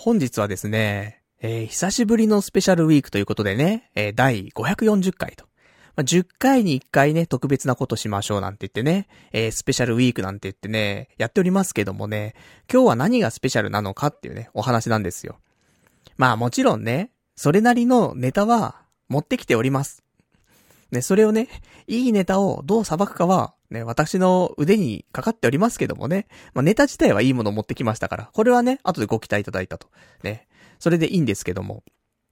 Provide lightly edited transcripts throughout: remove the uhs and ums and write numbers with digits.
本日はですね、久しぶりのスペシャルウィークということでね、第540回と。10回に1回ね、特別なことしましょうなんて言ってね、スペシャルウィークなんて言ってね、やっておりますけどもね、今日は何がスペシャルなのかっていうね、お話なんですよ。まあもちろんね、それなりのネタは持ってきております。ね、それをね、いいネタをどう裁くかは、ね、私の腕にかかっておりますけどもね、まあネタ自体はいいものを持ってきましたから、これはね、後でご期待いただいたと。ね、それでいいんですけども、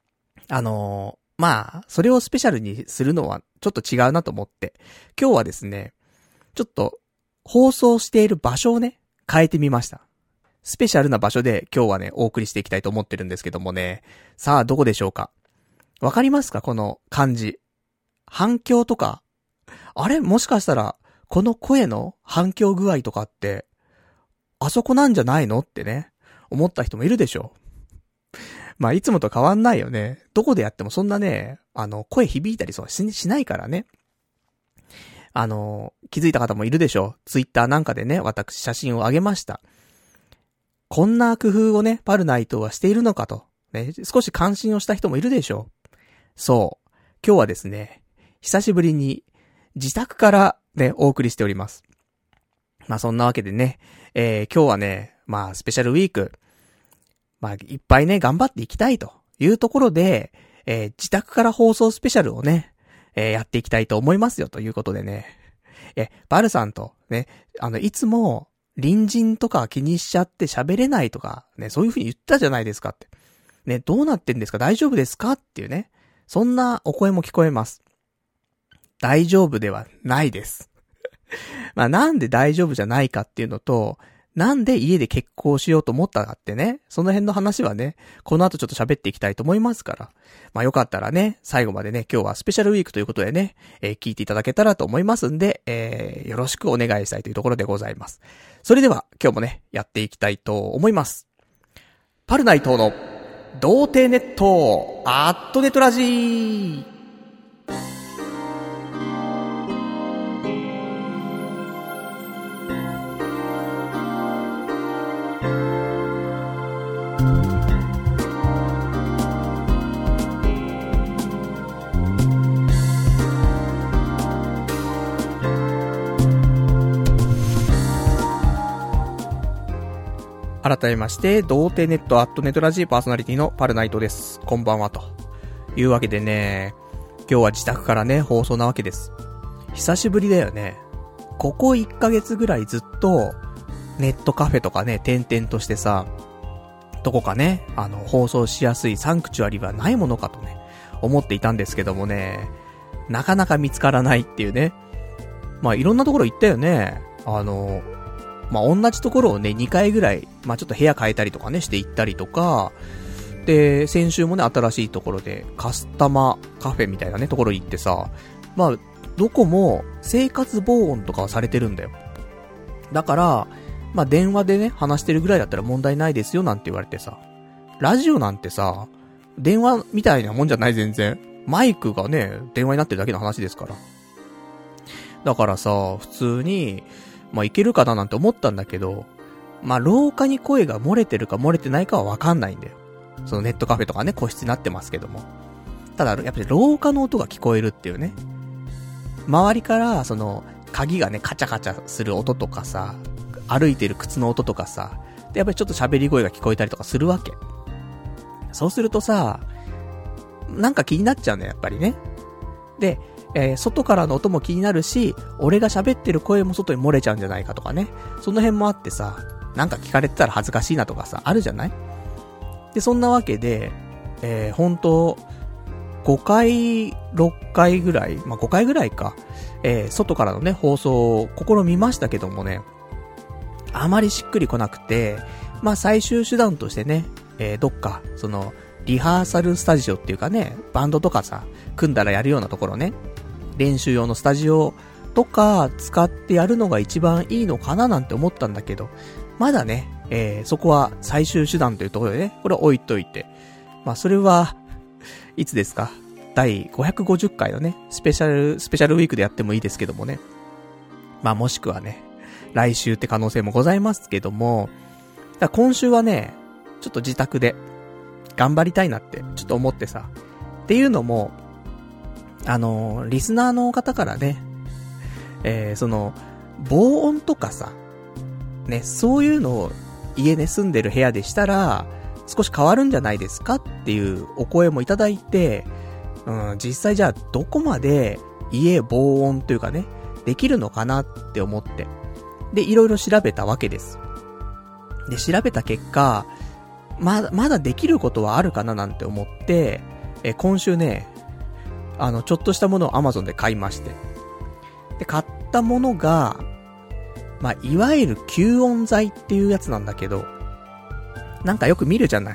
まあ、それをスペシャルにするのはちょっと違うなと思って、今日はですね、ちょっと放送している場所をね、変えてみました。スペシャルな場所で今日はね、お送りしていきたいと思ってるんですけどもね、さあどこでしょうか。わかりますかこの漢字。反響とか、あれもしかしたら、この声の反響具合とかって、あそこなんじゃないのってね、思った人もいるでしょう。まあいつもと変わんないよね。どこでやってもそんなね、声響いたりそうしないからね。気づいた方もいるでしょう。ツイッターなんかでね、私写真を上げました。こんな工夫をね、パルナイトはしているのかと。ね、少し関心をした人もいるでしょう。そう。今日はですね、久しぶりに自宅からね、お送りしております。まあそんなわけでね、今日はね、まあスペシャルウィーク、まあいっぱいね、頑張っていきたいというところで、自宅から放送スペシャルをね、やっていきたいと思いますよということでね、バルさんとね、いつも隣人とか気にしちゃって喋れないとか、ね、そういう風に言ったじゃないですかって。ね、どうなってんですか大丈夫ですかっていうね、そんなお声も聞こえます。大丈夫ではないです。まあなんで大丈夫じゃないかっていうのと、なんで家で結婚しようと思ったかってね、その辺の話はね、この後ちょっと喋っていきたいと思いますから。まあよかったらね、最後までね、今日はスペシャルウィークということでね、聞いていただけたらと思いますんで、よろしくお願いしたいというところでございます。それでは今日もね、やっていきたいと思います。パルナイトの童貞ネットアットネットラジー。改めまして、童貞ネットアットネットラジーパーソナリティのパルナイトです。こんばんはというわけでね、今日は自宅からね、放送なわけです。久しぶりだよね。ここ1ヶ月ぐらいずっと、ネットカフェとかね、転々としてさ、どこかね、放送しやすいサンクチュアリはないものかとね、思っていたんですけどもね、なかなか見つからないっていうね。まあ、いろんなところ行ったよね。まあ、同じところをね、2回ぐらい、まあ、ちょっと部屋変えたりとかね、して行ったりとか、で、先週もね、新しいところで、カスタマカフェみたいなね、ところに行ってさ、まあ、どこも、生活防音とかはされてるんだよ。だから、まあ、電話でね、話してるぐらいだったら問題ないですよ、なんて言われてさ。ラジオなんてさ、電話みたいなもんじゃない全然。マイクがね、電話になってるだけの話ですから。だからさ、普通に、まあ、いけるかななんて思ったんだけど、まあ、廊下に声が漏れてるか漏れてないかはわかんないんだよ。そのネットカフェとかね、個室になってますけども。ただ、やっぱり廊下の音が聞こえるっていうね。周りから、鍵がね、カチャカチャする音とかさ、歩いてる靴の音とかさ、で、やっぱりちょっと喋り声が聞こえたりとかするわけ。そうするとさ、なんか気になっちゃうんだよ、やっぱりね。で、外からの音も気になるし、俺が喋ってる声も外に漏れちゃうんじゃないかとかね。その辺もあってさ、なんか聞かれてたら恥ずかしいなとかさ、あるじゃない？で、そんなわけで、本当5回、6回ぐらい、まあ、5回ぐらいか、外からのね、放送を試みましたけどもね、あまりしっくりこなくて、まあ、最終手段としてね、どっか、リハーサルスタジオっていうかね、バンドとかさ、組んだらやるようなところね、練習用のスタジオとか使ってやるのが一番いいのかななんて思ったんだけど、まだね、そこは最終手段というところでね、これ置いといて。まあそれは、いつですか？第550回のね、スペシャルウィークでやってもいいですけどもね。まあもしくはね、来週って可能性もございますけども、今週はね、 ちょっと自宅で頑張りたいなってちょっと思ってさ。っていうのも、リスナーの方からね、防音とかさ、ね、そういうのを家ね、住んでる部屋でしたら、少し変わるんじゃないですかっていうお声もいただいて、実際じゃあどこまで家防音というかね、できるのかなって思って。で、いろいろ調べたわけです。で、調べた結果、まだできることはあるかななんて思って、今週ね、ちょっとしたものを Amazon で買いまして。で、買ったものが、いわゆる吸音材っていうやつなんだけど、なんかよく見るじゃない。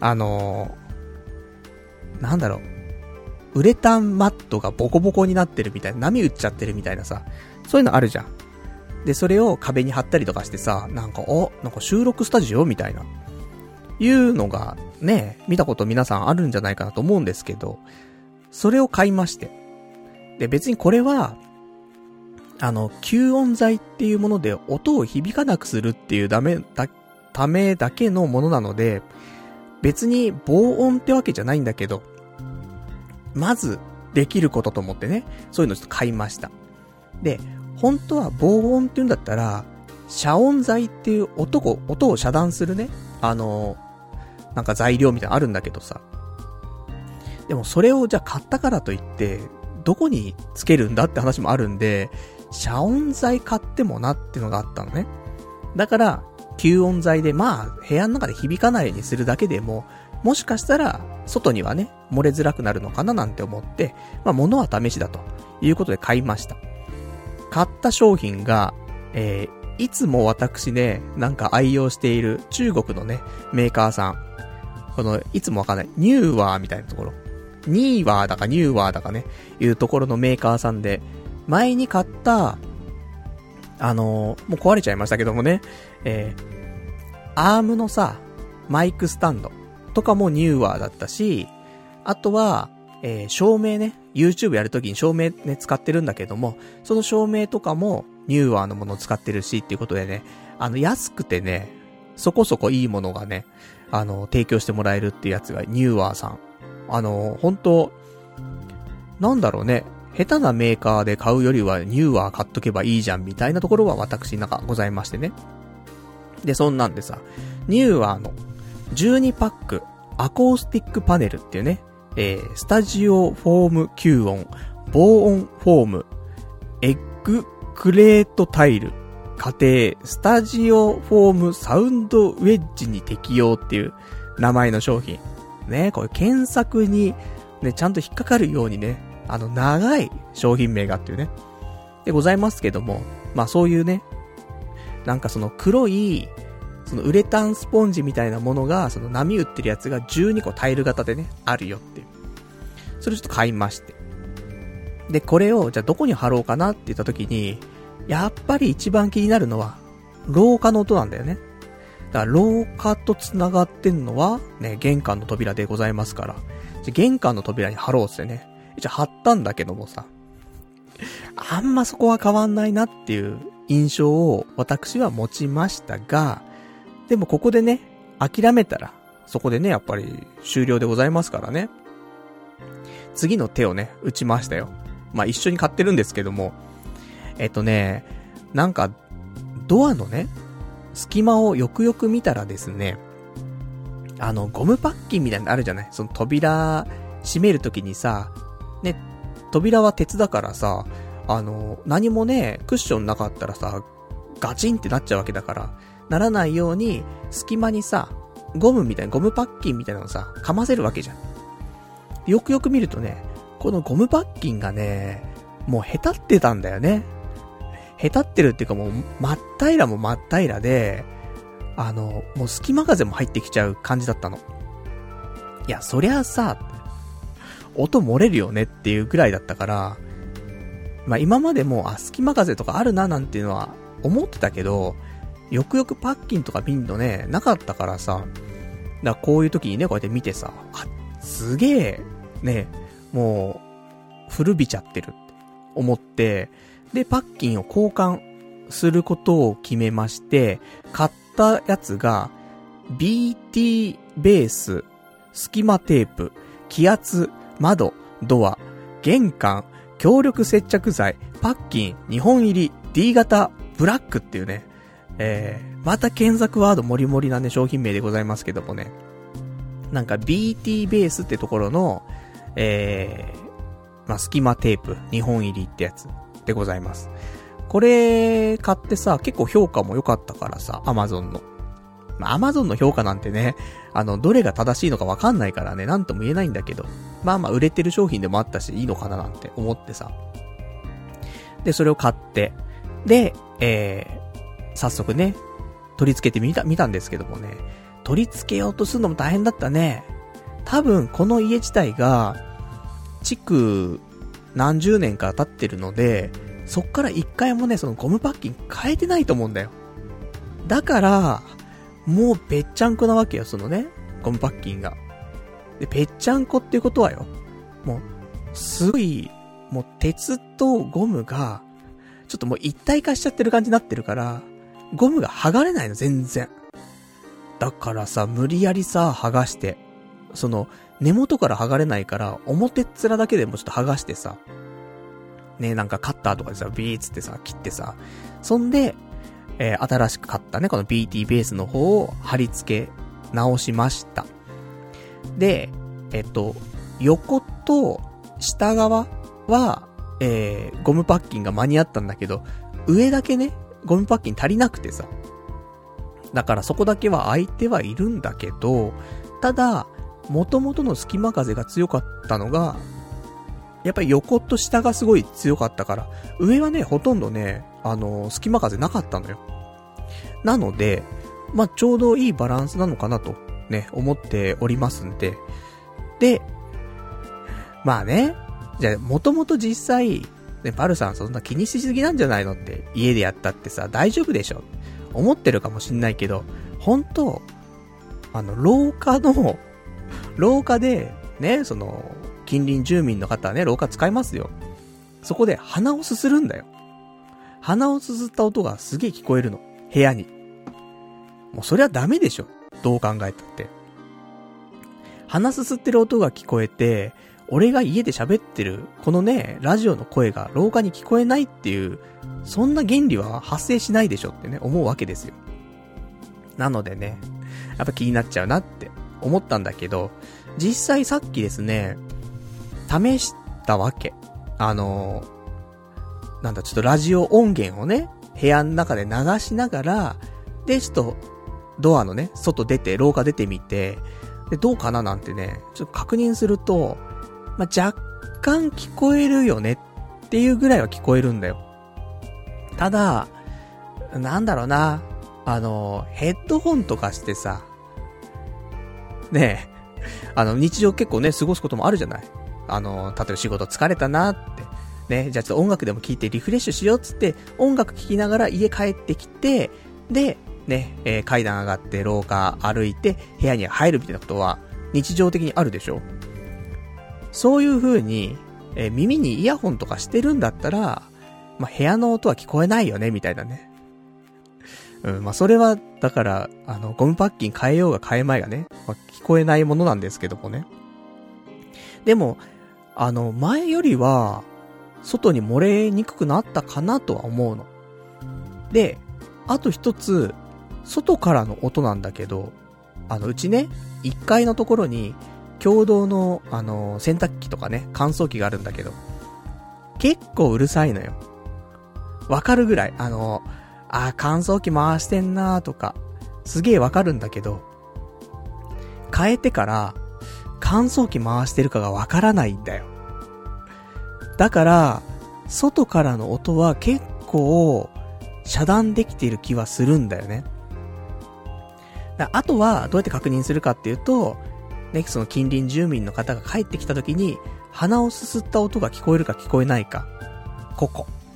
なんだろう。ウレタンマットがボコボコになってるみたいな、波打っちゃってるみたいなさ、そういうのあるじゃん。で、それを壁に貼ったりとかしてさ、なんか収録スタジオみたいな、いうのがね、見たこと皆さんあるんじゃないかなと思うんですけど、それを買いまして。で、別にこれは、吸音材っていうもので音を響かなくするっていうためだけのものなので、別に防音ってわけじゃないんだけど、まずできることと思ってね、そういうのちょっと買いました。で、本当は防音って言うんだったら、遮音材っていう音を遮断するね、なんか材料みたいなのあるんだけどさ。でもそれをじゃあ買ったからといって、どこにつけるんだって話もあるんで、遮音材買ってもなっていうのがあったのね。だから、吸音材で部屋の中で響かないようにするだけでも、もしかしたら、外にはね、漏れづらくなるのかななんて思って、物は試しだということで買いました。買った商品が、いつも私ね、なんか愛用している中国のね、メーカーさん。いつもわかんない、ニューワーみたいなところ。ニーワーだかニューワーだかね、いうところのメーカーさんで、前に買った、もう壊れちゃいましたけどもね、アームのさ、マイクスタンドとかもニューワーだったし、あとは、照明ね、YouTube やるときに照明ね、使ってるんだけども、その照明とかもニューワーのものを使ってるしっていうことでね、安くてね、そこそこいいものがね、提供してもらえるっていうやつがニューワーさん。本当なんだろうね、下手なメーカーで買うよりはニューワー買っとけばいいじゃんみたいなところは私なんかございましてね。で、そんなんでさ、ニューワーの12パックアコースティックパネルっていうね、スタジオフォーム吸音、防音フォーム、エッグクレートタイル、家庭、スタジオフォームサウンドウェッジに適用っていう名前の商品。ね、これ検索にね、ちゃんと引っかかるようにね、長い商品名がっていうね。でございますけども、そういうね、なんかその黒い、そのウレタンスポンジみたいなものが、その波打ってるやつが12個タイル型でね、あるよっていう。それちょっと買いまして。で、これを、じゃあどこに貼ろうかなって言った時に、やっぱり一番気になるのは、廊下の音なんだよね。だから廊下と繋がってんのは、ね、玄関の扉でございますから。じゃ玄関の扉に貼ろうってね。じゃ貼ったんだけどもさ、あんまそこは変わんないなっていう印象を私は持ちましたが、でもここでね、諦めたら、そこでね、やっぱり終了でございますからね。次の手をね、打ちましたよ。一緒に買ってるんですけども、なんか、ドアのね、隙間をよくよく見たらですね、ゴムパッキンみたいなのあるじゃない？その扉閉めるときにさ、ね、扉は鉄だからさ、何もね、クッションなかったらさ、ガチンってなっちゃうわけだから、ならないように、隙間にさ、ゴムパッキンみたいなのさ、かませるわけじゃん。よくよく見るとね、このゴムパッキンがね、もうへたってたんだよね。へたってるっていうかもう、真っ平も真っ平で、もう隙間風も入ってきちゃう感じだったの。いや、そりゃあさ、音漏れるよねっていうぐらいだったから、今までも、隙間風とかあるななんていうのは思ってたけど、よくよくパッキンとか見んのね、なかったからさ、だからこういう時にね、こうやって見てさ、すげえ、ね、もう、古びちゃってるって思って、で、パッキンを交換することを決めまして、買ったやつが、 BT ベース、隙間テープ、気圧、窓、ドア、玄関、強力接着剤、パッキン、2本入り、D 型、ブラックっていうね、また検索ワードもりもりなね、商品名でございますけどもね。なんか BT ベースってところの、隙間テープ、2本入りってやつでございます。これ、買ってさ、結構評価も良かったからさ、Amazon の。Amazon の評価なんてね、どれが正しいのかわかんないからね、なんとも言えないんだけど、売れてる商品でもあったし、いいのかななんて思ってさ。で、それを買って、で、早速ね、取り付けてみたんですけどもね、取り付けようとするのも大変だったね。多分、この家自体が、築何十年か経ってるので、そっから一回もね、そのゴムパッキン変えてないと思うんだよ。だから、もうぺっちゃんこなわけよ、そのね、ゴムパッキンが。で、ぺっちゃんこっていうことはよ、もう、すごい、もう鉄とゴムが、ちょっともう一体化しちゃってる感じになってるから、ゴムが剥がれないの、全然。だからさ、無理やりさ、剥がして、その、根元から剥がれないから、表っ面だけでもちょっと剥がしてさ、ね、なんかカッターとかでさ、ビーツってさ、切ってさ、そんで、新しく買ったね、この BT ベースの方を貼り付け直しました。で、横と下側は、ゴムパッキンが間に合ったんだけど、上だけね、ゴムパッキン足りなくてさ。だからそこだけは空いてはいるんだけど、ただ、元々の隙間風が強かったのが、やっぱり横と下がすごい強かったから、上はね、ほとんどね、隙間風なかったのよ。なので、ちょうどいいバランスなのかなと、ね、思っておりますんで。で、じゃあ、もともと実際、ね、パルさんそんな気にしすぎなんじゃないのって、家でやったってさ、大丈夫でしょ思ってるかもしんないけど、本当廊下で、ね、その、近隣住民の方はね、廊下使いますよ。そこで鼻をすするんだよ。鼻をすすった音がすげえ聞こえるの。部屋に。もうそれはダメでしょ。どう考えたって。鼻すすってる音が聞こえて、俺が家で喋ってる、このね、ラジオの声が廊下に聞こえないっていう、そんな原理は発生しないでしょってね、思うわけですよ。なのでね、やっぱ気になっちゃうなって思ったんだけど、実際さっきですね、試したわけ。ちょっとラジオ音源をね、部屋の中で流しながら、で、ちょっと、ドアのね、外出て、廊下出てみて、で、どうかななんてね、ちょっと確認すると、若干聞こえるよねっていうぐらいは聞こえるんだよ。ただ、なんだろうな、ヘッドホンとかしてさ、ねえ、日常結構ね、過ごすこともあるじゃない。例えば仕事疲れたなって、ね、じゃあちょっと音楽でも聴いてリフレッシュしようっつって、音楽聴きながら家帰ってきて、で、ね、階段上がって廊下歩いて部屋に入るみたいなことは日常的にあるでしょ。そういう風に、耳にイヤホンとかしてるんだったら、部屋の音は聞こえないよねみたいなね。それはだからゴムパッキン変えようが変えまいがね、聞こえないものなんですけどもね。でも前よりは外に漏れにくくなったかなとは思うの。で、あと一つ外からの音なんだけど、うちね、1階のところに共同の洗濯機とかね、乾燥機があるんだけど、結構うるさいのよ。わかるぐらい乾燥機回してんなーとかすげえわかるんだけど、変えてから乾燥機回してるかがわからないんだよ。だから外からの音は結構遮断できている気はするんだよね。あとはどうやって確認するかっていうとね、その近隣住民の方が帰ってきた時に鼻をすすった音が聞こえるか聞こえないか、こ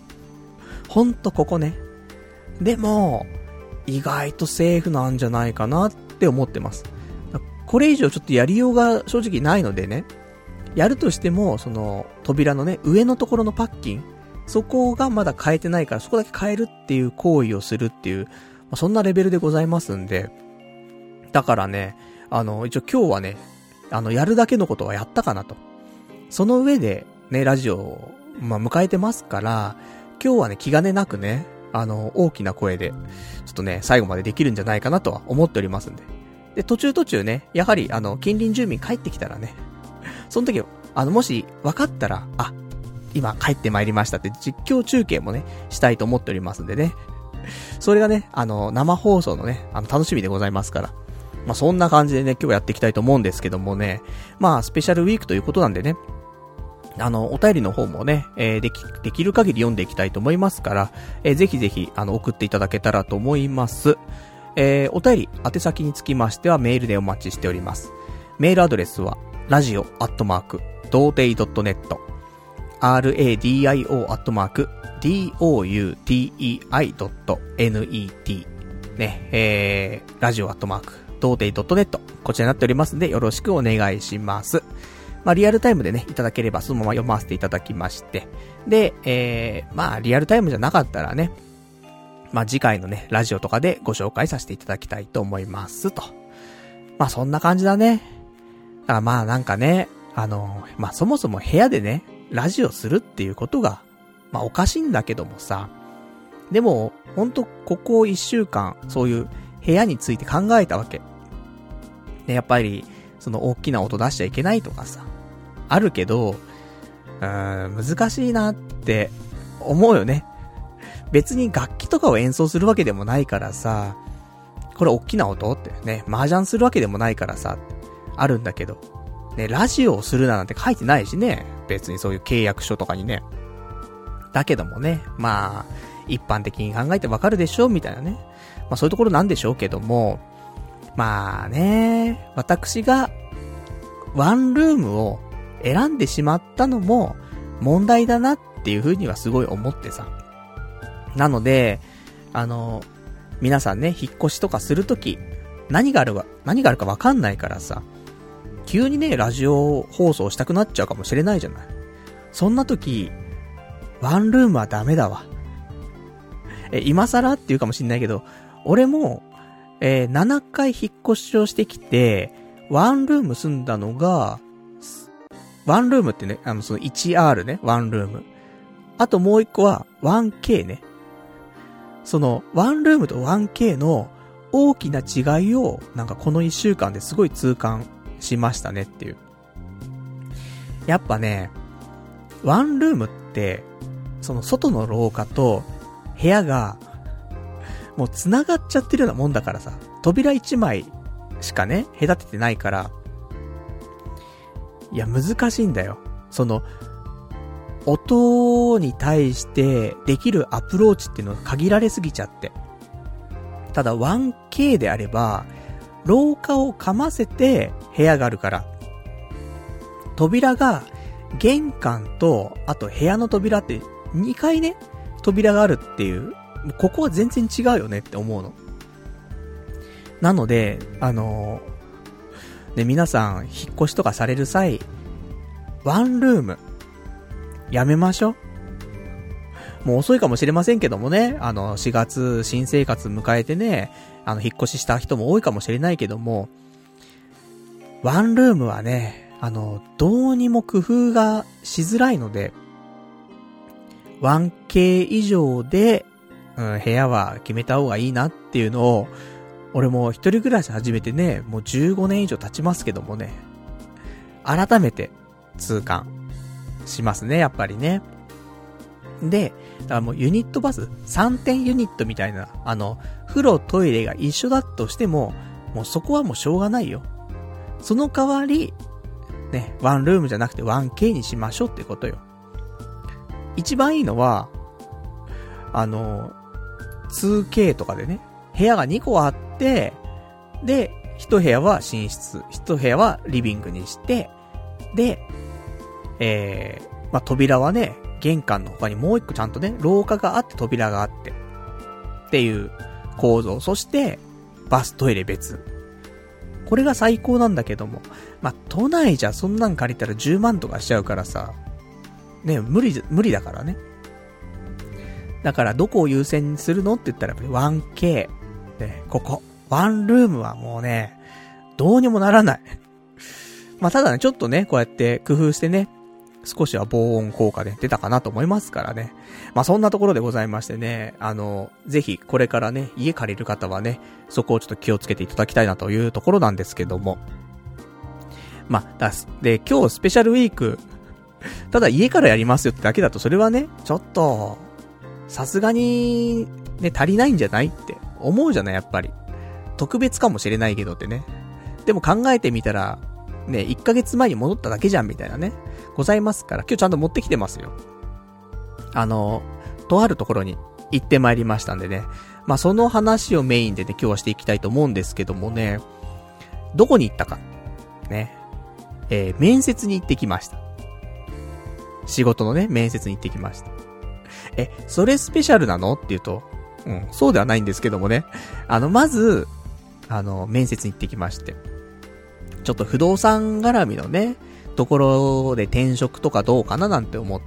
こね。でも意外とセーフなんじゃないかなって思ってます。これ以上ちょっとやりようが正直ないのでね、やるとしてもその扉のね、上のところのパッキン、そこがまだ変えてないからそこだけ変えるっていう行為をするっていう、そんなレベルでございますんで、 だからね、一応今日はね、やるだけのことはやったかなと。その上で、ね、ラジオを、迎えてますから、今日はね、気兼ねなくね、大きな声で、ちょっとね、最後までできるんじゃないかなとは思っておりますんで。で、途中ね、やはり、近隣住民帰ってきたらね、その時、もし、分かったら、今帰ってまいりましたって実況中継もね、したいと思っておりますんでね。それがね、生放送のね、楽しみでございますから。そんな感じでね、今日やっていきたいと思うんですけどもね、スペシャルウィークということなんでね、お便りの方もね、できる限り読んでいきたいと思いますから、ぜひぜひ、送っていただけたらと思います。お便り、宛先につきましてはメールでお待ちしております。メールアドレスは、radio@doutei.net radio@doutei.net ね、radio@doutei.net こちらになっておりますのでよろしくお願いします。リアルタイムでね、いただければそのまま読ませていただきまして。で、リアルタイムじゃなかったらね、次回のね、ラジオとかでご紹介させていただきたいと思いますと。そんな感じだね。だからなんかね、そもそも部屋でね、ラジオするっていうことが、おかしいんだけどもさ。でも、ほんと、ここ1週間、そういう部屋について考えたわけ。で、やっぱり、その大きな音出しちゃいけないとかさ、あるけど、難しいなって思うよね。別に楽器とかを演奏するわけでもないからさ、これ大きな音ってね、麻雀するわけでもないからさ、あるんだけど、ね、ラジオをするなんて書いてないしね、別にそういう契約書とかにね。だけどもね、一般的に考えてわかるでしょみたいなね。そういうところなんでしょうけども、私がワンルームを選んでしまったのも問題だなっていう風にはすごい思ってさ。なので、皆さんね、引っ越しとかするとき、何があるかわかんないからさ、急にね、ラジオ放送したくなっちゃうかもしれないじゃない。そんなとき、ワンルームはダメだわ。今更って言うかもしんないけど、俺も、7回引っ越しをしてきて、ワンルーム住んだのが、ワンルームってね、その 1R ね、ワンルーム。あともう一個は 1K ね。その、ワンルームと 1K の大きな違いを、なんかこの1週間ですごい痛感しましたねっていう。やっぱね、ワンルームって、その外の廊下と部屋が、もう繋がっちゃってるようなもんだからさ、扉1枚しかね、隔ててないから、いや、難しいんだよ。その、音に対してできるアプローチっていうのが限られすぎちゃって。ただ 1K であれば、廊下をかませて部屋があるから、扉が玄関と、あと部屋の扉って2回ね、扉があるっていう、ここは全然違うよねって思うの。なので、皆さん引っ越しとかされる際、ワンルーム、やめましょう。もう遅いかもしれませんけどもね、4月新生活迎えてね、引っ越しした人も多いかもしれないけども、ワンルームはね、どうにも工夫がしづらいので、1K 以上で、部屋は決めた方がいいなっていうのを、俺も一人暮らし始めてね、もう15年以上経ちますけどもね、改めて痛感しますね、やっぱりね。で、だからもうユニットバス、3点ユニットみたいな、風呂トイレが一緒だとしても、もうそこはもうしょうがないよ。その代わり、ね、ワンルームじゃなくて 1K にしましょうってことよ。一番いいのは、2K とかでね、部屋が2個あって、で、一部屋は寝室、一部屋はリビングにして、で、扉はね、玄関の他にもう一個ちゃんとね、廊下があって扉があって、っていう構造。そして、バストイレ別。これが最高なんだけども、都内じゃそんなん借りたら10万とかしちゃうからさ、ね、無理だからね。だからどこを優先にするのって言ったらやっぱり 1K。ね、ここ。 ワンルームはもうね、どうにもならない。まあ、ただね、ちょっとね、こうやって工夫してね、少しは防音効果で出たかなと思いますからね。まあ、そんなところでございましてね、ぜひこれからね、家借りる方はね、そこをちょっと気をつけていただきたいなというところなんですけども。まあ、で、今日スペシャルウィーク、ただ家からやりますよってだけだと、それはね、ちょっと、さすがに、ね、足りないんじゃないって思うじゃない、やっぱり。特別かもしれないけどってね。でも考えてみたら、ね、1ヶ月前に戻っただけじゃんみたいなね、ございますから、今日ちゃんと持ってきてますよ。とあるところに行ってまいりましたんでね。まあ、その話をメインでね、今日はしていきたいと思うんですけどもね、どこに行ったか。ね。面接に行ってきました。仕事のね、面接に行ってきました。それスペシャルなのって言うと、そうではないんですけどもね。まず、面接に行ってきまして。ちょっと不動産絡みのね、ところで転職とかどうかななんて思って、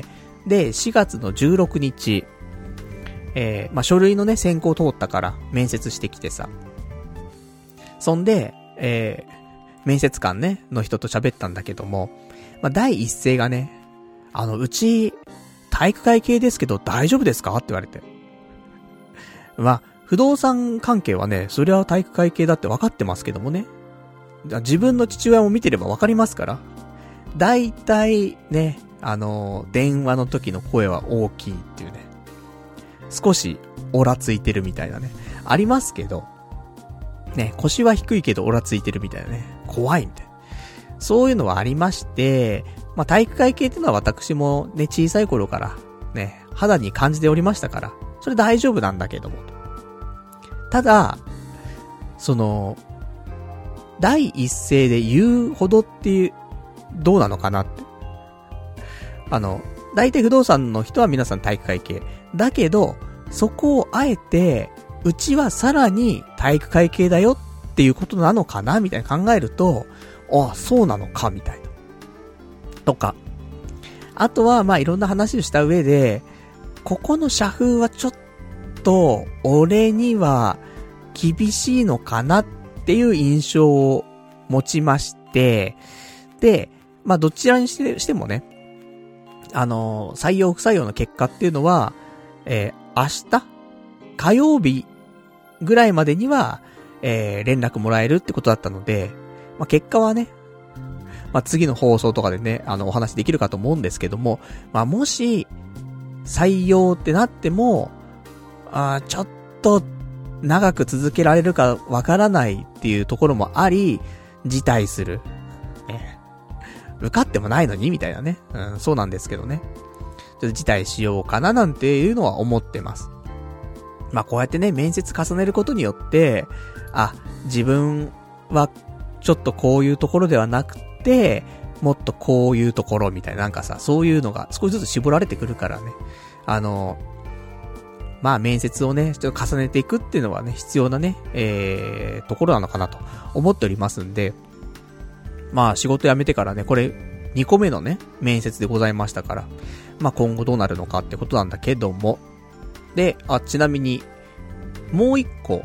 で、4月の16日、まあ、書類のね、選考通ったから面接してきてさ。そんで、面接官ね、の人と喋ったんだけども、まあ、第一声がね、うち、体育会系ですけど大丈夫ですかって言われて。まあ、不動産関係はね、そりゃ体育会系だって分かってますけどもね。自分の父親も見てれば分かりますから。だいたいね、電話の時の声は大きいっていうね。少しオラついてるみたいなね。ありますけど。ね、腰は低いけどオラついてるみたいなね。怖いみたいな。そういうのはありまして、まあ、体育会系っていうのは私もね、小さい頃からね、肌に感じておりましたから、それ大丈夫なんだけども。ただ、第一声で言うほどっていう、どうなのかなって。大体不動産の人は皆さん体育会系。だけど、そこをあえて、うちはさらに体育会系だよっていうことなのかなみたいな考えると、あ、そうなのかみたいな。とか。あとは、まあ、いろんな話をした上で、ここの社風はちょっと、俺には厳しいのかなっていう印象を持ちまして、で、まあ、どちらにしてもね、採用不採用の結果っていうのは、明日火曜日ぐらいまでには、連絡もらえるってことだったので、まあ、結果はね、まあ、次の放送とかでね、お話できるかと思うんですけども、まあ、もし、採用ってなっても、ちょっと、長く続けられるかわからないっていうところもあり、辞退する。受かってもないのにみたいなね。そうなんですけどね。ちょっと辞退しようかななんていうのは思ってます。まあ、こうやってね、面接重ねることによって、自分はちょっとこういうところではなくて、もっとこういうところみたいな、なんかさ、そういうのが少しずつ絞られてくるからね。まあ面接をね、ちょっと重ねていくっていうのはね、必要なね、ところなのかなと思っておりますんで、まあ仕事辞めてからね、これ2個目のね、面接でございましたから、まあ今後どうなるのかってことなんだけども、で、ちなみに、もう1個、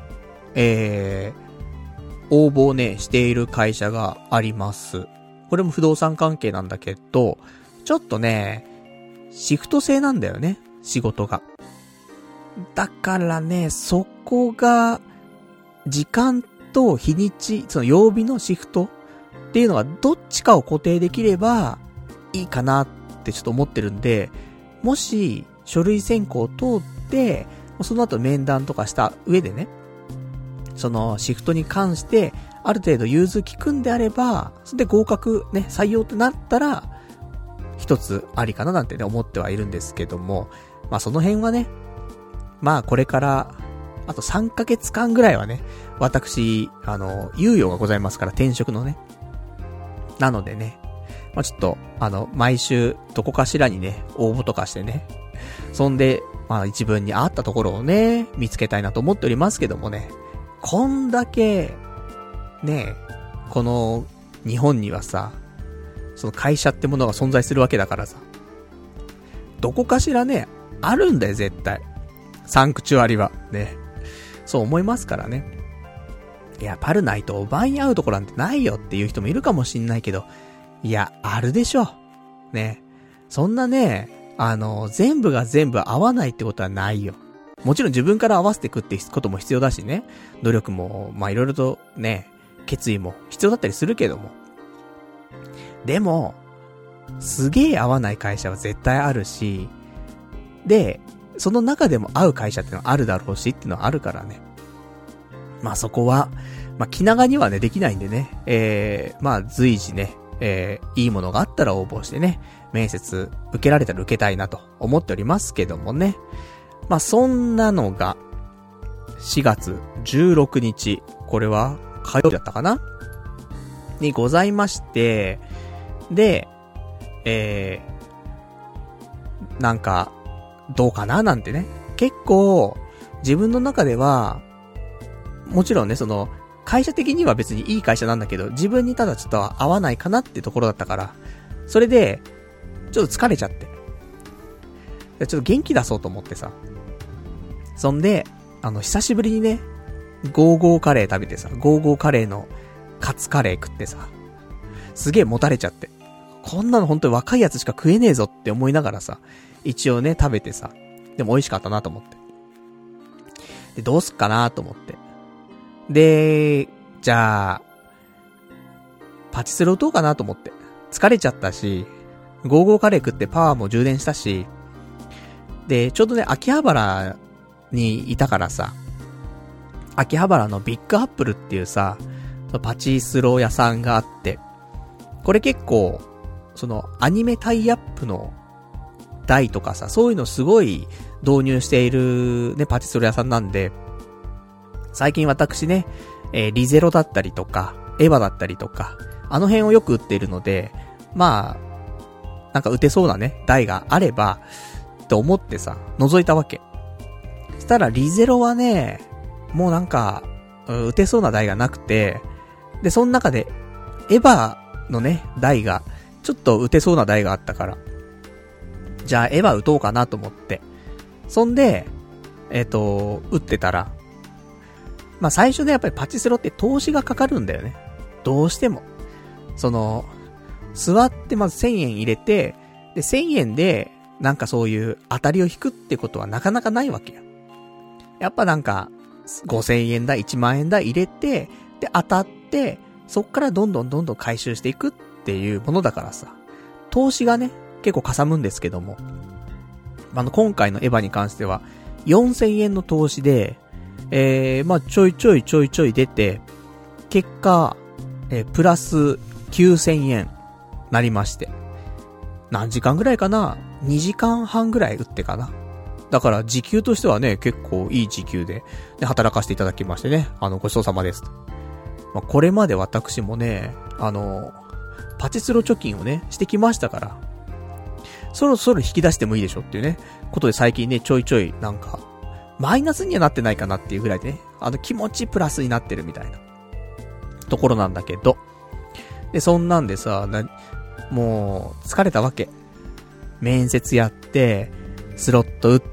応募をね、している会社があります。これも不動産関係なんだけど、ちょっとね、シフト制なんだよね、仕事が。だからね、そこが、時間と日にち、その曜日のシフトっていうのがどっちかを固定できればいいかなってちょっと思ってるんで、もし書類選考を通って、その後面談とかした上でね、そのシフトに関してある程度融通きくんであれば、それで合格ね、採用ってなったら、一つありかななんてね、思ってはいるんですけども、まあその辺はね、まあこれから、あと3ヶ月間ぐらいはね、私、猶予がございますから、転職のね。なのでね、まあちょっと、毎週、どこかしらにね、応募とかしてね。そんで、まあ自分に合ったところをね、見つけたいなと思っておりますけどもね。こんだけ、ね、この、日本にはさ、その会社ってものが存在するわけだからさ。どこかしらね、あるんだよ、絶対。サンクチュアリは。ね。そう思いますからね。 いや、パルナイトを奪いに合うところなんてないよっていう人もいるかもしんないけど、いや、あるでしょ。ね。そんなね、全部が全部合わないってことはないよ。もちろん自分から合わせていくってことも必要だしね。努力も、まあいろいろとね、決意も必要だったりするけども。でも、すげえ合わない会社は絶対あるし、で、その中でも合う会社ってのはあるだろうしっていうのはあるからね。まあそこは、まあ気長にはね、できないんでね。まあ随時ね、いいものがあったら応募してね、面接受けられたら受けたいなと思っておりますけどもね。まあそんなのが、4月16日、これは火曜日だったかなにございまして、で、なんか、どうかななんてね。結構、自分の中では、もちろんね、その、会社的には別にいい会社なんだけど、自分にただちょっと合わないかなってところだったから、それで、ちょっと疲れちゃって。ちょっと元気出そうと思ってさ。そんで、久しぶりにね、ゴーゴーカレー食べてさ、ゴーゴーカレーのカツカレー食ってさ、すげえもたれちゃって。こんなの本当に若いやつしか食えねえぞって思いながらさ、一応ね、食べてさ、でも美味しかったなと思って。で、どうすっかなと思って。で、じゃあ、パチスロ打とうかなと思って。疲れちゃったし、ゴーゴーカレー食ってパワーも充電したし、で、ちょうどね、秋葉原にいたからさ、秋葉原のビッグアップルっていうさ、パチスロ屋さんがあって、これ結構、そのアニメタイアップの台とかさ、そういうのすごい導入しているね、パチスロ屋さんなんで、最近私ね、リゼロだったりとか、エヴァだったりとか、あの辺をよく売っているので、まあ、なんか打てそうなね、台があれば、と思ってさ、覗いたわけ。したらリゼロはね、もうなんか、打てそうな台がなくて、で、その中で、エヴァのね、台が、ちょっと打てそうな台があったから、じゃあエヴァ打とうかなと思って。そんで、打ってたら、まあ最初ね、やっぱりパチスロって投資がかかるんだよね。どうしても。その、座ってまず1000円入れて、で、1000円で、なんかそういう当たりを引くってことはなかなかないわけよ。やっぱなんか、5000円だ、1万円だ入れて、で、当たって、そっからどんどん回収していくっていうものだからさ、投資がね、結構かさむんですけども、今回のエヴァに関しては、4000円の投資で、まあ、ちょいちょい出て、結果、プラス9000円なりまして。何時間ぐらいかな ?2 時間半ぐらい打ってかな。だから時給としてはね、結構いい時給で、働かせていただきましてね、ごちそうさまです。まあ、これまで私もね、パチスロ貯金をね、してきましたから、そろそろ引き出してもいいでしょっていうね、ことで最近ね、ちょいちょいなんか、マイナスにはなってないかなっていうぐらいでね、気持ちプラスになってるみたいな、ところなんだけど、で、そんなんでさ、もう、疲れたわけ。面接やって、スロット打って、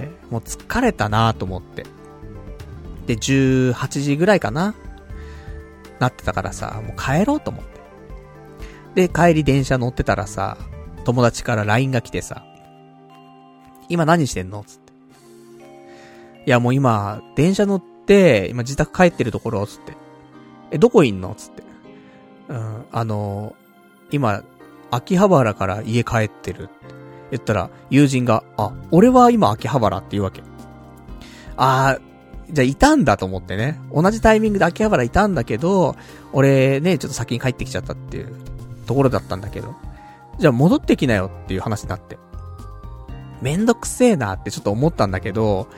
もう疲れたなと思って。で、18時ぐらいかななってたからさ、もう帰ろうと思って。で、帰り電車乗ってたらさ、友達から LINE が来てさ、今何してんのつって。いやもう今、電車乗って、今自宅帰ってるところつって。どこいんのつって。今、秋葉原から家帰ってるって言ったら、友人が、俺は今秋葉原って言うわけ。じゃあいたんだと思ってね。同じタイミングで秋葉原いたんだけど、俺ね、ちょっと先に帰ってきちゃったっていうところだったんだけど。じゃあ戻ってきなよっていう話になって。めんどくせえなってちょっと思ったんだけど、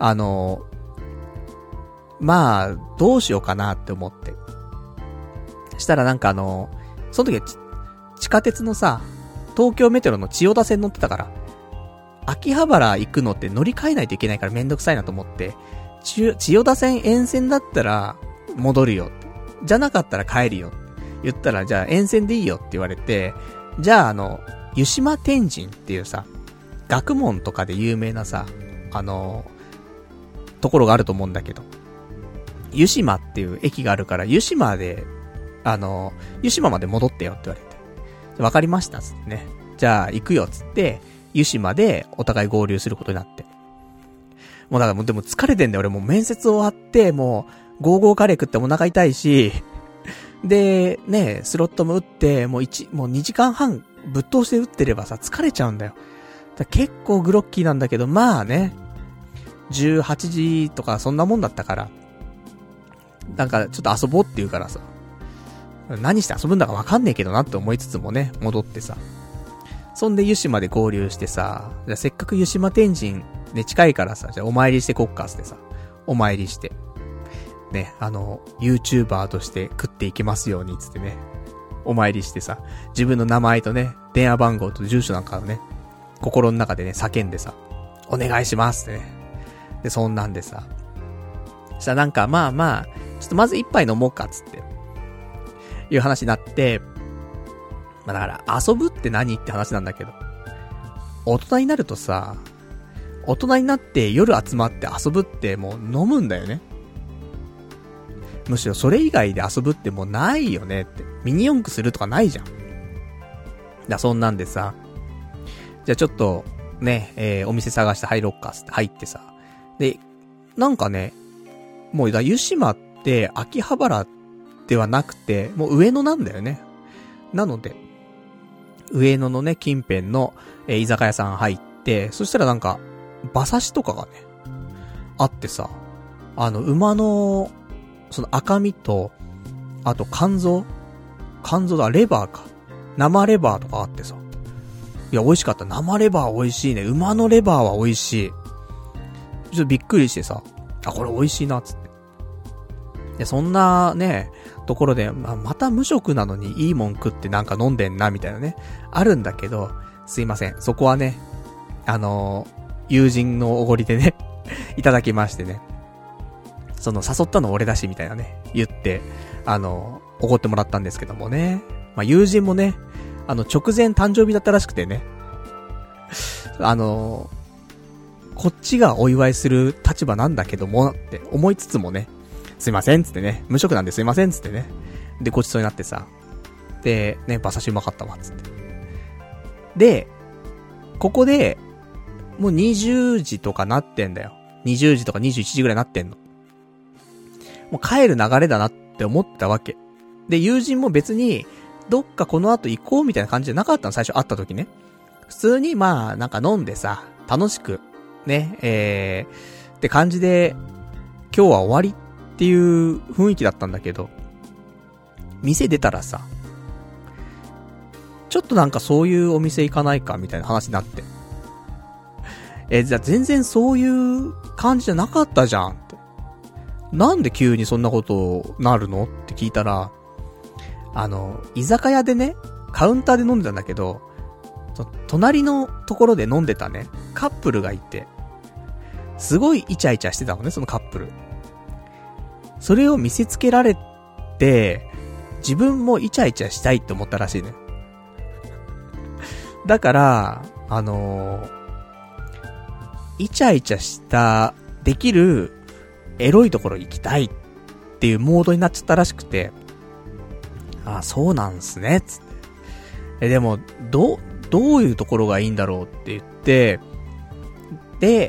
まあ、どうしようかなって思って。したらなんかその時は地下鉄のさ、東京メトロの千代田線乗ってたから、秋葉原行くのって乗り換えないといけないからめんどくさいなと思って、千代田線沿線だったら戻るよって。じゃなかったら帰るよって言ったら、じゃあ沿線でいいよって言われて、じゃあ湯島天神っていうさ、学問とかで有名なさ、ところがあると思うんだけど、 湯島っていう駅があるから、湯島で、湯島まで戻ってよって言われて。わかりましたつってね。じゃあ行くよつって、湯島でお互い合流することになって。もうだからでも疲れてんだよ俺もう面接終わって、もう、ゴーゴーカレー食ってお腹痛いし、で、ね、スロットも打って、もう2時間半ぶっ通して打ってればさ、疲れちゃうんだよ。だ結構グロッキーなんだけど、まあね、18時とかそんなもんだったから、なんかちょっと遊ぼうって言うからさ、何して遊ぶんだかわかんねえけどなって思いつつもね、戻ってさ。そんで湯島で合流してさ、じゃあせっかく湯島天神ね、近いからさ、じゃあお参りしてこっかってさ、お参りして。ね、YouTuber として食っていきますようにつってね、お参りしてさ、自分の名前とね、電話番号と住所なんかをね、心の中でね、叫んでさ、お願いしますってね。で、そんなんでさ、したらなんかまあ、ちょっとまず一杯飲もうかつって、いう話になって、まあだから遊ぶって何って話なんだけど、大人になるとさ、大人になって夜集まって遊ぶってもう飲むんだよね。むしろそれ以外で遊ぶってもうないよねって。ミニ四駆するとかないじゃん。そんなんでさ、じゃあちょっとね、お店探して入ろっかって入ってさ、で、なんかね、もう湯島って秋葉原ではなくて、もう上野なんだよね。なので、上野のね、近辺の、居酒屋さん入って、そしたらなんか、馬刺しとかがね、あってさ、馬の、その赤身と、あと肝臓だ、レバーか。生レバーとかあってさ。いや、美味しかった。生レバー美味しいね。馬のレバーは美味しい。ちょっとびっくりしてさ、あ、これ美味しいな、つって。で、そんなね、ところで、また無職なのにいいもん食ってなんか飲んでんな、みたいなね。あるんだけど、すいません。そこはね、友人のおごりでね、いただきましてね。その誘ったの俺だし、みたいなね、言って、おごってもらったんですけどもね。まあ、友人もね、直前誕生日だったらしくてね。こっちがお祝いする立場なんだけども、って思いつつもね、すいませんつってね、無職なんですいませんつってね。で、ごちそうになってさ。で、ね、馬刺しうまかったわ、つって。で、ここで、もう20時とかなってんだよ。20時とか21時ぐらいなってんの。もう帰る流れだなって思ったわけ。で、友人も別に、どっかこの後行こうみたいな感じじゃなかったの、最初会った時ね。普通にまあ、なんか飲んでさ、楽しく、ね、って感じで、今日は終わりっていう雰囲気だったんだけど、店出たらさ、ちょっとなんかそういうお店行かないかみたいな話になって。じゃあ全然そういう感じじゃなかったじゃんって。なんで急にそんなことなるのって聞いたら、居酒屋でね、カウンターで飲んでたんだけど、隣のところで飲んでたね、カップルがいて、すごいイチャイチャしてたのね、そのカップル。それを見せつけられて、自分もイチャイチャしたいって思ったらしいね。だから、イチャイチャできるエロいところ行きたいっていうモードになっちゃったらしくて、あ、そうなんすね、つって。でも、どういうところがいいんだろうって言って、で、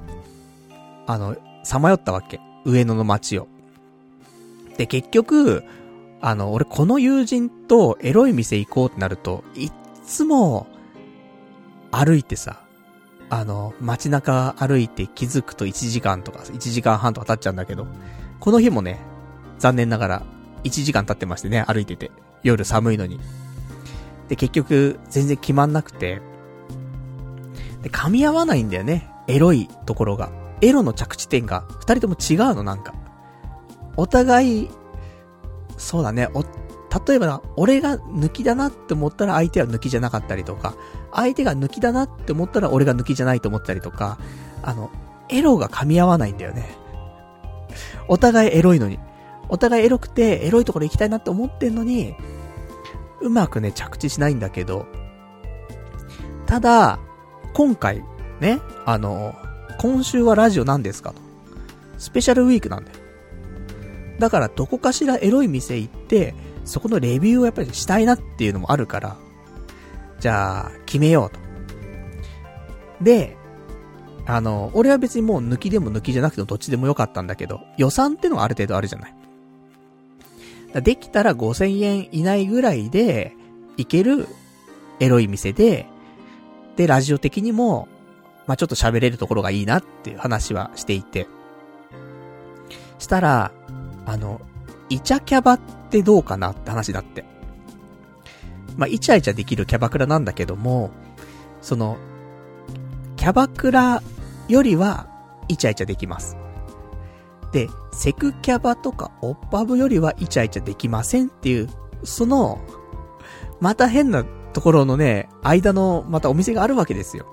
さまよったわけ。上野の街を。で、結局、俺この友人とエロい店行こうってなると、いっつも、歩いてさ、街中歩いて気づくと1時間とか、1時間半とか経っちゃうんだけど、この日もね、残念ながら、1時間経ってましてね、歩いてて。夜寒いのに。で、結局、全然決まんなくて。で、噛み合わないんだよね。エロいところが。エロの着地点が、二人とも違うの、なんか。お互い、そうだね、例えばな、俺が抜きだなって思ったら相手は抜きじゃなかったりとか、相手が抜きだなって思ったら俺が抜きじゃないと思ったりとか、エロが噛み合わないんだよね。お互いエロいのに。お互いエロくて、エロいところ行きたいなって思ってんのに、うまくね、着地しないんだけど、ただ、今回、ね、今週はラジオ何ですかと。スペシャルウィークなんだよ。 だからどこかしらエロい店行って、そこのレビューをやっぱりしたいなっていうのもあるから、じゃあ、決めようと。で、俺は別にもう抜きでも抜きじゃなくてもどっちでもよかったんだけど、予算ってのはある程度あるじゃない。できたら5000円以内ぐらいで行けるエロい店で、で、ラジオ的にも、まあ、ちょっと喋れるところがいいなっていう話はしていて。したら、イチャキャバってどうかなって話だって。まあ、イチャイチャできるキャバクラなんだけども、その、キャバクラよりはイチャイチャできます。で、セクキャバとかオッパブよりはイチャイチャできませんっていう、その、また変なところのね、間のまたお店があるわけですよ。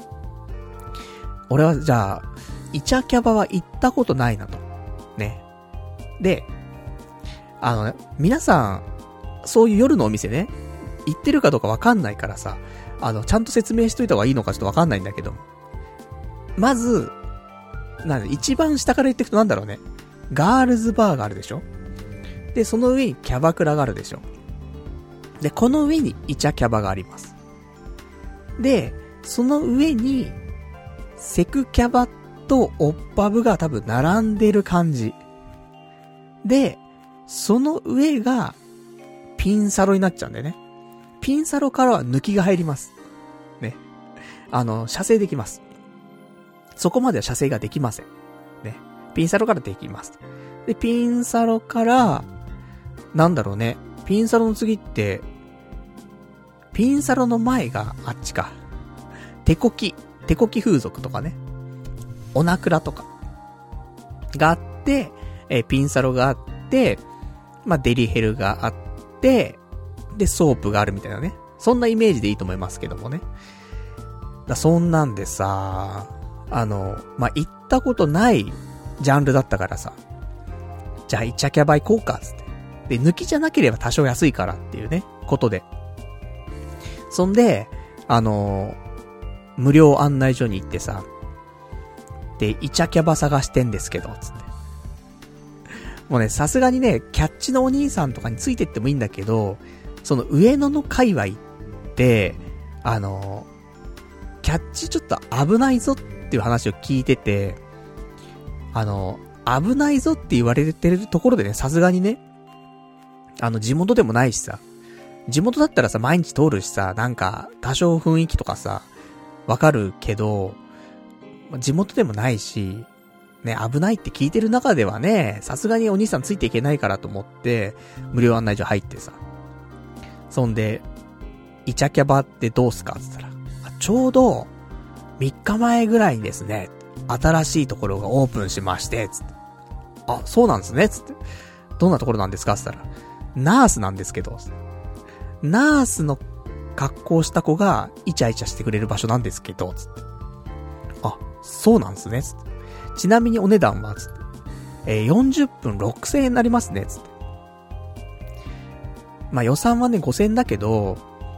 俺はじゃあ、イチャキャバは行ったことないなと。ね。で、皆さん、そういう夜のお店ね、行ってるかどうかわかんないからさ、ちゃんと説明しといた方がいいのかちょっとわかんないんだけど。まず、一番下から言っていくとなんだろうね。ガールズバーがあるでしょ？で、その上にキャバクラがあるでしょ？で、この上にイチャキャバがあります。で、その上に、セクキャバとオッパブが多分並んでる感じ。で、その上が、ピンサロになっちゃうんだよね。ピンサロからは抜きが入ります。ね。射精できます。そこまでは射精ができません。ね。ピンサロからできます。で、ピンサロから、なんだろうね。ピンサロの次って、ピンサロの前があっちか。手こき風俗とかね。オナクラとか。があって、ピンサロがあって、まあ、デリヘルがあって、で、ソープがあるみたいなね。そんなイメージでいいと思いますけどもね。そんなんでさ、まあ、行ったことないジャンルだったからさ。じゃあ、イチャキャバ行こうか、つって。で、抜きじゃなければ多少安いからっていうね、ことで。そんで、無料案内所に行ってさ、で、イチャキャバ探してんですけど、つって。もうね、さすがにね、キャッチのお兄さんとかについてってもいいんだけど、その上野の界隈って、キャッチちょっと危ないぞっていう話を聞いてて、危ないぞって言われてるところでね、さすがにね、地元でもないしさ、地元だったらさ、毎日通るしさ、なんか、多少雰囲気とかさ、わかるけど、地元でもないし、ね、危ないって聞いてる中ではね、さすがにお兄さんついていけないからと思って、無料案内所入ってさ。そんで、イチャキャバってどうすかって言ったら、ちょうど、3日前ぐらいにですね、新しいところがオープンしまして、つって。あ、そうなんですね、つって。どんなところなんですかって言ったら、ナースなんですけど、ナースの格好した子がイチャイチャしてくれる場所なんですけど、つって。あ、そうなんですね、つって。ちなみにお値段は、つって。40分6000円になりますね、つって。まあ予算はね、5000円だけど、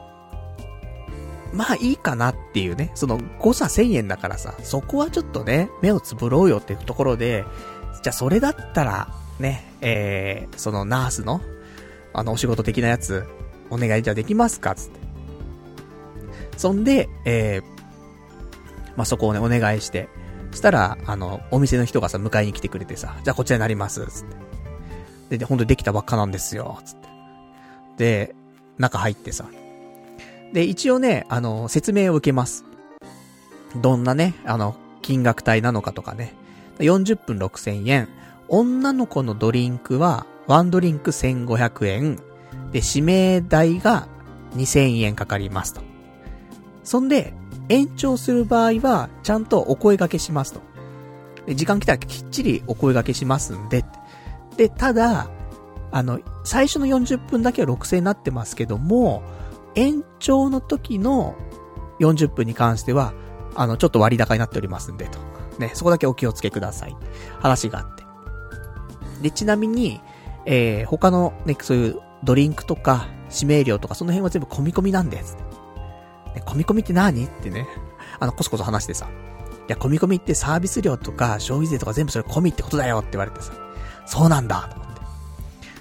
まあいいかなっていうね、その誤差1000円だからさ、そこはちょっとね、目をつぶろうよっていうところで、じゃあそれだったら、ね、そのナースの、お仕事的なやつ、お願いじゃあできますかつって。そんで、まあ、そこをね、お願いして。したら、お店の人がさ、迎えに来てくれてさ、じゃあこちらになります、つって。で、ほんとできたばっかなんですよ、つって。で、中入ってさ。で、一応ね、説明を受けます。どんなね、金額帯なのかとかね。40分6000円。女の子のドリンクは、ワンドリンク1500円。で、指名代が2000円かかりますと。そんで、延長する場合は、ちゃんとお声掛けしますと。で、時間来たらきっちりお声掛けしますんで。で、ただ、最初の40分だけは6000円になってますけども、延長の時の40分に関しては、ちょっと割高になっておりますんでと。ね、そこだけお気をつけください。話があって。で、ちなみに、他のね、そういうドリンクとか、指名料とか、その辺は全部込み込みなんです。ね、込み込みって何ってね、コソコソ話してさ。いや、込み込みってサービス料とか、消費税とか全部それ込みってことだよって言われてさ。そうなんだと思って。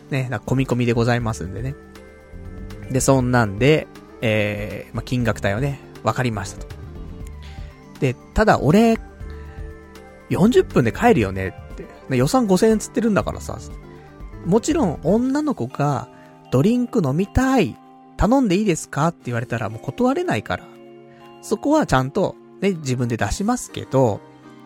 ね、込み込みでございますんでね。で、そんなんで、金額帯をね、わかりましたと。で、ただ俺、40分で帰るよねって。予算5000円つってるんだからさ。もちろん女の子がドリンク飲みたい、頼んでいいですかって言われたらもう断れないから。そこはちゃんとね、自分で出しますけど、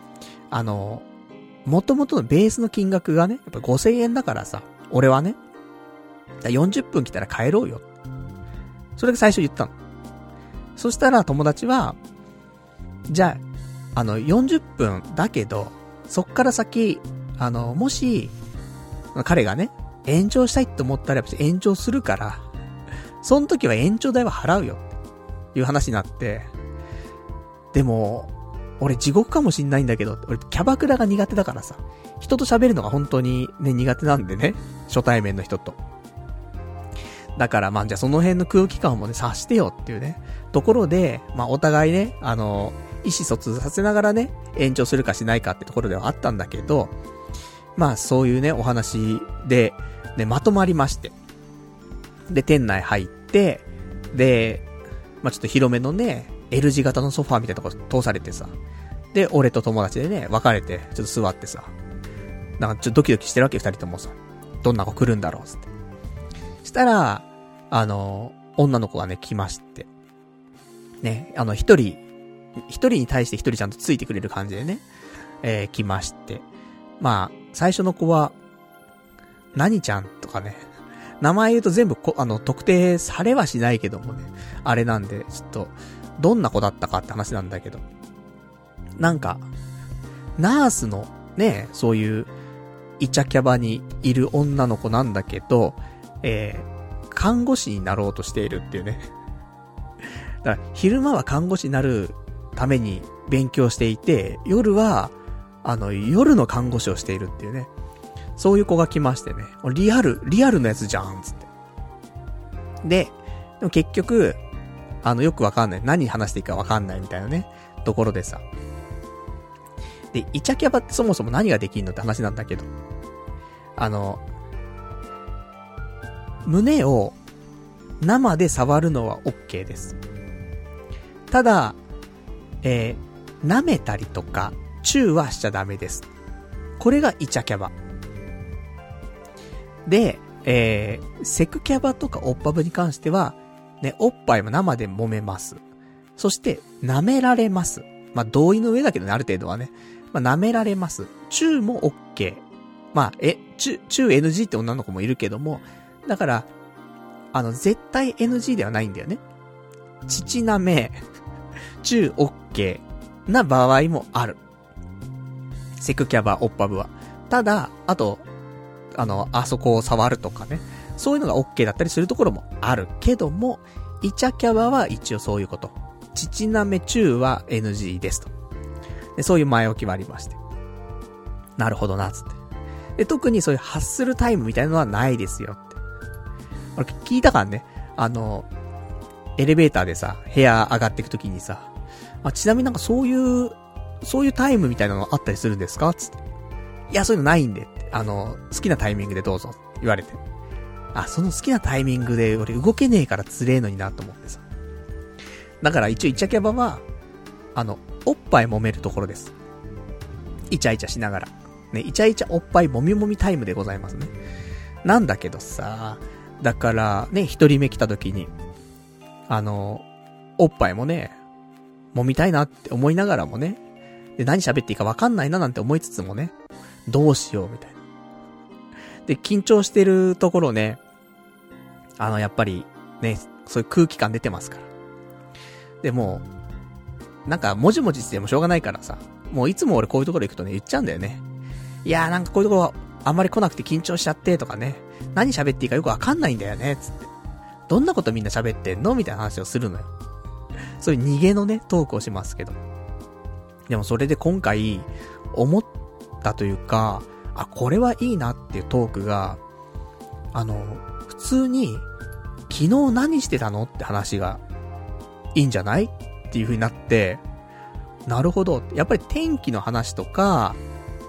元々のベースの金額がね、やっぱ5000円だからさ、俺はね、40分来たら帰ろうよ。それが最初言ったの。そしたら友達は、じゃあ、40分だけど、そっから先、もし、彼がね、延長したいって思ったら延長するから、その時は延長代は払うよっていう話になって、でも、俺地獄かもしんないんだけど、俺キャバクラが苦手だからさ、人と喋るのが本当にね、苦手なんでね、初対面の人と。だからじゃあその辺の空気感もね、察してよっていうね、ところで、お互いね、意思疎通させながらね、延長するかしないかってところではあったんだけど、そういうね、お話で、ね、まとまりまして。で、店内入って、で、ちょっと広めのね、L 字型のソファーみたいなとこ通されてさ。で、俺と友達でね、別れて、ちょっと座ってさ。なんかちょっとドキドキしてるわけ、二人ともさ。どんな子来るんだろう、つって。したら、女の子がね、来まして。ね、一人に対して一人ちゃんとついてくれる感じでね、来まして。最初の子は、何ちゃんとかね、名前言うと全部特定されはしないけどもね、あれなんで、ちょっと、どんな子だったかって話なんだけど。なんか、ナースのね、そういう、イチャキャバにいる女の子なんだけど、看護師になろうとしているっていうね。だから、昼間は看護師になるために勉強していて、夜は、夜の看護師をしているっていうね。そういう子が来ましてね。リアルのやつじゃん、つって。でも結局、よくわかんない。何話していいかわかんないみたいなね。ところでさ。で、イチャキャバってそもそも何ができんのって話なんだけど。胸を生で触るのは OK です。ただ、舐めたりとか、チューはしちゃダメです。これがイチャキャバ。で、セクキャバとかオッパブに関しては、ね、おっぱいも生で揉めます。そして、舐められます。同意の上だけどね、ある程度はね。舐められます。チューも OK。チュー NG って女の子もいるけども、だから、絶対 NG ではないんだよね。乳舐め、チュー OK な場合もある。セクキャバ、オッパブは。ただ、あと、あそこを触るとかね。そういうのが OK だったりするところもあるけども、イチャキャバは一応そういうこと。乳舐めチューは NG ですと。で、そういう前置きはありまして。なるほどな、つって。で、特にそういう発するタイムみたいなのはないですよって。俺聞いたからね、エレベーターでさ、部屋上がっていくときにさ、ちなみになんかそういうタイムみたいなのあったりするんですかつって。いや、そういうのないんでって。好きなタイミングでどうぞって言われて。その好きなタイミングで俺動けねえからつれえのになと思ってさ。だから一応イチャキャバは、おっぱい揉めるところです。イチャイチャしながら。ね、イチャイチャおっぱい揉み揉みタイムでございますね。なんだけどさ、だからね、一人目来た時に、おっぱいもね、揉みたいなって思いながらもね、で、何喋っていいか分かんないななんて思いつつもね、どうしようみたいな。で、緊張してるところね、やっぱりね、そういう空気感出てますから。でも、なんか、もじもじしてもしょうがないからさ、もういつも俺こういうところ行くとね、言っちゃうんだよね。いやーなんかこういうところあんまり来なくて緊張しちゃってとかね、何喋っていいかよくわかんないんだよね、つって。どんなことみんな喋ってんのみたいな話をするのよ。そういう逃げのね、トークをしますけど。でもそれで今回、思ったというか、これはいいなっていうトークが、普通に、昨日何してたのって話が、いいんじゃないっていう風になって、なるほど。やっぱり天気の話とか、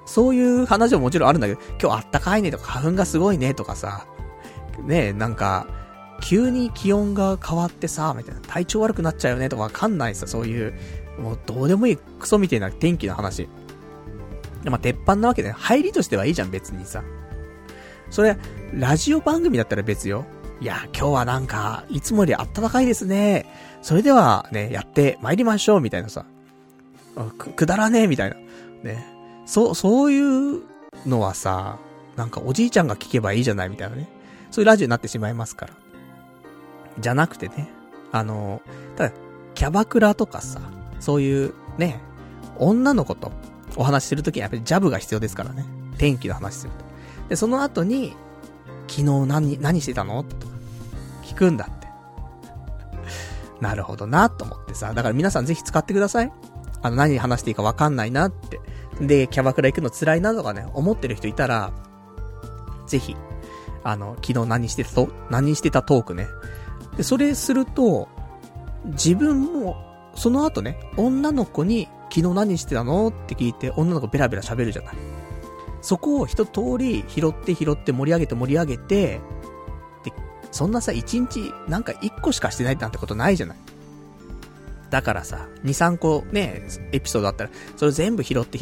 そういう話ももちろんあるんだけど、今日あったかいねとか、花粉がすごいねとかさ、ねえ、なんか、急に気温が変わってさ、みたいな、体調悪くなっちゃうよねとかわかんないさ、そういう、もうどうでもいいクソみたいな天気の話。まあ、鉄板なわけで、入りとしてはいいじゃん、別にさ。それ、ラジオ番組だったら別よ。いや、今日はなんか、いつもより暖かいですね。それでは、ね、やって参りましょう、みたいなさ。くだらねえ、みたいな。ね。そういうのはさ、なんかおじいちゃんが聞けばいいじゃない、みたいなね。そういうラジオになってしまいますから。じゃなくてね。ただ、キャバクラとかさ、そういう、ね、女の子とお話しするときにやっぱりジャブが必要ですからね。天気の話すると。で、その後に、昨日何してたのとか、聞くんだって。なるほどな、と思ってさ。だから皆さんぜひ使ってください。何話していいかわかんないなって。で、キャバクラ行くの辛いなとかね、思ってる人いたら、ぜひ、昨日何してたトークね。で、それすると、自分も、その後ね、女の子に、昨日何してたのって聞いて、女の子ベラベラ喋るじゃない。そこを一通り拾って盛り上げて、で、そんなさ、一日なんか一個しかしてないなんてことないじゃない。だからさ、2、3個ね、エピソードあったら、それ全部拾って、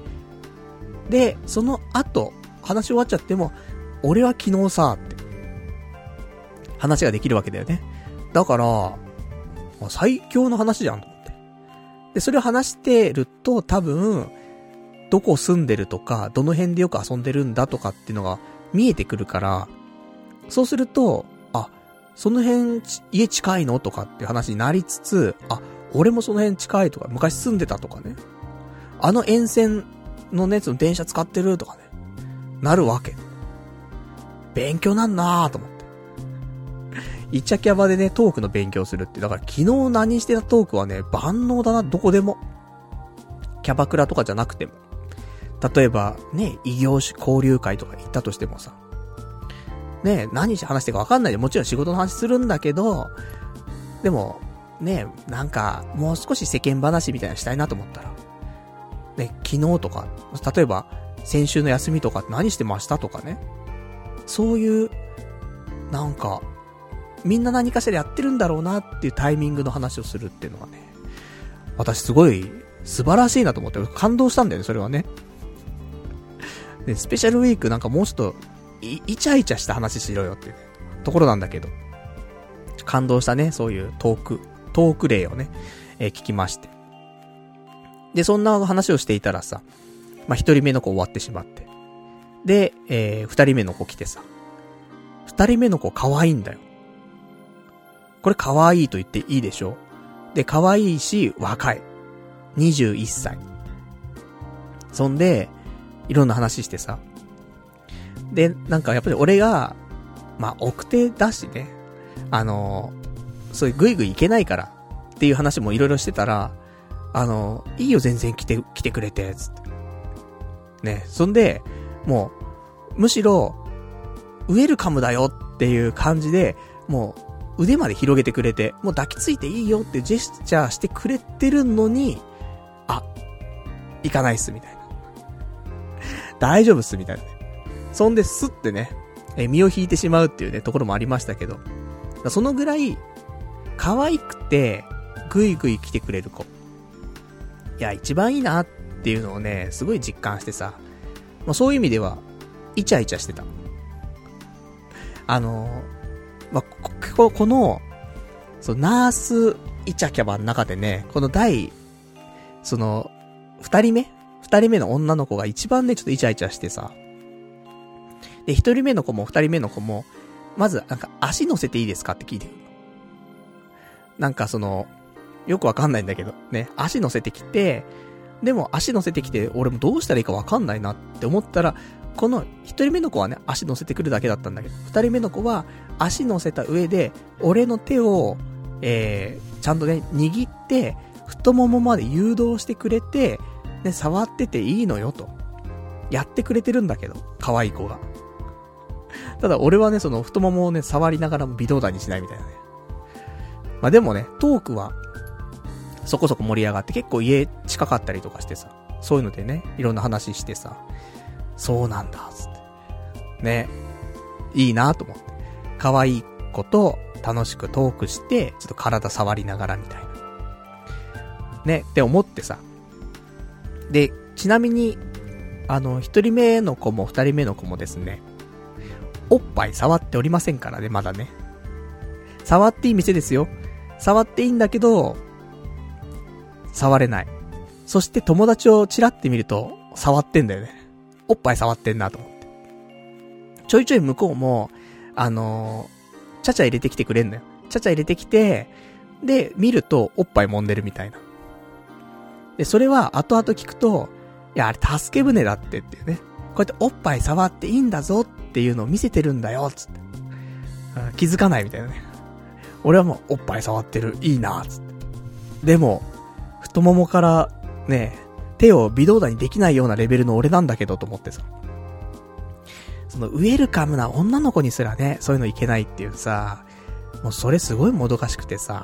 で、その後、話終わっちゃっても、俺は昨日さ、って、話ができるわけだよね。だから、最強の話じゃんと思って。で、それを話してると多分、どこ住んでるとか、どの辺でよく遊んでるんだとかっていうのが見えてくるから、そうすると、その辺、家近いのとかっていう話になりつつ、俺もその辺近いとか、昔住んでたとかね。沿線のね、その電車使ってるとかね。なるわけ。勉強なんなーと思って。イチャキャバでね、トークの勉強するって。だから昨日何してたトークはね、万能だな、どこでも。キャバクラとかじゃなくても。例えば、ね、異業種交流会とか行ったとしてもさ。ね、何して話してるか分かんないで、もちろん仕事の話するんだけど、でも、ね、なんか、もう少し世間話みたいなしたいなと思ったら、ね、昨日とか、例えば、先週の休みとか何してましたとかね。そういう、なんか、みんな何かしらやってるんだろうなっていうタイミングの話をするっていうのがね、私すごい素晴らしいなと思って感動したんだよね、それはね。で、スペシャルウィークなんかもうちょっと、イチャイチャした話しろよっていう、ね、ところなんだけど、感動したね、そういうトーク例をね、聞きまして。で、そんな話をしていたらさ、一人目の子終わってしまって。で、二人目の子来てさ、二人目の子可愛いんだよ。これ可愛いと言っていいでしょ。で、可愛いし、若い。21歳。そんで、いろんな話してさ。で、なんかやっぱり俺が、奥手だしね。そういうグイグイいけないからっていう話もいろいろしてたら、いいよ全然来てくれて、つって。ね、そんで、もう、むしろ、ウェルカムだよっていう感じで、もう、腕まで広げてくれて、もう抱きついていいよってジェスチャーしてくれてるのに、行かないっす、みたいな。大丈夫っす、みたいな。そんで、スッてね、身を引いてしまうっていうね、ところもありましたけど、そのぐらい、可愛くて、ぐいぐい来てくれる子。いや、一番いいなっていうのをね、すごい実感してさ、そういう意味では、イチャイチャしてた。この、ナースイチャキャバの中でね、この二人目の女の子が一番ね、ちょっとイチャイチャしてさ、で、一人目の子も二人目の子も、まず、なんか、足乗せていいですかって聞いてる。なんかよくわかんないんだけど、ね、足乗せてきて、でも足乗せてきて、俺もどうしたらいいかわかんないなって思ったら、この一人目の子はね、足乗せてくるだけだったんだけど、二人目の子は、足乗せた上で、俺の手を、ちゃんとね、握って、太ももまで誘導してくれて、ね、触ってていいのよと。やってくれてるんだけど、可愛い子が。ただ俺はね、その太ももをね、触りながらも微動だにしないみたいなね。でもね、トークは、そこそこ盛り上がって結構家近かったりとかしてさ。 そういうのでね、いろんな話してさ、そうなんだ、つって。ね。いいなと思って。可愛い子と楽しくトークして、ちょっと体触りながらみたいな。ね、って思ってさ。で、ちなみに、一人目の子も二人目の子もですね、おっぱい触っておりませんからね、まだね。触っていい店ですよ。触っていいんだけど、触れない。そして友達をチラって見ると、触ってんだよね。おっぱい触ってんなと思って。ちょいちょい向こうも、ちゃちゃ入れてきてくれんのよ。ちゃちゃ入れてきて、で、見るとおっぱい揉んでるみたいな。で、それは後々聞くと、いや、あれ助け舟だってっていうね。こうやっておっぱい触っていいんだぞっていうのを見せてるんだよ、つって。気づかないみたいなね。俺はもうおっぱい触ってる、いいな、つって。でも、太ももからね、手を微動だにできないようなレベルの俺なんだけどと思ってさ。そのウェルカムな女の子にすらね、そういうのいけないっていうさ、もうそれすごいもどかしくてさ。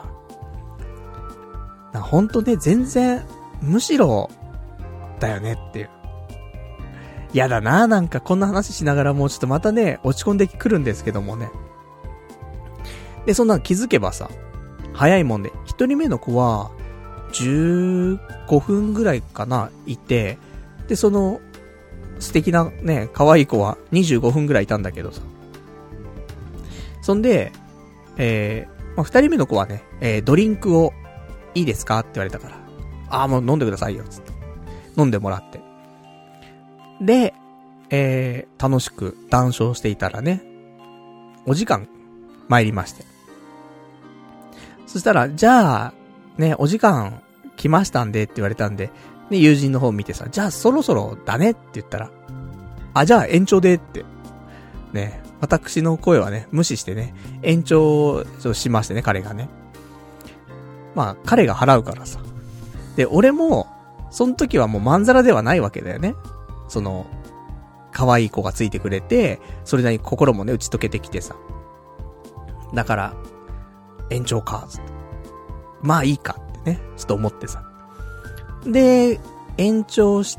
ほんとね、全然、むしろ、だよねっていう。やだな、なんかこんな話しながらもうちょっとまたね、落ち込んでくるんですけどもね。で、そんなの気づけばさ、早いもんで、一人目の子は、15分ぐらいかな、いて、で、その、素敵なね、可愛い子は25分ぐらいいたんだけどさ。そんで、二人目の子はね、ドリンクをいいですかって言われたから。もう飲んでくださいよ、つって。飲んでもらって。で、楽しく談笑していたらね、お時間参りまして。そしたら、じゃあ、ね、お時間来ましたんでって言われたんで、で、友人の方見てさ、じゃあそろそろだねって言ったら、じゃあ延長でって。ね、私の声はね、無視してね、延長しましてね、彼がね。まあ、彼が払うからさ。で、俺も、その時はもうまんざらではないわけだよね。その、可愛い子がついてくれて、それなりに心もね、打ち解けてきてさ。だから、延長か、つって。まあいいかってね、ちょっと思ってさ。で、延長して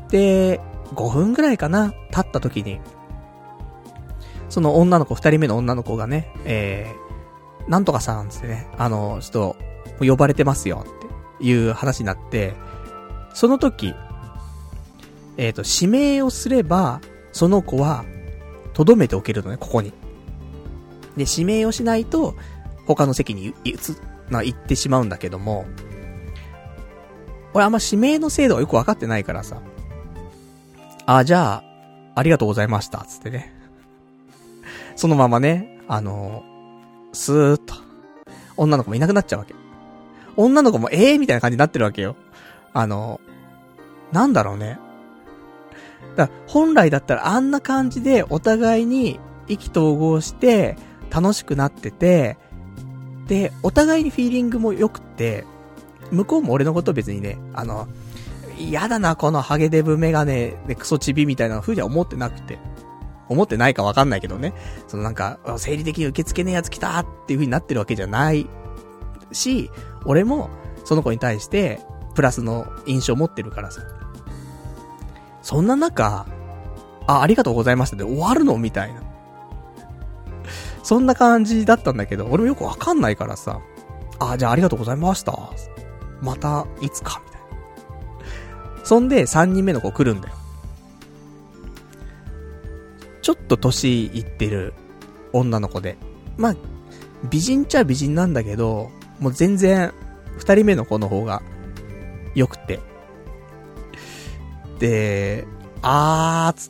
、5分ぐらいかな、経った時に、その女の子、二人目の女の子がね、なんとかさんつってね、ちょっと、呼ばれてますよっていう話になって、その時、指名をすれば、その子は、留めておけるのね、ここに。で、指名をしないと、他の席に行ってしまうんだけども、俺あんま指名の制度がよくわかってないからさ。じゃあ、ありがとうございました、つってね。そのままね、スーッと、女の子もいなくなっちゃうわけ。女の子もみたいな感じになってるわけよ。なんだろうね。だから本来だったらあんな感じでお互いに意気投合して楽しくなってて、で、お互いにフィーリングも良くて、向こうも俺のこと別にね、嫌だなこのハゲデブメガネでクソチビみたいな風には思ってなくて。思ってないかわかんないけどね。そのなんか、生理的に受け付けねえやつ来たっていう風になってるわけじゃないし、俺もその子に対してプラスの印象を持ってるからさ。そんな中、ありがとうございましたで終わるのみたいな。そんな感じだったんだけど、俺もよくわかんないからさ。じゃあありがとうございました。また、いつか、みたいな。そんで、3人目の子来るんだよ。ちょっと年いってる女の子で。まあ、美人っちゃ美人なんだけど、もう全然、2人目の子の方が良くて。で、つって。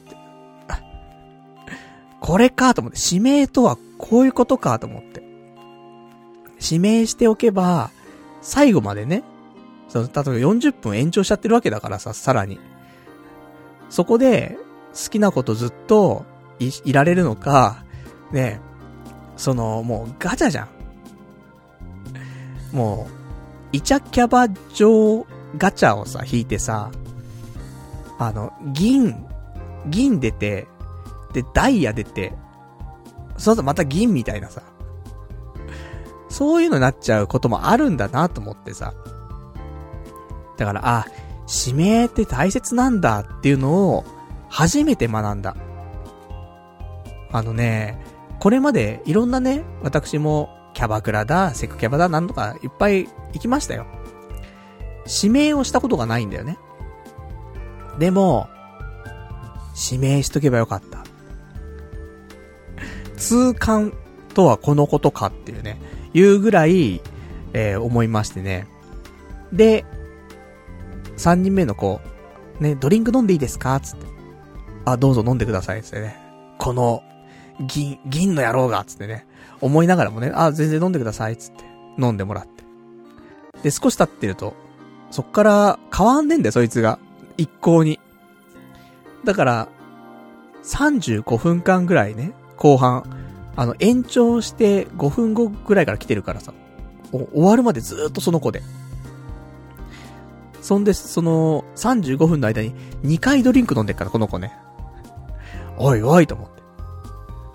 これかと思って、指名とはこういうことかと思って。指名しておけば、最後までね、例えば40分延長しちゃってるわけだからさ、さらに。そこで、好きなことずっといられるのか、ね、もうガチャじゃん。もう、イチャキャバ嬢ガチャをさ、引いてさ、銀出て、で、ダイヤ出て、その後また銀みたいなさ、そういうのになっちゃうこともあるんだなと思ってさ。だから、 指名って大切なんだっていうのを初めて学んだ。これまでいろんなね、私もキャバクラだ、セクキャバだ、なんとかいっぱい行きましたよ。指名をしたことがないんだよね。でも、指名しとけばよかった。痛感とはこのことかっていうね、いうぐらい、思いましてね。で、3人目の子、ね、ドリンク飲んでいいですかつって。あ、どうぞ飲んでくださいつってね。この、銀の野郎がつってね。思いながらもね、あ、全然飲んでくださいつって。飲んでもらって。で、少し経ってると、そっから変わんねえんだよ、そいつが。一向に。だから、35分間ぐらいね、後半、延長して5分後ぐらいから来てるからさ。終わるまでずーっとその子で。そんで、その、35分の間に2回ドリンク飲んでっから、この子ね。おいおいと思って。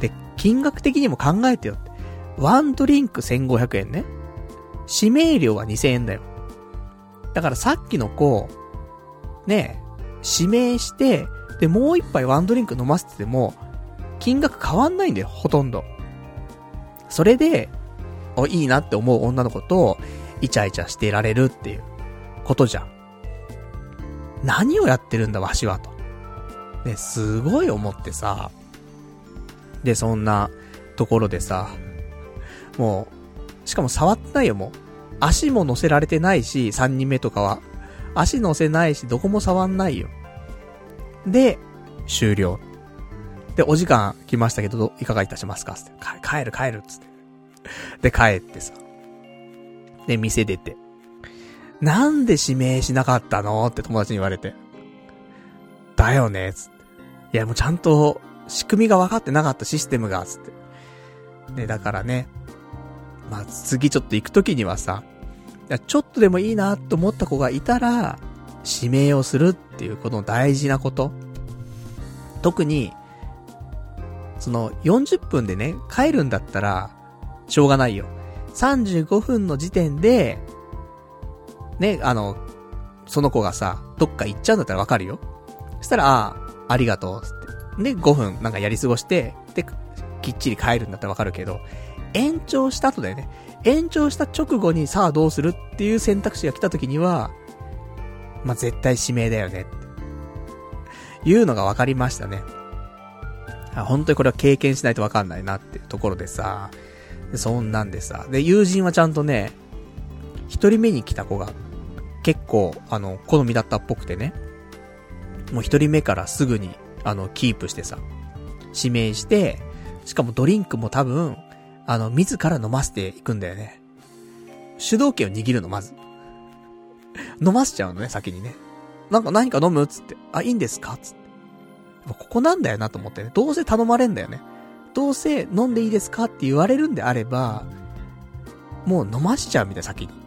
で、金額的にも考えてよって。ワンドリンク1500円ね。指名料は2000円だよ。だからさっきの子、ね、指名して、で、もう一杯ワンドリンク飲ませてても、金額変わんないんだよ、ほとんど。それで、いいなって思う女の子と、イチャイチャしてられるっていうことじゃん。何をやってるんだ、わしは、と。ね、すごい思ってさ。で、そんなところでさ、もう、しかも触ってないよ、もう。足も乗せられてないし、3人目とかは。足乗せないし、どこも触んないよ。で、終了。で、お時間来ましたけど、いかがいたしますかつって。帰る、つって。で、帰ってさ。で、店出て。なんで指名しなかったのって友達に言われて。だよねつって。いや、もうちゃんと仕組みが分かってなかったシステムが、つって。で、だからね。まあ、次ちょっと行くときにはさ、いや、ちょっとでもいいなと思った子がいたら、指名をするっていうこの大事なこと。特に、その40分でね、帰るんだったら、しょうがないよ。35分の時点で、ね、その子がさ、どっか行っちゃうんだったらわかるよ。そしたら、ありがとう、つって。で、5分なんかやり過ごして、で、きっちり帰るんだったらわかるけど、延長した後だよね。延長した直後にさあどうするっていう選択肢が来た時には、まあ、絶対指名だよね。っていうのがわかりましたね。本当にこれは経験しないとわかんないなっていうところでさ、そんなんでさ、で、友人はちゃんとね、一人目に来た子が、結構、好みだったっぽくてね、もう一人目からすぐに、キープしてさ、指名して、しかもドリンクも多分、自ら飲ませていくんだよね。主導権を握るの、まず。飲ませちゃうのね、先にね。何か飲むつって。あ、いいんですかつって。ここなんだよなと思ってね。どうせ頼まれんだよね。どうせ飲んでいいですかって言われるんであれば、もう飲ましちゃうみたい、先に。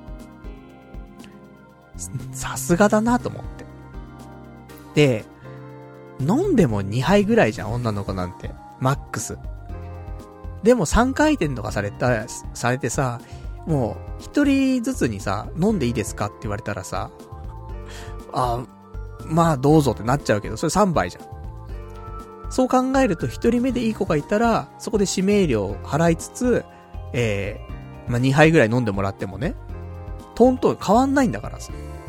さすがだなと思って。で、飲んでも2杯ぐらいじゃん、女の子なんて。マックス。でも3回転とかされてさ、もう一人ずつにさ、飲んでいいですかって言われたらさ、まあどうぞってなっちゃうけど、それ3杯じゃん。そう考えると一人目でいい子がいたら、そこで指名料を払いつつ、まあ2杯ぐらい飲んでもらってもね、トントン変わんないんだからさ。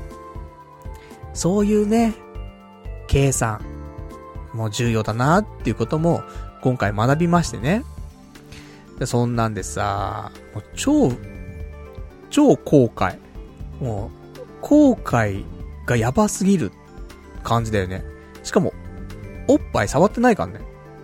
そういうね、計算、もう重要だなっていうことも今回学びましてね。でそんなんでさ、もう超後悔。もう、後悔がやばすぎる感じだよね。しかも、おっぱい触ってないからね。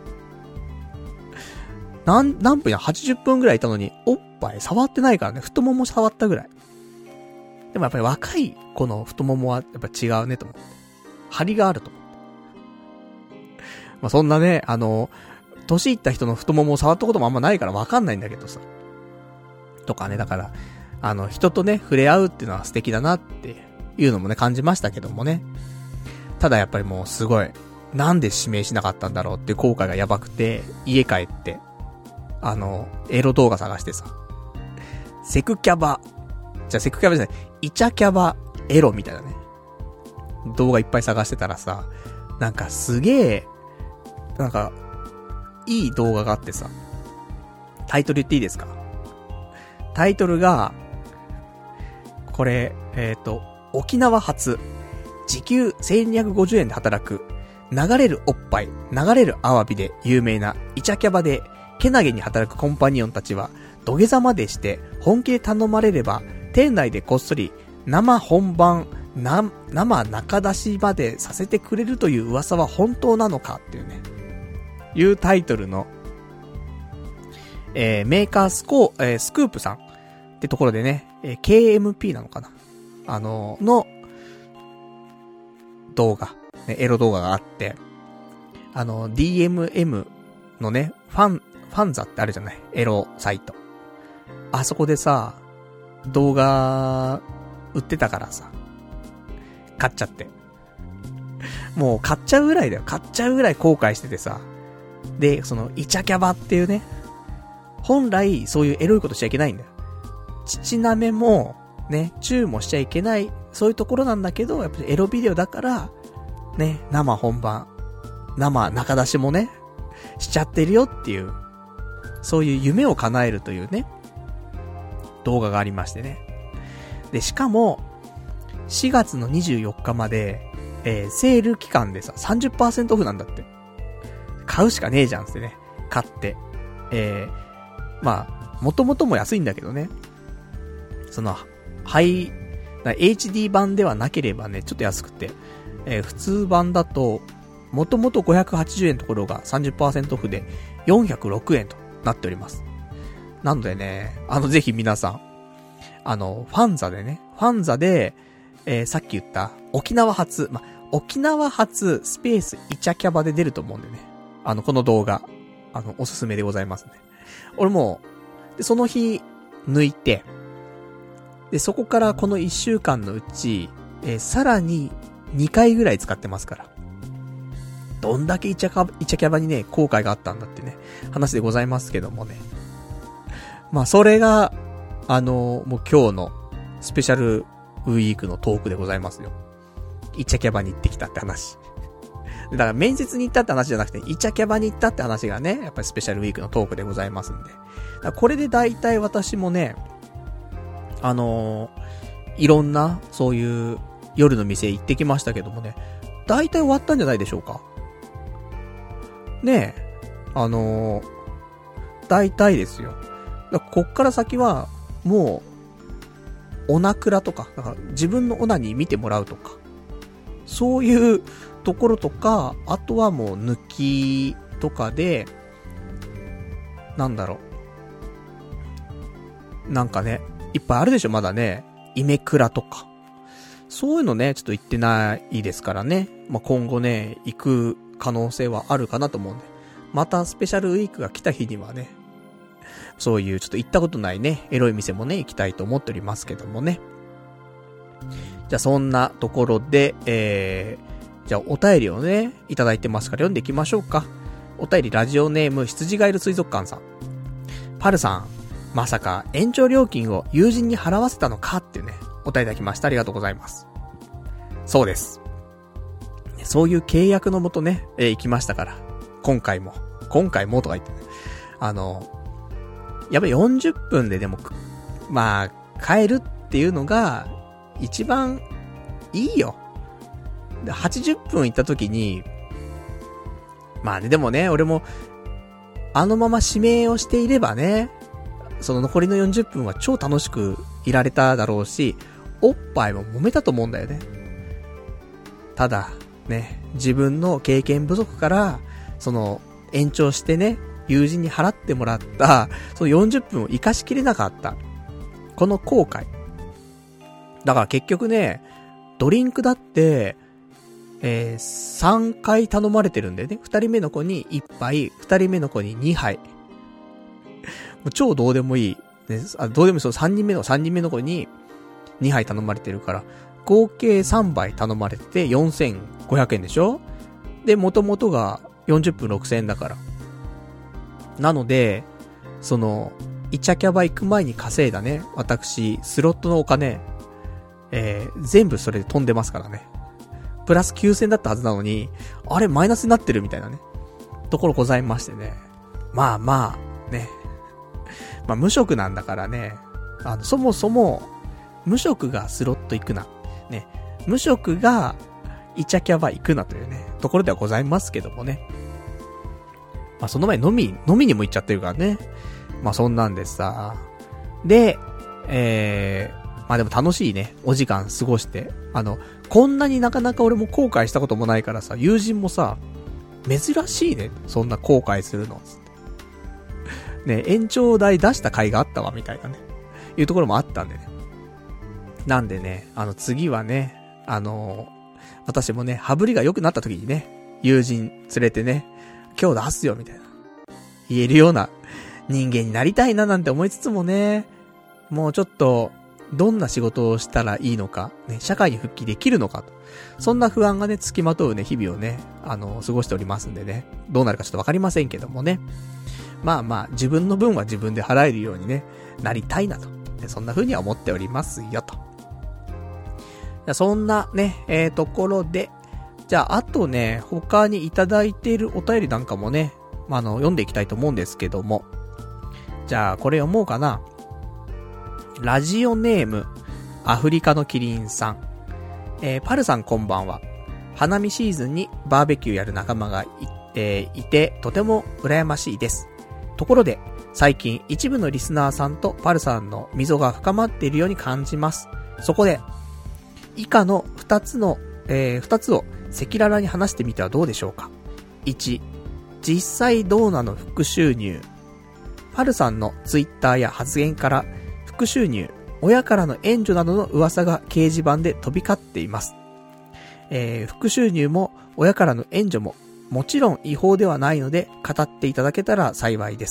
何分や、80分ぐらいいたのに、おっぱい触ってないからね。太もも触ったぐらい。でもやっぱり若い子の太ももはやっぱ違うねと思って。張りがあると思って。まあそんなね、年いった人の太ももを触ったこともあんまないからわかんないんだけどさ。とかね、だから、人とね、触れ合うっていうのは素敵だなっていうのもね、感じましたけどもね。ただやっぱりもうすごい、なんで指名しなかったんだろうっていう後悔がやばくて、家帰って、エロ動画探してさ、セクキャバじゃない、イチャキャバエロみたいなね。 動画いっぱい探してたらさ、なんかすげえ、なんか、いい動画があってさ、タイトル言っていいですか？タイトルが、これ、沖縄発、時給1250円で働く、流れるおっぱい、流れるアワビで有名なイチャキャバで、けなげに働くコンパニオンたちは、土下座までして、本気で頼まれれば、店内でこっそり、生本番、生中出しまでさせてくれるという噂は本当なのかっていうね、いうタイトルの、メーカースクープさんってところでね、KMP なのかなの動画、ね、エロ動画があって、DMM のね、ファンザってあるじゃない？エロサイト。あそこでさ、動画、売ってたからさ、買っちゃって。もう買っちゃうぐらいだよ。買っちゃうぐらい後悔しててさ。で、その、イチャキャバっていうね、本来そういうエロいことしちゃいけないんだよ。乳舐めも、ね、チューもしちゃいけない、そういうところなんだけど、やっぱりエロビデオだから、ね、生本番、生中出しもね、しちゃってるよっていう、そういう夢を叶えるというね、動画がありましてね。で、しかも、4月の24日まで、セール期間でさ、30% オフなんだって。買うしかねえじゃんってね。買って。まあ、元々も安いんだけどね。その、HD 版ではなければね、ちょっと安くて。普通版だと、元々580円のところが 30% オフで406円となっております。なのでね、ぜひ皆さん、ファンザで、さっき言った、沖縄発スペースイチャキャバで出ると思うんでね。この動画、おすすめでございますね。俺も、で、その日、抜いて、で、そこからこの1週間のうち、さらに2回ぐらい使ってますから。どんだけイチャキャバにね、後悔があったんだってね、話でございますけどもね。まあ、それが、もう今日のスペシャルウィークのトークでございますよ。イチャキャバに行ってきたって話。だから面接に行ったって話じゃなくて、イチャキャバに行ったって話がね、やっぱりスペシャルウィークのトークでございますんで。だからこれで大体私もね、いろんな、そういう夜の店行ってきましたけどもね、大体終わったんじゃないでしょうか。ねえ、大体ですよ。だからこっから先は、もう、オナクラとか、だから自分のオナに見てもらうとか、そういうところとか、あとはもう抜きとかで、なんだろう。なんかね、いっぱいあるでしょ、まだね。イメクラとか。そういうのね、ちょっと行ってないですからね。まあ、今後ね、行く可能性はあるかなと思うんで。またスペシャルウィークが来た日にはね、そういうちょっと行ったことないね、エロい店もね、行きたいと思っておりますけどもね。じゃあそんなところで、じゃあお便りをね、いただいてますから読んでいきましょうか。お便りラジオネーム羊ガエル水族館さん。パルさん、まさか延長料金を友人に払わせたのかっていうね、お便りいただきました。ありがとうございます。そうです。そういう契約のもとね、行きましたから。今回もとか言ってね。やっぱり40分ででも、まあ、帰るっていうのが、一番いいよ。80分行った時に、まあね、でもね、俺も、あのまま指名をしていればね、その残りの40分は超楽しくいられただろうし、おっぱいも揉めたと思うんだよね。ただ、ね、自分の経験不足から、その、延長してね、友人に払ってもらった、その40分を活かしきれなかった。この後悔。だから結局ね、ドリンクだって、3回頼まれてるんだよね。2人目の子に1杯、2人目の子に2杯。もう超どうでもいい。ね、どうでもいい、その3人目の子に2杯頼まれてるから、合計3杯頼まれて4500円でしょ？で、元々が40分6000円だから。なので、その、イチャキャバ行く前に稼いだね、私、スロットのお金、全部それで飛んでますからね。 プラス9000だったはずなのに、あれマイナスになってるみたいなね、ところございましてね。まあ、ね。まあ無職なんだからね、そもそも、無職がスロット行くな。ね。無職が、イチャキャバ行くなというね、ところではございますけどもね。まあその前飲みにも行っちゃってるからね。まあそんなんでさ。で、まあでも楽しいね、お時間過ごして。こんなになかなか俺も後悔したこともないからさ、友人もさ、珍しいね、そんな後悔するの。ね、延長代出した甲斐があったわ、みたいなね。いうところもあったんでね。なんでね、次はね、私もね、羽振りが良くなった時にね、友人連れてね、今日出すよ、みたいな。言えるような人間になりたいななんて思いつつもね、もうちょっと、どんな仕事をしたらいいのか、ね、社会に復帰できるのかと。そんな不安がね、付きまとうね、日々をね、過ごしておりますんでね。どうなるかちょっとわかりませんけどもね。まあ、自分の分は自分で払えるようにね、なりたいなと。そんな風には思っておりますよと。そんなね、ところで、じゃあ、あとね、他にいただいているお便りなんかもね、読んでいきたいと思うんですけども。じゃあ、これ読もうかな。ラジオネーム、アフリカのキリンさん。パルさんこんばんは。花見シーズンにバーベキューやる仲間がいて、とても羨ましいです。ところで、最近一部のリスナーさんとパルさんの溝が深まっているように感じます。そこで、以下の二つを赤裸々に話してみてはどうでしょうか。1、実際どうなの副収入。パルさんのツイッターや発言から、副収入、親からの援助などの噂が掲示板で飛び交っています。副収入も親からの援助ももちろん違法ではないので語っていただけたら幸いです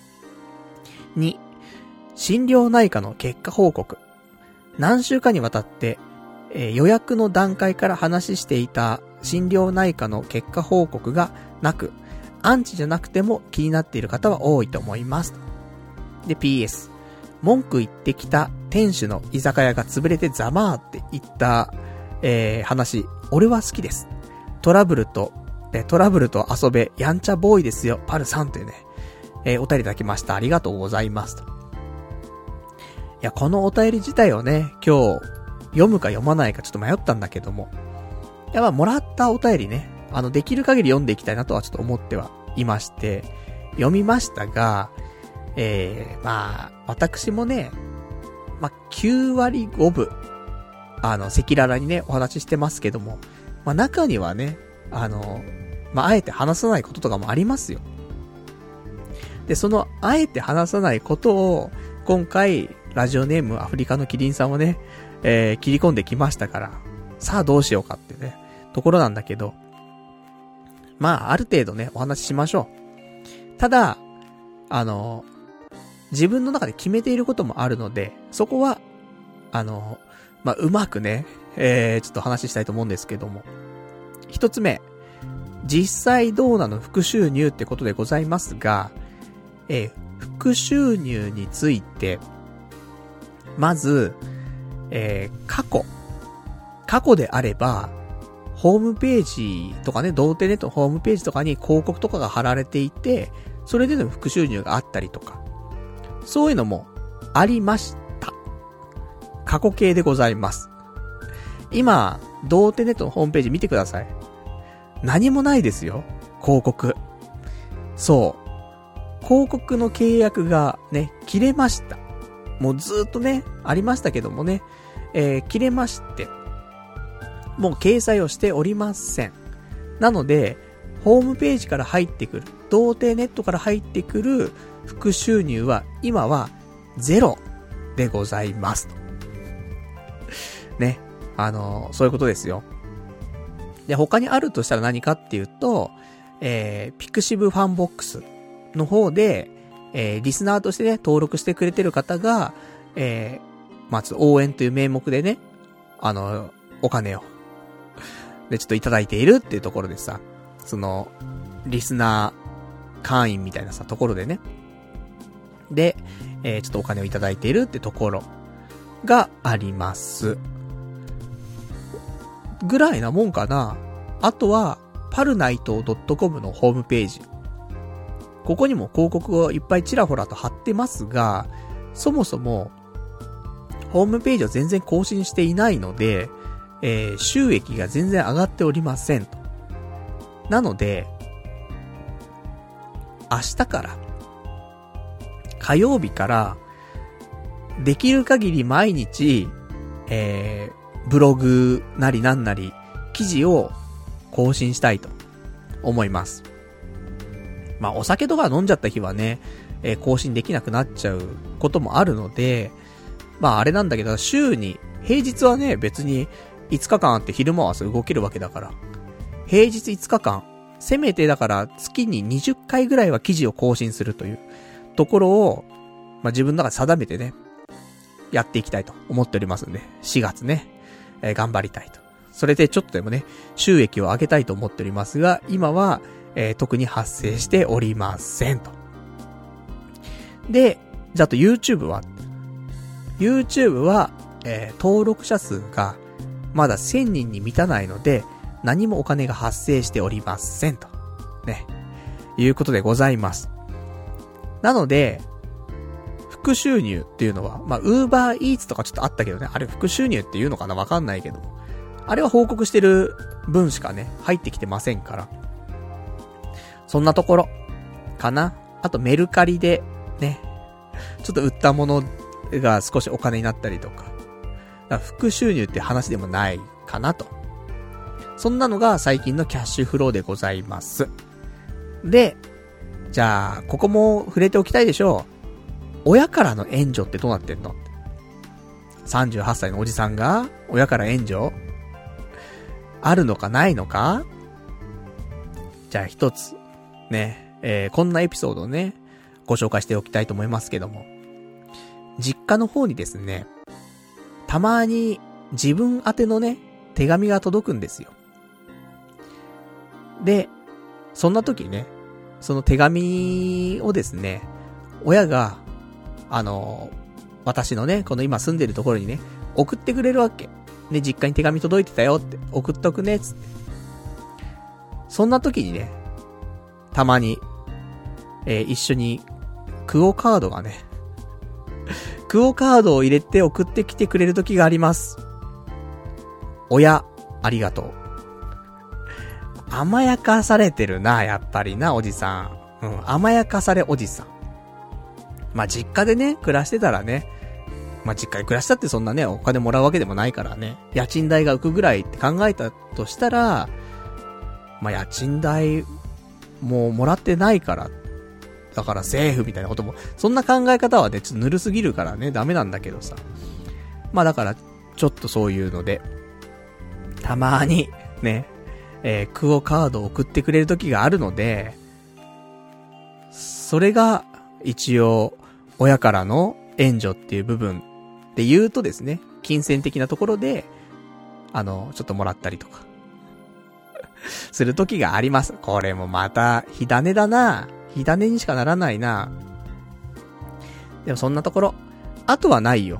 。2、心療内科の結果報告。何週間にわたって、予約の段階から話していた心療内科の結果報告がなく、アンチじゃなくても気になっている方は多いと思います。で、PS。文句言ってきた店主の居酒屋が潰れてざまーって言った、話、俺は好きです。トラブルと遊べ、やんちゃボーイですよ、パルさんというね、お便りいただきました。ありがとうございますと。いや、このお便り自体をね、今日、読むか読まないかちょっと迷ったんだけども、やっぱもらったお便りね、できる限り読んでいきたいなとはちょっと思ってはいまして、読みましたが、まあ、私もね、まあ、9割5分、赤裸々にね、お話ししてますけども、まあ、中にはね、まあ、あえて話さないこととかもありますよ。で、その、あえて話さないことを、今回、ラジオネームアフリカのキリンさんをね、切り込んできましたから、さあどうしようかってね、ところなんだけど、まあ、ある程度ね、お話ししましょう。ただ、自分の中で決めていることもあるので、そこは、まあ、うまくね、ちょっと話したいと思うんですけども。一つ目、実際どうなの副収入ってことでございますが、副収入について、まず、過去であれば、ホームページとかね、童貞ネットのホームページとかに広告とかが貼られていて、それでの副収入があったりとか、そういうのもありました。過去形でございます。今、童貞ネットのホームページ見てください。何もないですよ。広告。そう。広告の契約がね、切れました。もうずーっとね、ありましたけどもね、切れまして、もう掲載をしておりません。なので、ホームページから入ってくる、童貞ネットから入ってくる副収入は、今はゼロでございますと。ね。そういうことですよ。で、他にあるとしたら何かっていうと、ピクシブファンボックスの方で、リスナーとしてね、登録してくれてる方が、まず応援という名目でね、お金を、で、ちょっといただいているっていうところでさ、その、リスナー会員みたいなさ、ところでね。で、ちょっとお金をいただいているってところがあります。 ぐらいなもんかな。あとは、パルナイト .com のホームページ。ここにも広告をいっぱいちらほらと貼ってますが、そもそも、ホームページを全然更新していないので、収益が全然上がっておりませんと。なので、明日から、火曜日から、できる限り毎日、ブログなりなんなり、記事を更新したいと思います。まあ、お酒とか飲んじゃった日はね、更新できなくなっちゃうこともあるので、まああれなんだけど、週に、平日はね、別に5日間あって昼間は動けるわけだから、平日5日間、せめてだから月に20回ぐらいは記事を更新するというところを、まあ自分の中で定めてね、やっていきたいと思っておりますんで、4月ね、頑張りたいと。それでちょっとでもね、収益を上げたいと思っておりますが、今は、特に発生しておりませんと。で、じゃあと YouTube は YouTube は、登録者数がまだ1000人に満たないので、何もお金が発生しておりませんと。ね。いうことでございます。なので、副収入っていうのは、まあ、Uber Eats とかちょっとあったけどね、あれ副収入っていうのかなわかんないけども。あれは報告してる分しかね、入ってきてませんから。そんなところ、かな。あとメルカリで、ね、ちょっと売ったものが少しお金になったりとか。だから副収入って話でもないかなと。そんなのが最近のキャッシュフローでございます。で、じゃあ、ここも触れておきたいでしょう。親からの援助ってどうなってんの？ 38 歳のおじさんが親から援助あるのかないのか？じゃあ一つ、ね、こんなエピソードをね、ご紹介しておきたいと思いますけども。実家の方にですね、たまに自分宛てのね、手紙が届くんですよ。で、そんな時ね、その手紙をですね、親が、私のね、この今住んでるところにね、送ってくれるわけ。で、実家に手紙届いてたよって、送っとくね、つって。そんな時にね、たまに、一緒に、クオカードがね、クオカードを入れて送ってきてくれる時があります。親、ありがとう。甘やかされてるな、やっぱりな、おじさん。うん、甘やかされおじさん。まあ、実家でね、暮らしてたらね、まあ、実家で暮らしたってそんなね、お金もらうわけでもないからね、家賃代が浮くぐらいって考えたとしたら、まあ、家賃代、もうもらってないから、だからセーフみたいなことも、そんな考え方はね、ちょっとぬるすぎるからね、ダメなんだけどさ。まあだから、ちょっとそういうので、たまに、ね、クオカードを送ってくれる時があるので、それが、一応、親からの援助っていう部分で言うとですね、金銭的なところで、ちょっともらったりとか、する時があります。これもまた、火種だな。火種にしかならないな。でもそんなところ。あとはないよ。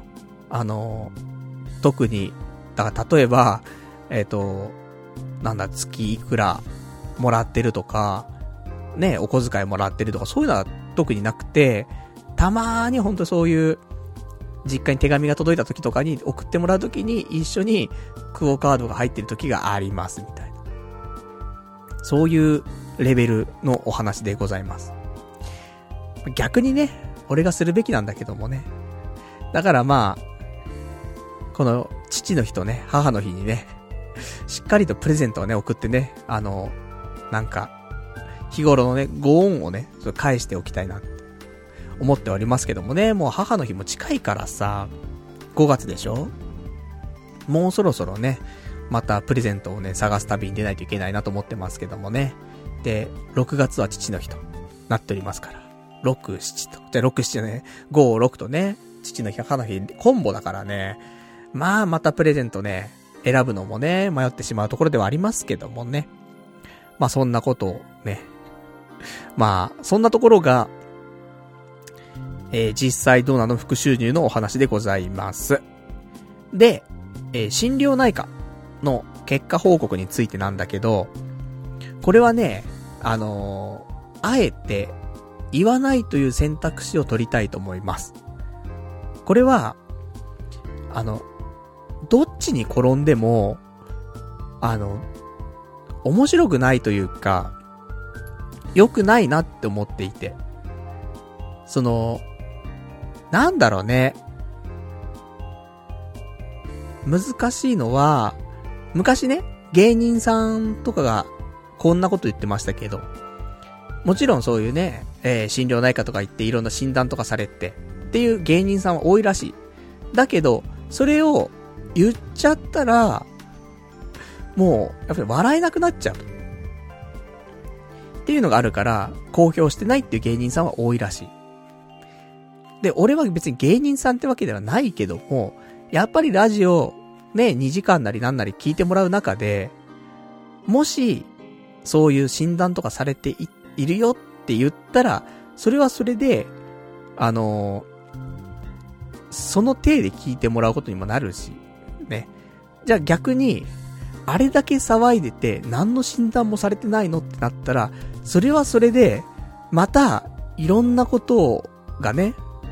特に、だから例えば、なんだ、月いくらもらってるとか、ね、お小遣いもらってるとか、そういうのは特になくて、たまーにほんとそういう、実家に手紙が届いた時とかに送ってもらう時に一緒にクオカードが入ってる時がありますみたいな。そういうレベルのお話でございます。逆にね、俺がするべきなんだけどもね。だからまあ、この父の日とね、母の日にね、しっかりとプレゼントをね、送ってね、なんか、日頃のね、ご恩をね、ちょっと返しておきたいなって思っておりますけどもね、もう母の日も近いからさ、5月でしょ？もうそろそろね、またプレゼントをね、探す旅に出ないといけないなと思ってますけどもね。で、6月は父の日となっておりますから。6、7と。じゃあ6、7ね、5、6とね、父の日、母の日、コンボだからね。まあ、またプレゼントね、選ぶのもね、迷ってしまうところではありますけどもね。まあ、そんなことをね。まあ、そんなところが、実際どうなの副収入のお話でございます。で、心療内科の結果報告についてなんだけど、これはね、あえて言わないという選択肢を取りたいと思います。これは、どっちに転んでも、面白くないというか、良くないなって思っていて。なんだろうね。難しいのは、昔ね、芸人さんとかがこんなこと言ってましたけど、もちろんそういうね、心療内科とか行っていろんな診断とかされてっていう芸人さんは多いらしい。だけど、それを言っちゃったら、もう、やっぱり笑えなくなっちゃう。っていうのがあるから、公表してないっていう芸人さんは多いらしい。で、俺は別に芸人さんってわけではないけども、やっぱりラジオ、ね、2時間なりなんなり聞いてもらう中で、もし、そういう診断とかされて いるよって言ったら、それはそれで、その体で聞いてもらうことにもなるし、ね。じゃあ逆に、あれだけ騒いでて、何の診断もされてないのってなったら、それはそれで、また、いろんなことがね、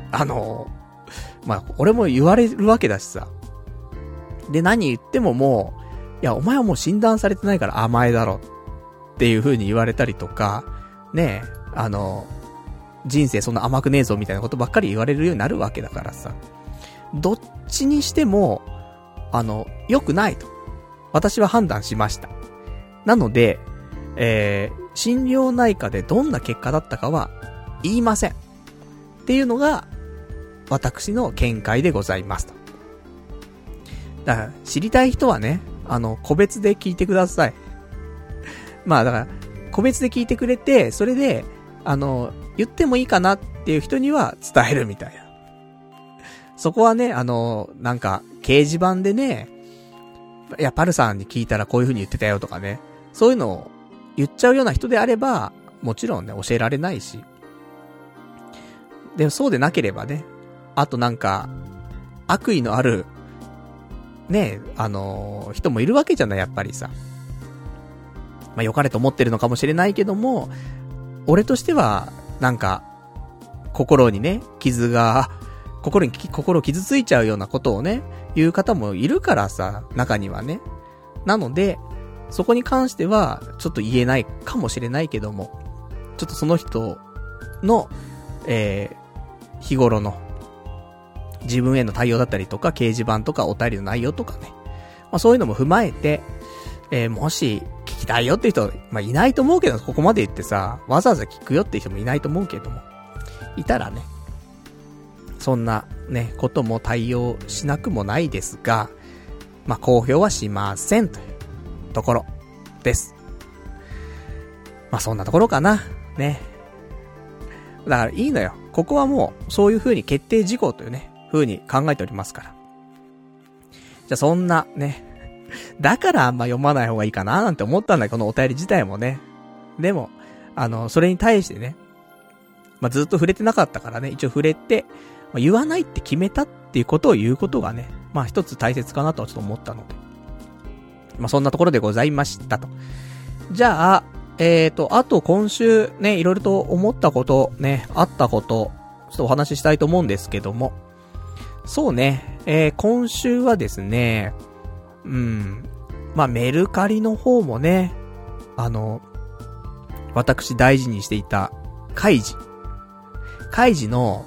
俺も言われるわけだしさ。で、何言ってももう、いや、お前はもう診断されてないから甘えだろ。っていう風に言われたりとか、ね人生そんな甘くねえぞみたいなことばっかり言われるようになるわけだからさ。どっちにしても、良くないと。私は判断しました。なので、心療内科でどんな結果だったかは言いません。っていうのが、私の見解でございますと。だから、知りたい人はね、個別で聞いてください。まあだから、個別で聞いてくれて、それで、言ってもいいかなっていう人には伝えるみたいな。そこはね、なんか、掲示板でね、いや、パルさんに聞いたらこういう風に言ってたよとかね、そういうのを言っちゃうような人であれば、もちろんね、教えられないし。でもそうでなければね、あとなんか、悪意のある、ね、人もいるわけじゃない、やっぱりさ。まあ、良かれと思ってるのかもしれないけども、俺としては、なんか、心にね、心傷ついちゃうようなことをね、言う方もいるからさ、中にはね。なので、そこに関しては、ちょっと言えないかもしれないけども、ちょっとその人の、日頃の、自分への対応だったりとか、掲示板とかお便りの内容とかね。まあそういうのも踏まえて、もし、聞きたいよって人、まあいないと思うけど、ここまで言ってさ、わざわざ聞くよって人もいないと思うけども、いたらね、そんなね、ことも対応しなくもないですが、まあ公表はしませんというところです。まあそんなところかな、ね。だからいいのよ。ここはもう、そういう風に決定事項というね、風に考えておりますから。じゃあそんなね、だからあんま読まない方がいいかななんて思ったんだけど、このお便り自体もね。でも、それに対してね、まあ、ずっと触れてなかったからね、一応触れて、まあ、言わないって決めたっていうことを言うことがね、まあ一つ大切かなとはちょっと思ったので。まあそんなところでございましたと。じゃあ、あと今週ね、いろいろと思ったこと、ね、あったこと、ちょっとお話ししたいと思うんですけども。そうね、今週はですね、まあ、メルカリの方もね、私大事にしていた、カイジの、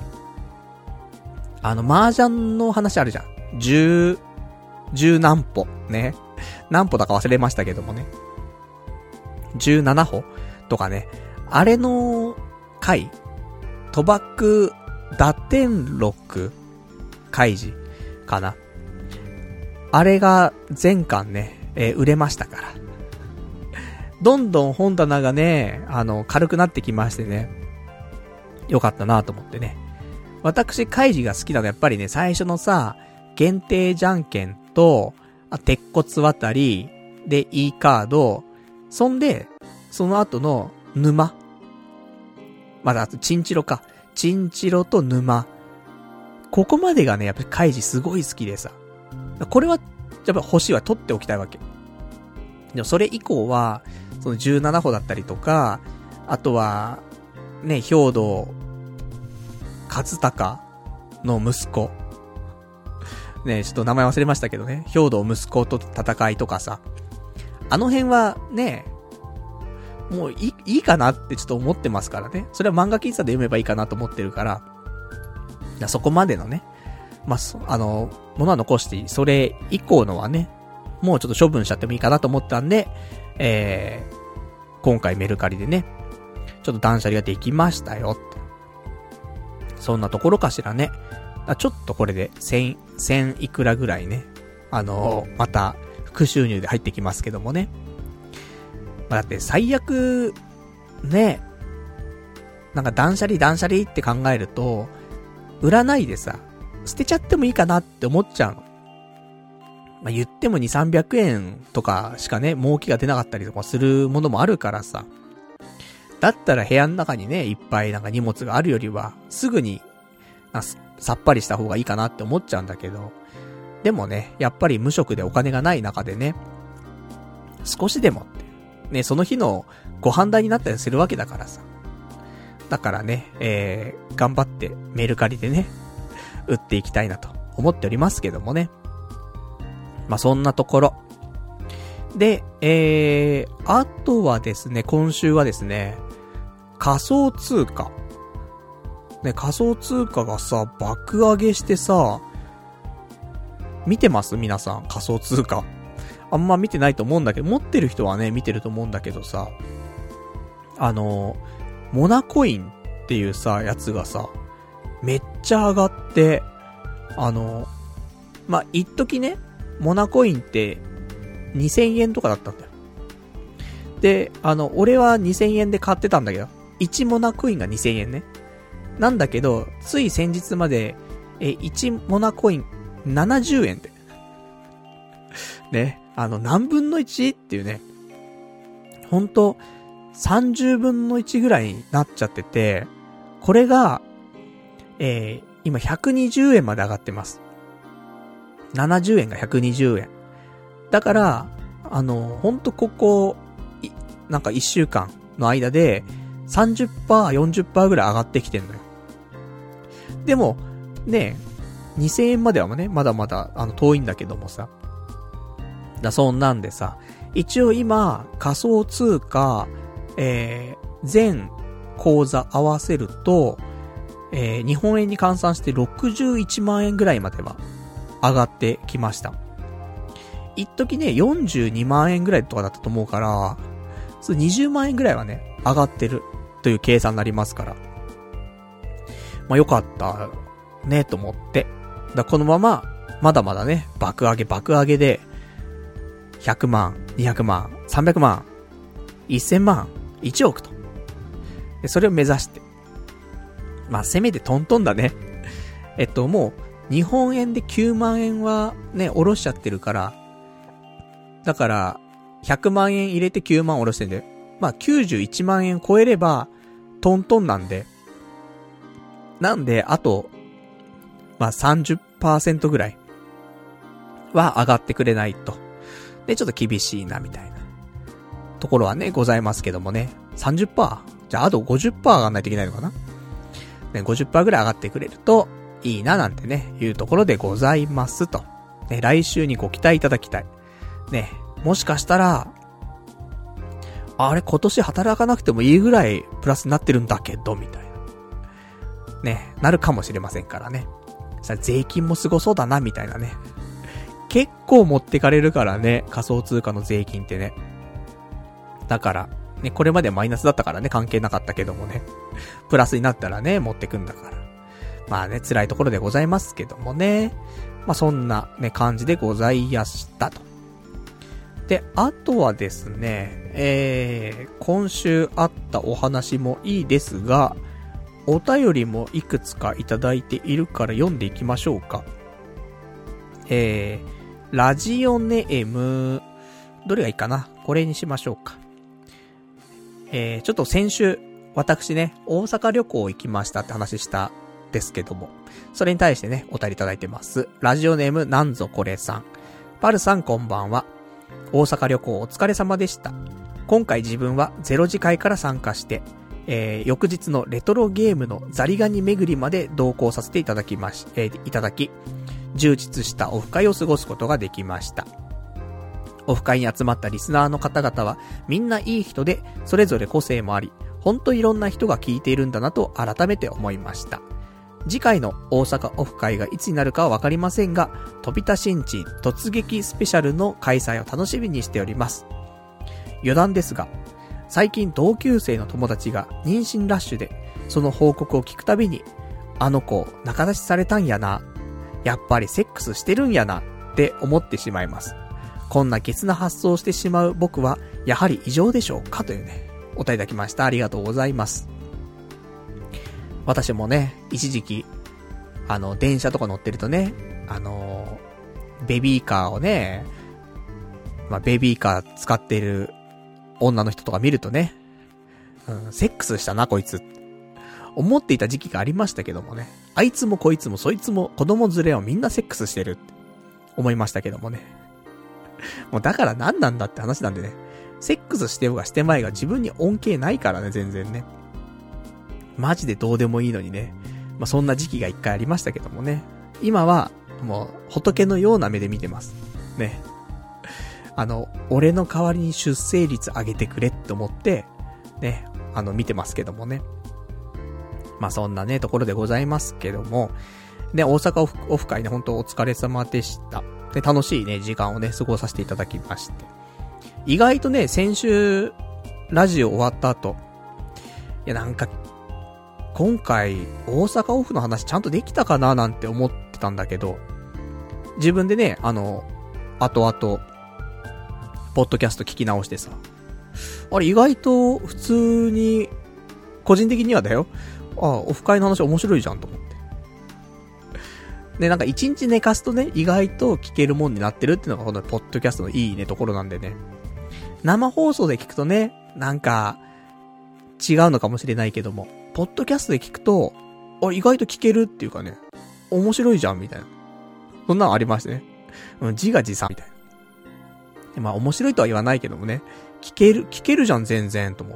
麻雀の話あるじゃん。十何歩、ね。何歩だか忘れましたけどもね。17歩とかね。あれの回、賭博打点録開示かな。あれが全巻ね、売れましたから。どんどん本棚がね、軽くなってきましてね。よかったなと思ってね。私、開示が好きなのはやっぱりね、最初のさ、限定じゃんけんと、鉄骨渡り、で、E カード、そんで、その後の沼。まだ、あと、チンチロか。チンチロと沼。ここまでがね、やっぱり開示すごい好きでさ。これは、やっぱ星は取っておきたいわけ。 でもそれ以降は、その17歩だったりとか、あとは、ね、兵道、勝孝の息子。ね、ちょっと名前忘れましたけどね。兵道息子と戦いとかさ。あの辺はね、もういいかなってちょっと思ってますからね。それは漫画喫茶で読めばいいかなと思ってるから、そこまでのね、まあ、物は残して、それ以降のはね、もうちょっと処分しちゃってもいいかなと思ったんで、今回メルカリでね、ちょっと断捨離ができましたよって。そんなところかしらね。ちょっとこれで1000いくらぐらいね、また副収入で入ってきますけどもね。だって最悪、ね、なんか断捨離って考えると、売らないでさ、捨てちゃってもいいかなって思っちゃうの。まあ、言っても2、300円とかしかね、儲けが出なかったりとかするものもあるからさ。だったら部屋の中にね、いっぱいなんか荷物があるよりは、すぐに、さっぱりした方がいいかなって思っちゃうんだけど、でもね、やっぱり無職でお金がない中でね、少しでもって、ね、その日のご飯代になったりするわけだからさ。だからね、頑張ってメルカリでね、売っていきたいなと思っておりますけどもね。まあ、そんなところ。で、あとはですね、今週はですね、仮想通貨。ね、仮想通貨がさ、爆上げしてさ、見てます皆さん、仮想通貨。あんま見てないと思うんだけど、持ってる人はね、見てると思うんだけどさ、モナコインっていうさ、やつがさ、めっちゃ上がって、まあ、一時ね、モナコインって2000円とかだったんだよ。で、俺は2000円で買ってたんだけど、1モナコインが2000円ね。なんだけど、つい先日まで、1モナコイン70円で。ね、何分の 1? っていうね。ほんと、30分の1ぐらいになっちゃってて、これが、今120円まで上がってます。70円が120円。だから、ほんとここ、なんか1週間の間で、30%、40% ぐらい上がってきてんのよ。でも、ね、2000円まではね、まだまだ、遠いんだけどもさ。そんなんでさ、一応今、仮想通貨、全口座合わせると、日本円に換算して61万円ぐらいまでは上がってきました。一時ね、42万円ぐらいとかだったと思うから、20万円ぐらいはね、上がってるという計算になりますから。まあ、よかったねと思って。このまま、まだまだね、爆上げで、100万、200万、300万、1000万、1億と。でそれを目指して。まあ、せめてトントンだね。もう、日本円で9万円はね、下ろしちゃってるから、だから、100万円入れて9万下ろしてんで、まあ、91万円超えれば、トントンなんで、あと、まあ、30% ぐらいは上がってくれないと。で、ちょっと厳しいな、みたいなところはね、ございますけどもね。30%? じゃあ、あと 50% 上がんないといけないのかなね、50% ぐらい上がってくれるといいな、なんてね、いうところでございますと。ね、来週にご期待いただきたい。ね、もしかしたら、あれ、今年働かなくてもいいぐらいプラスになってるんだけど、みたいな。ね、なるかもしれませんからね。さ、税金もすごそうだな、みたいなね。結構持ってかれるからね、仮想通貨の税金ってね。だから、ね、これまでマイナスだったからね、関係なかったけどもね。プラスになったらね、持ってくんだから。まあね、辛いところでございますけどもね。まあそんなね、感じでございやしたと。で、あとはですね、今週あったお話もいいですが、お便りもいくつかいただいているから読んでいきましょうか。ラジオネーム、どれがいいかな？これにしましょうか。ちょっと先週、私ね、大阪旅行行きましたって話したですけども、それに対してね、お便りいただいてます。ラジオネームなんぞこれさん。パルさんこんばんは。 大阪旅行お疲れ様でした。今回自分は0時会から参加して、翌日のレトロゲームのザリガニ巡りまで同行させていただき、充実したオフ会を過ごすことができました。オフ会に集まったリスナーの方々はみんないい人で、それぞれ個性もあり、ほんといろんな人が聞いているんだなと改めて思いました。次回の大阪オフ会がいつになるかはわかりませんが、飛び田新地突撃スペシャルの開催を楽しみにしております。余談ですが、最近同級生の友達が妊娠ラッシュで、その報告を聞くたびに、あの子仲出しされたんやな、やっぱりセックスしてるんやなって思ってしまいます。こんなゲスな発想をしてしまう僕はやはり異常でしょうかというね、お便りいただきました。ありがとうございます。私もね、一時期電車とか乗ってるとね、ベビーカーをね、ベビーカー使ってる女の人とか見るとね、セックスしたなこいつ思っていた時期がありましたけどもね、あいつもこいつもそいつも子供連れはみんなセックスしてるって思いましたけどもね。もうだから何なんだって話なんでね、セックスしてようがしてまいが自分に恩恵ないからね、全然ね。マジでどうでもいいのにね。そんな時期が一回ありましたけどもね。今はもう仏のような目で見てますね。俺の代わりに出生率上げてくれって思ってね、見てますけどもね。そんなねところでございますけどもね、大阪オフ会ね、本当お疲れ様でした。で、楽しいね時間をね過ごさせていただきまして、意外とね先週ラジオ終わった後、いやなんか今回大阪オフの話ちゃんとできたかななんて思ってたんだけど、自分でね後々ポッドキャスト聞き直してさ、あれ意外と普通に個人的にはだよ、オフ会の話面白いじゃんと思って。で、なんか一日寝かすとね、意外と聞けるもんになってるっていうのがこのポッドキャストのいいねところなんでね。生放送で聞くとね、なんか違うのかもしれないけども、ポッドキャストで聞くと、意外と聞けるっていうかね、面白いじゃんみたいな。そんなのありましてね。自画自賛みたいな。面白いとは言わないけどもね、聞けるじゃん全然と思って。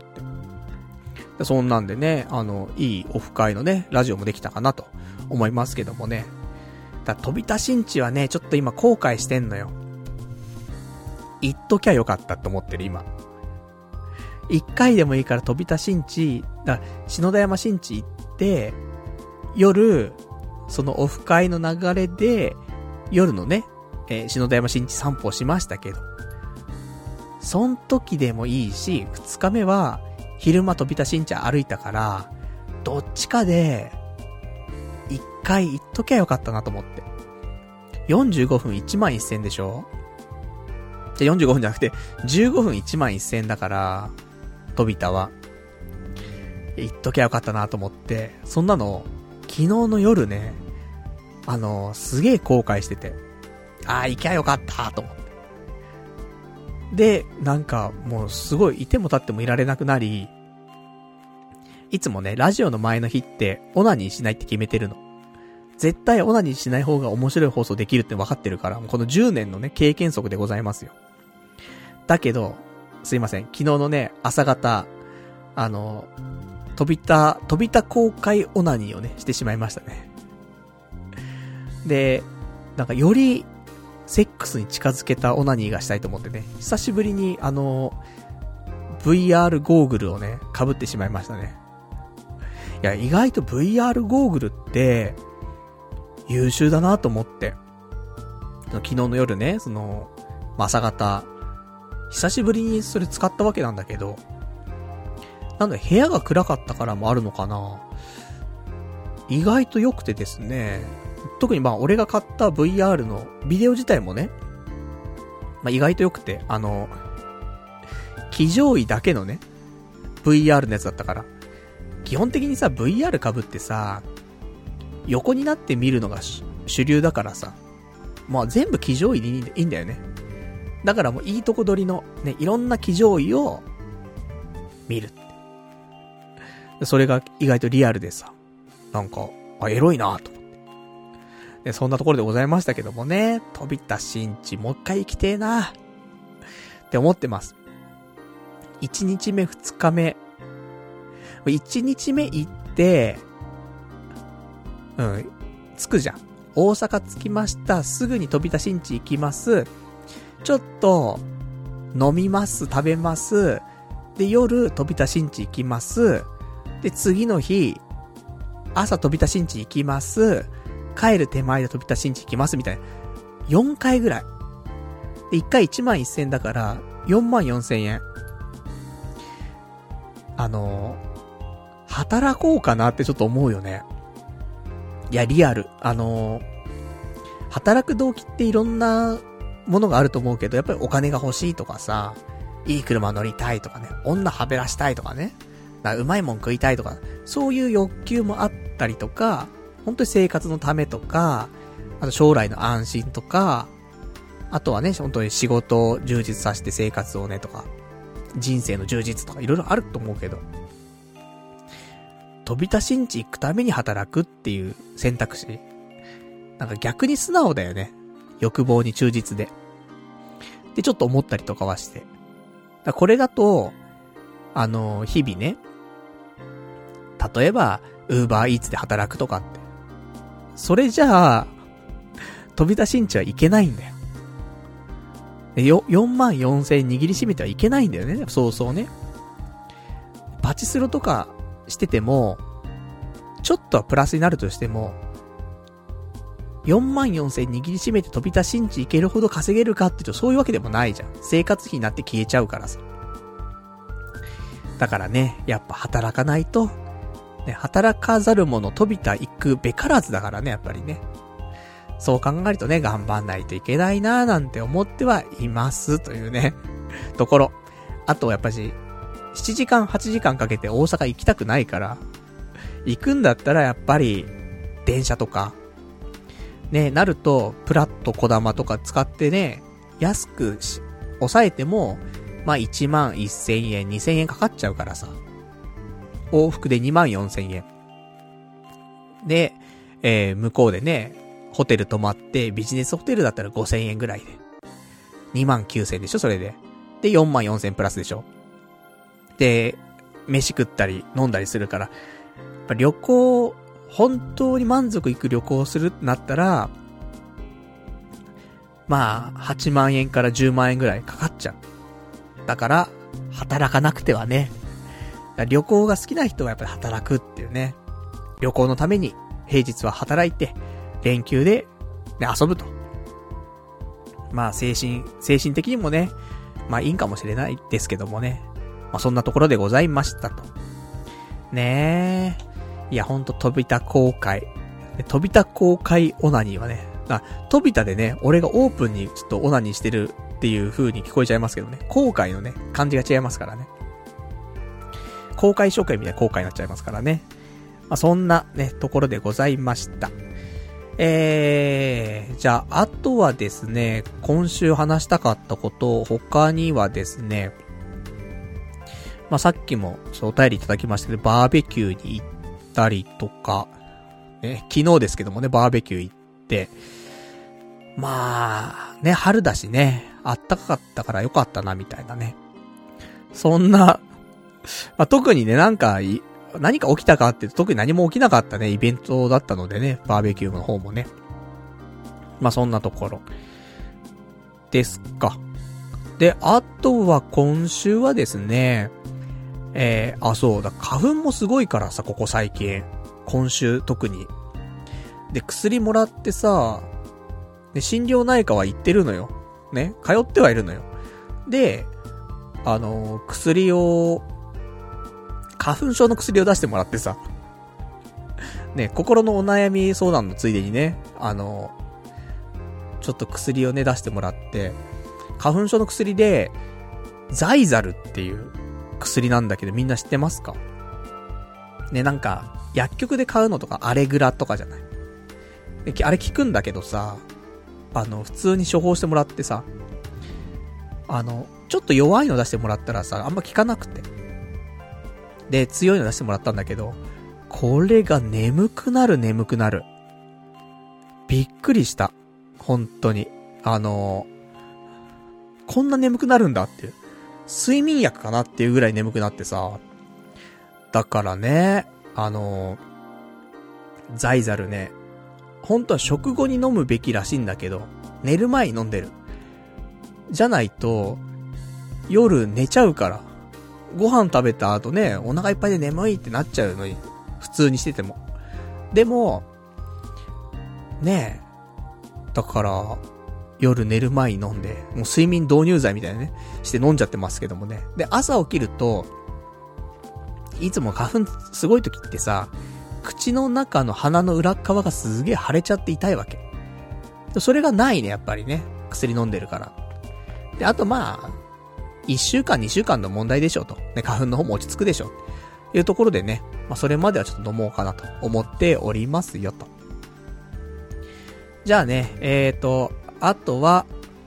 そんなんでね、いいオフ会のね、ラジオもできたかなと思いますけどもね。飛び田新地はね、ちょっと今後悔してんのよ。行っときゃよかったと思ってる今。一回でもいいから飛び田新地、篠田山新地行って、夜、そのオフ会の流れで、夜のね、篠田山新地散歩しましたけど、そん時でもいいし、二日目は、昼間飛び田新地歩いたから、どっちかで、一回行っときゃよかったなと思って。45分11000でしょ？じゃ45分じゃなくて、15分11000だから、飛び田は。行っときゃよかったなと思って、そんなの、昨日の夜ね、すげえ後悔してて、行きゃよかったと思って。で、なんか、もうすごいいても立ってもいられなくなり、いつもね、ラジオの前の日って、オナニーしないって決めてるの。絶対オナニーしない方が面白い放送できるって分かってるから、この10年のね、経験則でございますよ。だけど、すいません、昨日のね、朝方、飛び田公開オナニーをね、してしまいましたね。で、なんかより、セックスに近づけたオナニーがしたいと思ってね、久しぶりにVR ゴーグルをね、被ってしまいましたね。いや、意外と VR ゴーグルって、優秀だなと思って。昨日の夜ね、朝方、久しぶりにそれ使ったわけなんだけど、なんだ、部屋が暗かったからもあるのかな。意外と良くてですね、特に俺が買った VR のビデオ自体もね、意外と良くて、騎乗位だけのね、VR のやつだったから、基本的にさ、VR 被ってさ、横になって見るのが主流だからさ、全部騎乗位でいいんだよね。だからもういいとこ取りの、ね、いろんな騎乗位を見る。それが意外とリアルでさ、なんか、エロいなと思って。で、そんなところでございましたけどもね、飛び田新地もう一回行きてえな。 って思ってます。1日目2日目。1日目行って、着くじゃん。大阪着きました。すぐに飛び出新地行きます。ちょっと、飲みます。食べます。で、夜、飛び出新地行きます。で、次の日、朝飛び出新地行きます。帰る手前で飛び出新地行きます。みたいな。4回ぐらい。で、1回11,000だから、44,000円。働こうかなってちょっと思うよね。いや、リアル。働く動機っていろんなものがあると思うけど、やっぱりお金が欲しいとかさ、いい車乗りたいとかね、女はべらしたいとかね、うまいもん食いたいとか、そういう欲求もあったりとか、本当に生活のためとか、あと将来の安心とか、あとはね、本当に仕事を充実させて生活をねとか、人生の充実とかいろいろあると思うけど、飛び出新地行くために働くっていう選択肢、なんか逆に素直だよね。欲望に忠実で。で、ちょっと思ったりとかはして。これだと、日々ね、例えば、Uber Eats で働くとかって。それじゃあ、飛び出新地はいけないんだよ。で、44,000円握りしめてはいけないんだよね。そうそうね。パチスロとかしてても、ちょっとはプラスになるとしても、44,000円握りしめて飛び出新地行けるほど稼げるかって言うとそういうわけでもないじゃん。生活費になって消えちゃうからさ。だからね、やっぱ働かないと、ね、働かざる者飛びた行くべからずだからね、やっぱりね。そう考えるとね、頑張んないといけないなーなんて思ってはいますというね、ところ。あとやっぱし、7時間8時間かけて大阪行きたくないから、行くんだったらやっぱり、電車とか、ね、なると、プラット小玉とか使ってね、安く抑えても、まあ、11,000円、2,000円かかっちゃうからさ。往復で24,000円。で、向こうでね、ホテル泊まって、ビジネスホテルだったら5,000円ぐらいで。29,000円でしょ、それで。で、44,000プラスでしょ。で、飯食ったり飲んだりするから、やっぱ旅行、本当に満足いく旅行をするってなったら、まあ、8万円から10万円ぐらいかかっちゃう。だから、働かなくてはね。旅行が好きな人はやっぱり働くっていうね。旅行のために平日は働いて、連休で、ね、遊ぶと。まあ、精神的にもね、まあいいんかもしれないですけどもね。まあそんなところでございましたと。ねえ。いやほんと飛びた公開。飛びた公開オナニーはね。飛びたでね、俺がオープンにちょっとオナニーしてるっていう風に聞こえちゃいますけどね。公開のね、感じが違いますからね。公開紹介みたいな公開になっちゃいますからね。まあそんなね、ところでございました。じゃあ、あとはですね、今週話したかったこと、他にはですね、まあ、さっきも、お便りいただきましたけど、バーベキューに行ったりとか、昨日ですけどもね、バーベキュー行って、まあ、ね、春だしね、あったかかったからよかったな、みたいなね。そんな、まあ、特にね、何か起きたかって特に何も起きなかったね、イベントだったのでね、バーベキューの方もね。まあ、そんなところ。ですか。で、あとは今週はですね、そうだ、花粉もすごいからさ、ここ最近。今週特に。で、薬もらってさ、で、心療内科は行ってるのよ。ね、通ってはいるのよ。で、薬を、花粉症の薬を出してもらってさ。ね、心のお悩み相談のついでにね、ちょっと薬をね、出してもらって、花粉症の薬で、ザイザルっていう薬なんだけどみんな知ってますか？ね、なんか、薬局で買うのとかアレグラとかじゃない。あれ効くんだけどさ、普通に処方してもらってさ、ちょっと弱いの出してもらったらさ、あんま効かなくて。で、強いの出してもらったんだけど、これが眠くなる。びっくりした。本当に。 こんな眠くなるんだっていう。睡眠薬かなっていうぐらい眠くなってさ。だからね、ザイザルね、本当は食後に飲むべきらしいんだけど、寝る前に飲んでる。じゃないと、夜寝ちゃうから。ご飯食べた後ね、お腹いっぱいで眠いってなっちゃうのに、普通にしてても。でも、ねえ、だから、夜寝る前に飲んで、もう睡眠導入剤みたいなね、して飲んじゃってますけどもね。で、朝起きると、いつも花粉すごい時ってさ、口の中の鼻の裏側がすげえ腫れちゃって痛いわけ。それがないね、やっぱりね。薬飲んでるから。で、あとまあ、1週間2週間の問題でしょうと。ね、花粉の方も落ち着くでしょう。というところでね、まあそれまではちょっと飲もうかなと思っておりますよと。じゃあね、あとは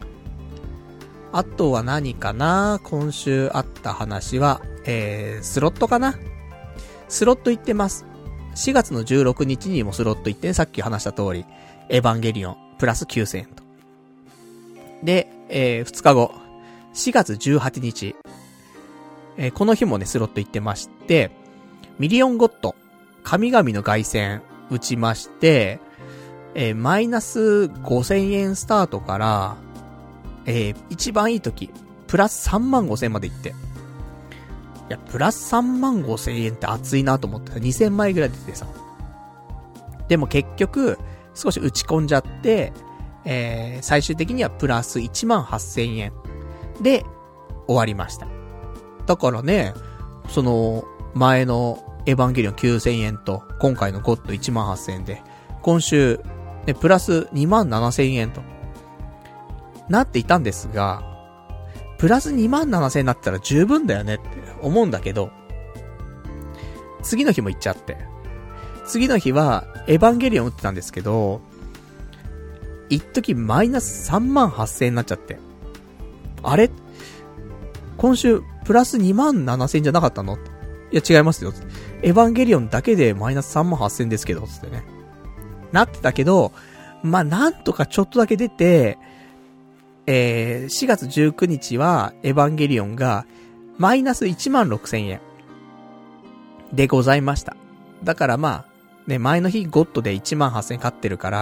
何かな？今週あった話は、スロットかな？スロット行ってます。4月の16日にもスロット行ってね、さっき話した通り、エヴァンゲリオン、プラス9000円と。で、2日後、4月18日、この日もね、スロット行ってまして、ミリオンゴッド、神々の凱旋、打ちまして、マイナス5000円スタートから、一番いい時、プラス3万5000円まで行って。いや、プラス3万5000円って熱いなと思ってた。2000枚ぐらい出てさ。でも結局、少し打ち込んじゃって、最終的にはプラス1万8000円で終わりました。だからね、その、前のエヴァンゲリオン9000円と、今回のゴッド1万8000円で、今週、ね、プラス2万7000円と、なっていたんですが、プラス2万7000円になったら十分だよねって思うんだけど、次の日も行っちゃって。次の日は、エヴァンゲリオン打ってたんですけど、一時マイナス3万8000円になっちゃって。あれ？今週、プラス2万7000円じゃなかったの？いや違いますよ。エヴァンゲリオンだけでマイナス3万8000円ですけど、つってね。なってたけど、まあ、なんとかちょっとだけ出て、4月19日は、エヴァンゲリオンが、マイナス1万6000円。でございました。だからまあ、ね、前の日ゴッドで1万8000円買ってるから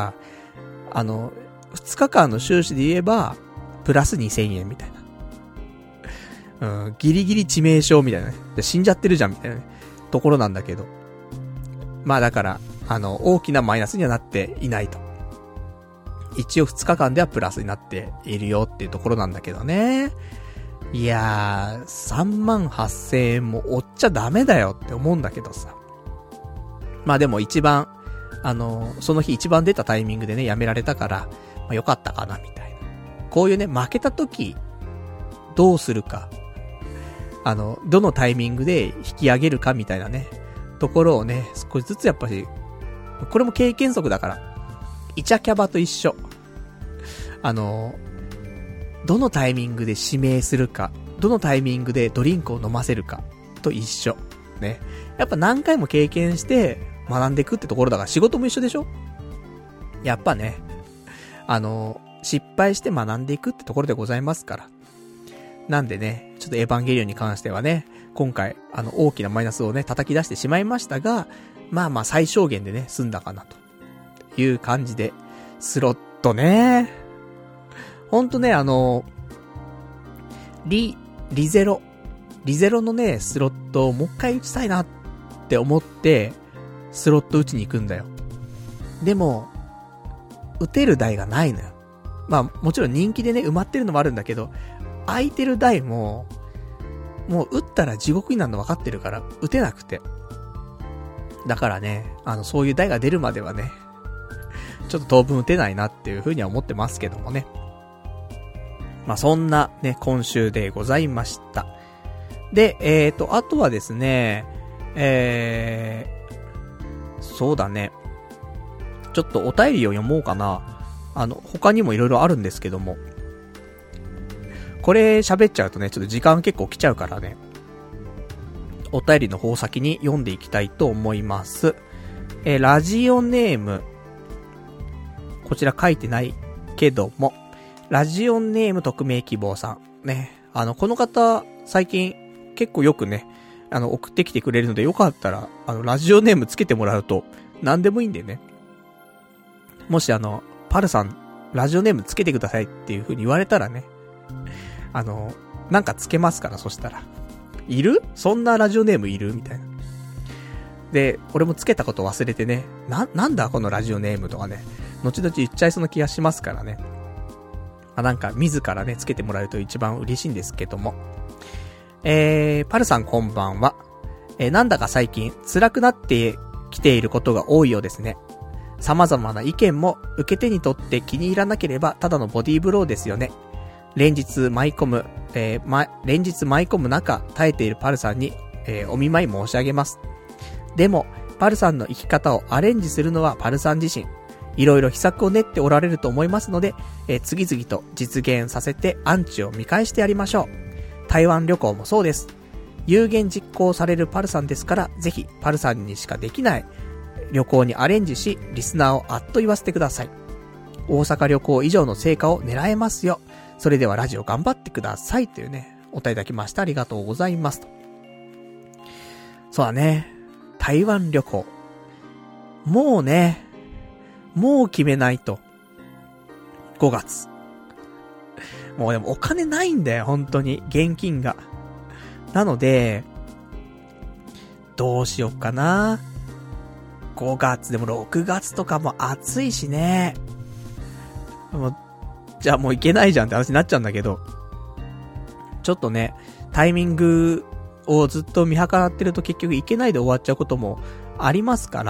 、2日間の収支で言えば、プラス2000円みたいな。ギリギリ致命傷みたいなね。死んじゃってるじゃんみたいなね。ところなんだけど。まあだから、大きなマイナスにはなっていないと。一応2日間ではプラスになっているよっていうところなんだけどね。いやー、3万8000円も追っちゃダメだよって思うんだけどさ。まあでも一番、その日一番出たタイミングでね、やめられたから、まあよかったかなみたいな。こういうね、負けた時、どうするか。どのタイミングで引き上げるかみたいなね、ところをね、少しずつやっぱり、これも経験則だから、イチャキャバと一緒。どのタイミングで指名するか、どのタイミングでドリンクを飲ませるかと一緒。ね。やっぱ何回も経験して学んでいくってところだから、仕事も一緒でしょ？やっぱね、失敗して学んでいくってところでございますから。なんでね、ちょっとエヴァンゲリオンに関してはね、今回、大きなマイナスをね、叩き出してしまいましたが、まあまあ最小限でね、済んだかなという感じで、スロットね、ほんとね、リゼロのね、スロットをもう一回打ちたいなって思って、スロット打ちに行くんだよ。でも、打てる台がないのよ。まあ、もちろん人気でね、埋まってるのもあるんだけど、空いてる台も、もう打ったら地獄になるの分かってるから、打てなくて。だからね、そういう台が出るまではね、ちょっと当分打てないなっていう風には思ってますけどもね。まあ、そんなね、今週でございました。で、あとはですね、そうだね。ちょっとお便りを読もうかな。他にもいろいろあるんですけども。これ喋っちゃうとね、ちょっと時間結構来ちゃうからね。お便りの方先に読んでいきたいと思います。ラジオネーム。こちら書いてないけども。ラジオネーム匿名希望さん。 ね、この方、最近、結構よくね、送ってきてくれるので、よかったら、ラジオネームつけてもらうと、何でもいいんでね。もしパルさん、ラジオネームつけてくださいっていう風に言われたらね、なんかつけますから、そしたら。いる？そんなラジオネームいる？みたいな。で、俺もつけたこと忘れてね、なんだこのラジオネームとかね、後々言っちゃいそうな気がしますからね。なんか、自らね、つけてもらえると一番嬉しいんですけども。パルさんこんばんは。なんだか最近、辛くなってきていることが多いようですね。様々な意見も受け手にとって気に入らなければただのボディーブローですよね。連日舞い込む中耐えているパルさんに、お見舞い申し上げます。でもパルさんの生き方をアレンジするのはパルさん自身。いろいろ秘策を練っておられると思いますので、次々と実現させてアンチを見返してやりましょう。台湾旅行もそうです。有言実行されるパルさんですから、ぜひパルさんにしかできない旅行にアレンジし、リスナーをあっと言わせてください。大阪旅行以上の成果を狙えますよ。それではラジオ頑張ってくださいというね、お答えいただきました。ありがとうございますと。そうだね。台湾旅行。もう決めないと。5月。もうでもお金ないんだよ、本当に。現金が。なので、どうしよっかな。5月でも6月とかも暑いしね。じゃあもう行けないじゃんって話になっちゃうんだけど、ちょっとね、タイミングをずっと見計らってると結局行けないで終わっちゃうこともありますから、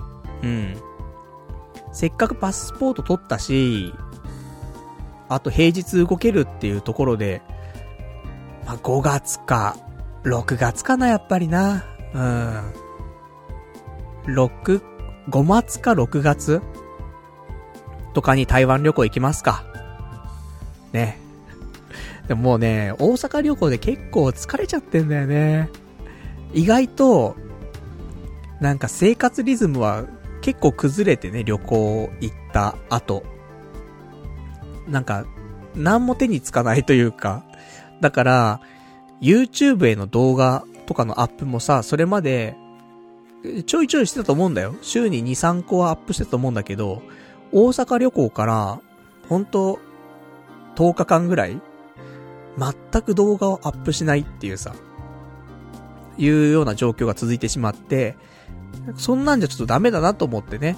せっかくパスポート取ったし、あと平日動けるっていうところで、5月か、6月かな、やっぱりな。5月か6月とかに台湾旅行行きますか。ね。でももうね、大阪旅行で結構疲れちゃってんだよね。意外と、なんか生活リズムは結構崩れてね、旅行行った後。なんか、何も手につかないというか、だから、YouTube への動画とかのアップもさ、それまで、ちょいちょいしてたと思うんだよ。週に2、3個はアップしてたと思うんだけど、大阪旅行から、ほんと、10日間ぐらい、全く動画をアップしないっていうさ、いうような状況が続いてしまって、そんなんじゃちょっとダメだなと思ってね、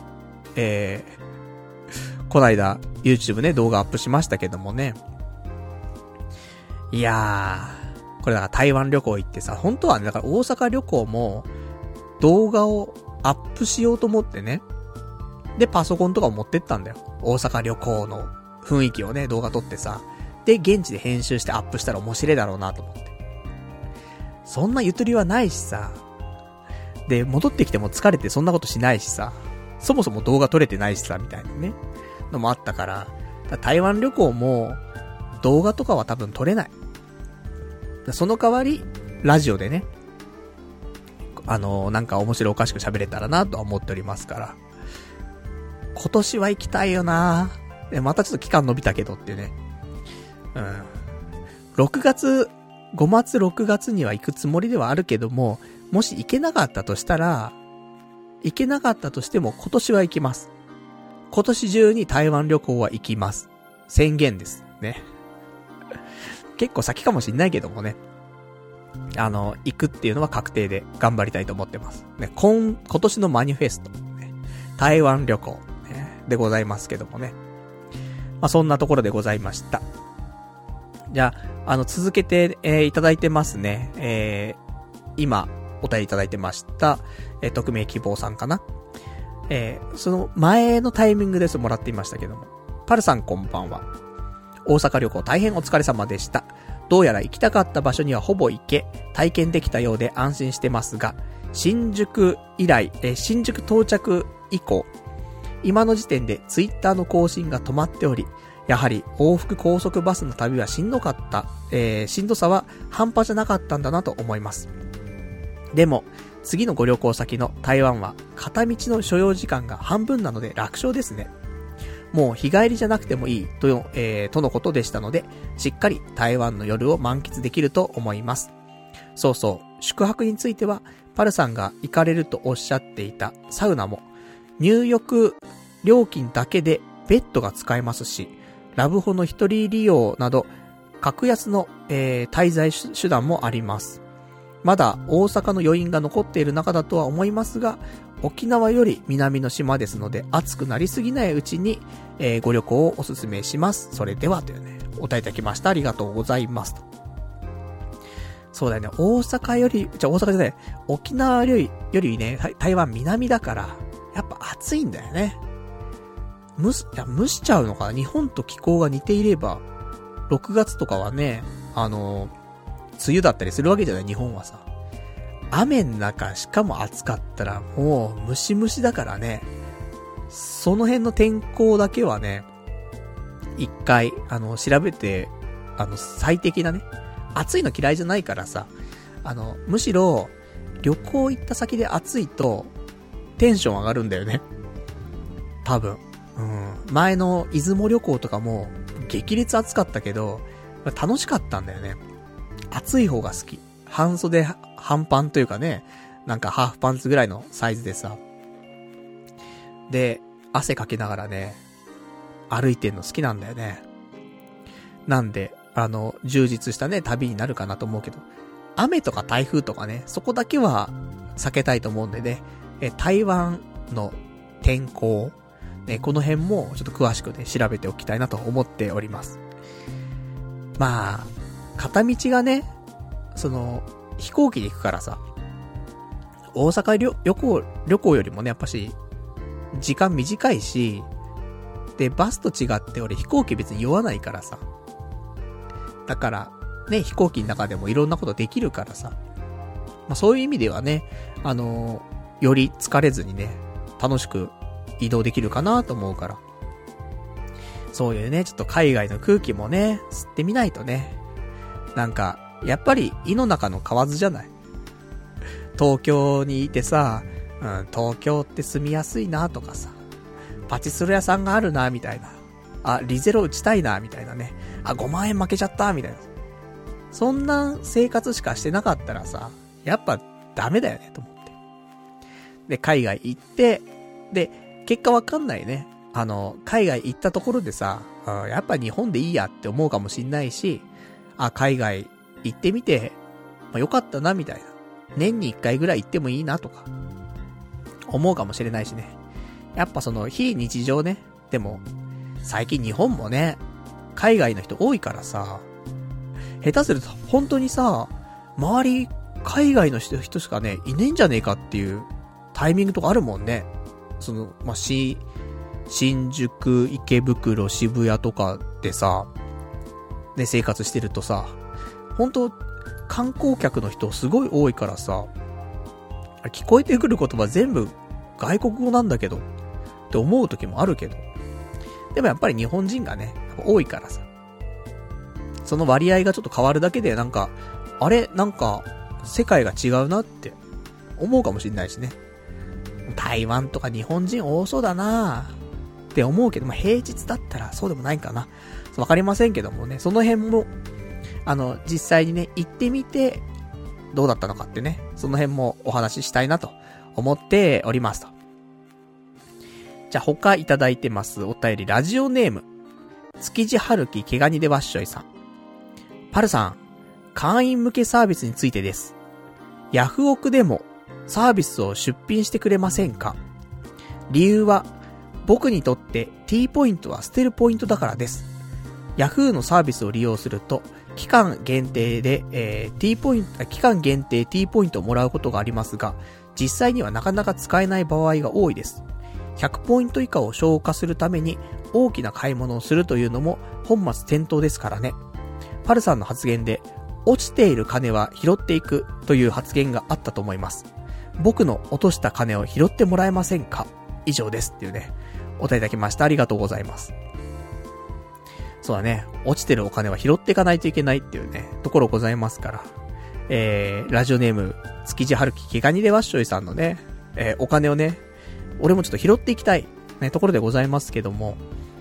こないだ YouTube ね、動画アップしましたけどもね。いやー、これだから台湾旅行行ってさ、本当はね、だから大阪旅行も動画をアップしようと思ってね。で、パソコンとかを持ってったんだよ。大阪旅行の雰囲気をね、動画撮ってさ。で、現地で編集してアップしたら面白いだろうなと思って。そんなゆとりはないしさ。で、戻ってきても疲れてそんなことしないしさ。そもそも動画撮れてないしさ、みたいなね。のもあったから。台湾旅行も動画とかは多分撮れない。その代わり、ラジオでね。なんか面白おかしく喋れたらなとは思っておりますから。今年は行きたいよな。またちょっと期間伸びたけどっていうね。5月6月には行くつもりではあるけども、もし行けなかったとしても今年は行きます。今年中に台湾旅行は行きます。宣言ですね。結構先かもしんないけどもね。行くっていうのは確定で頑張りたいと思ってます。ね、今年のマニフェスト、ね、台湾旅行、ね、でございますけどもね。そんなところでございました。じゃあ、続けて、いただいてますね。今、お便りいただいてました。匿名希望さんかな。その前のタイミングですもらっていましたけども。パルさんこんばんは。大阪旅行大変お疲れ様でした。どうやら行きたかった場所にはほぼ行け、体験できたようで安心してますが、新宿到着以降、今の時点でツイッターの更新が止まっており、やはり往復高速バスの旅はしんどかった、しんどさは半端じゃなかったんだなと思います。でも、次のご旅行先の台湾は片道の所要時間が半分なので楽勝ですね。 もう日帰りじゃなくてもいいとのことでしたので、しっかり台湾の夜を満喫できると思います。そうそう、宿泊については、パルさんが行かれるとおっしゃっていたサウナも、入浴料金だけでベッドが使えますし、ラブホの一人利用など、格安の、滞在手段もあります。まだ大阪の余韻が残っている中だとは思いますが、沖縄より南の島ですので、暑くなりすぎないうちに、ご旅行をおすすめします。それでは、というね、お答えいただきました。ありがとうございますと。そうだよね、大阪じゃない、沖縄よりね、台湾南だから、やっぱ暑いんだよね。蒸しちゃうのかな。日本と気候が似ていれば、6月とかはね、梅雨だったりするわけじゃない、日本はさ。雨の中、しかも暑かったら、もう、ムシムシだからね。その辺の天候だけはね、一回、調べて、最適なね、暑いの嫌いじゃないからさ、むしろ、旅行行った先で暑いと、テンション上がるんだよね。多分。前の出雲旅行とかも、激烈暑かったけど、楽しかったんだよね。暑い方が好き。半袖、半パンというかね、なんかハーフパンツぐらいのサイズでさ。で、汗かきながらね、歩いてんの好きなんだよね。なんで、充実したね、旅になるかなと思うけど、雨とか台風とかね、そこだけは避けたいと思うんでね、台湾の天候、ね、この辺もちょっと詳しくね、調べておきたいなと思っております。まあ、片道がね、飛行機で行くからさ、大阪旅行よりもね、やっぱし、時間短いし、で、バスと違って俺飛行機別に酔わないからさ、だから、ね、飛行機の中でもいろんなことできるからさ、まあそういう意味ではね、より疲れずにね、楽しく移動できるかなと思うから、そういうね、ちょっと海外の空気もね、吸ってみないとね、なんか、やっぱり胃の中の蛙じゃない。東京にいてさ、東京って住みやすいなとかさ、パチスロ屋さんがあるなみたいな、リゼロ打ちたいなみたいなね、5万円負けちゃったみたいな、そんな生活しかしてなかったらさ、やっぱダメだよねと思って。で、海外行って、で、結果わかんないね。海外行ったところでさ、やっぱ日本でいいやって思うかもしんないし、海外行ってみて、よかったなみたいな。年に1回ぐらい行ってもいいなとか、思うかもしれないしね。やっぱ非日常ね。でも、最近日本もね、海外の人多いからさ、下手すると本当にさ、周り海外の人しかね、いねえんじゃねえかっていうタイミングとかあるもんね。新宿、池袋、渋谷とかでさ、ね、生活してるとさ、本当観光客の人すごい多いからさ、聞こえてくる言葉全部外国語なんだけどって思う時もあるけど、でもやっぱり日本人がね、多いからさ、その割合がちょっと変わるだけでなんか世界が違うなって思うかもしれないしね。台湾とか日本人多そうだなって思うけど、平日だったらそうでもないかな。わかりませんけどもね、その辺も実際にね、行ってみてどうだったのかってね、その辺もお話ししたいなと思っておりますと。じゃあ他いただいてます。お便り、ラジオネーム築地春樹毛ガニでわっしょいさん。パルさん、会員向けサービスについてです。ヤフオクでもサービスを出品してくれませんか？理由は、僕にとって T ポイントは捨てるポイントだからです。ヤフーのサービスを利用すると、期間限定 T ポイントをもらうことがありますが、実際にはなかなか使えない場合が多いです。100ポイント以下を消化するために大きな買い物をするというのも本末転倒ですからね。パルさんの発言で、落ちている金は拾っていくという発言があったと思います。僕の落とした金を拾ってもらえませんか？以上ですっていうね、お答えいただきました。ありがとうございます。そうだね、落ちてるお金は拾っていかないといけないっていうね、ところございますから。ラジオネーム、築地春樹毛ガニでわっしょいさんのね、お金をね、俺もちょっと拾っていきたい、ね、ところでございますけども、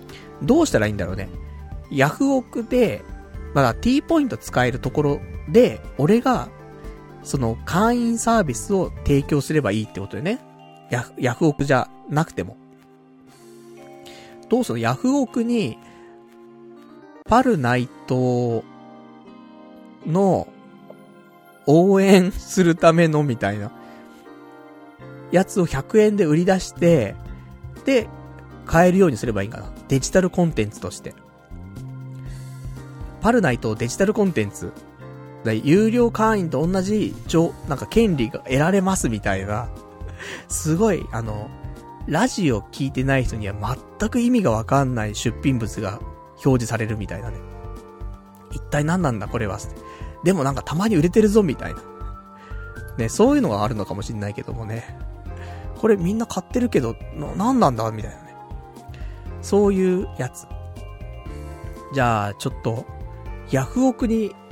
どうしたらいいんだろうね。ヤフオクで、まだ T ポイント使えるところで、俺が、その会員サービスを提供すればいいってことよね。ヤフオクじゃなくても。どうする？ヤフオクに、パルナイトの応援するためのみたいなやつを100円で売り出して、で、買えるようにすればいいんかな。デジタルコンテンツとして。パルナイトデジタルコンテンツ。有料会員と同じ、なんか権利が得られますみたいな。すごい、ラジオ聞いてない人には全く意味がわかんない出品物が表示されるみたいなね。一体何なんだこれは。でもなんかたまに売れてるぞみたいな。ね、そういうのがあるのかもしんないけどもね。これみんな買ってるけど、何なんだみたいなね。そういうやつ。じゃあ、ちょっと、ヤフオク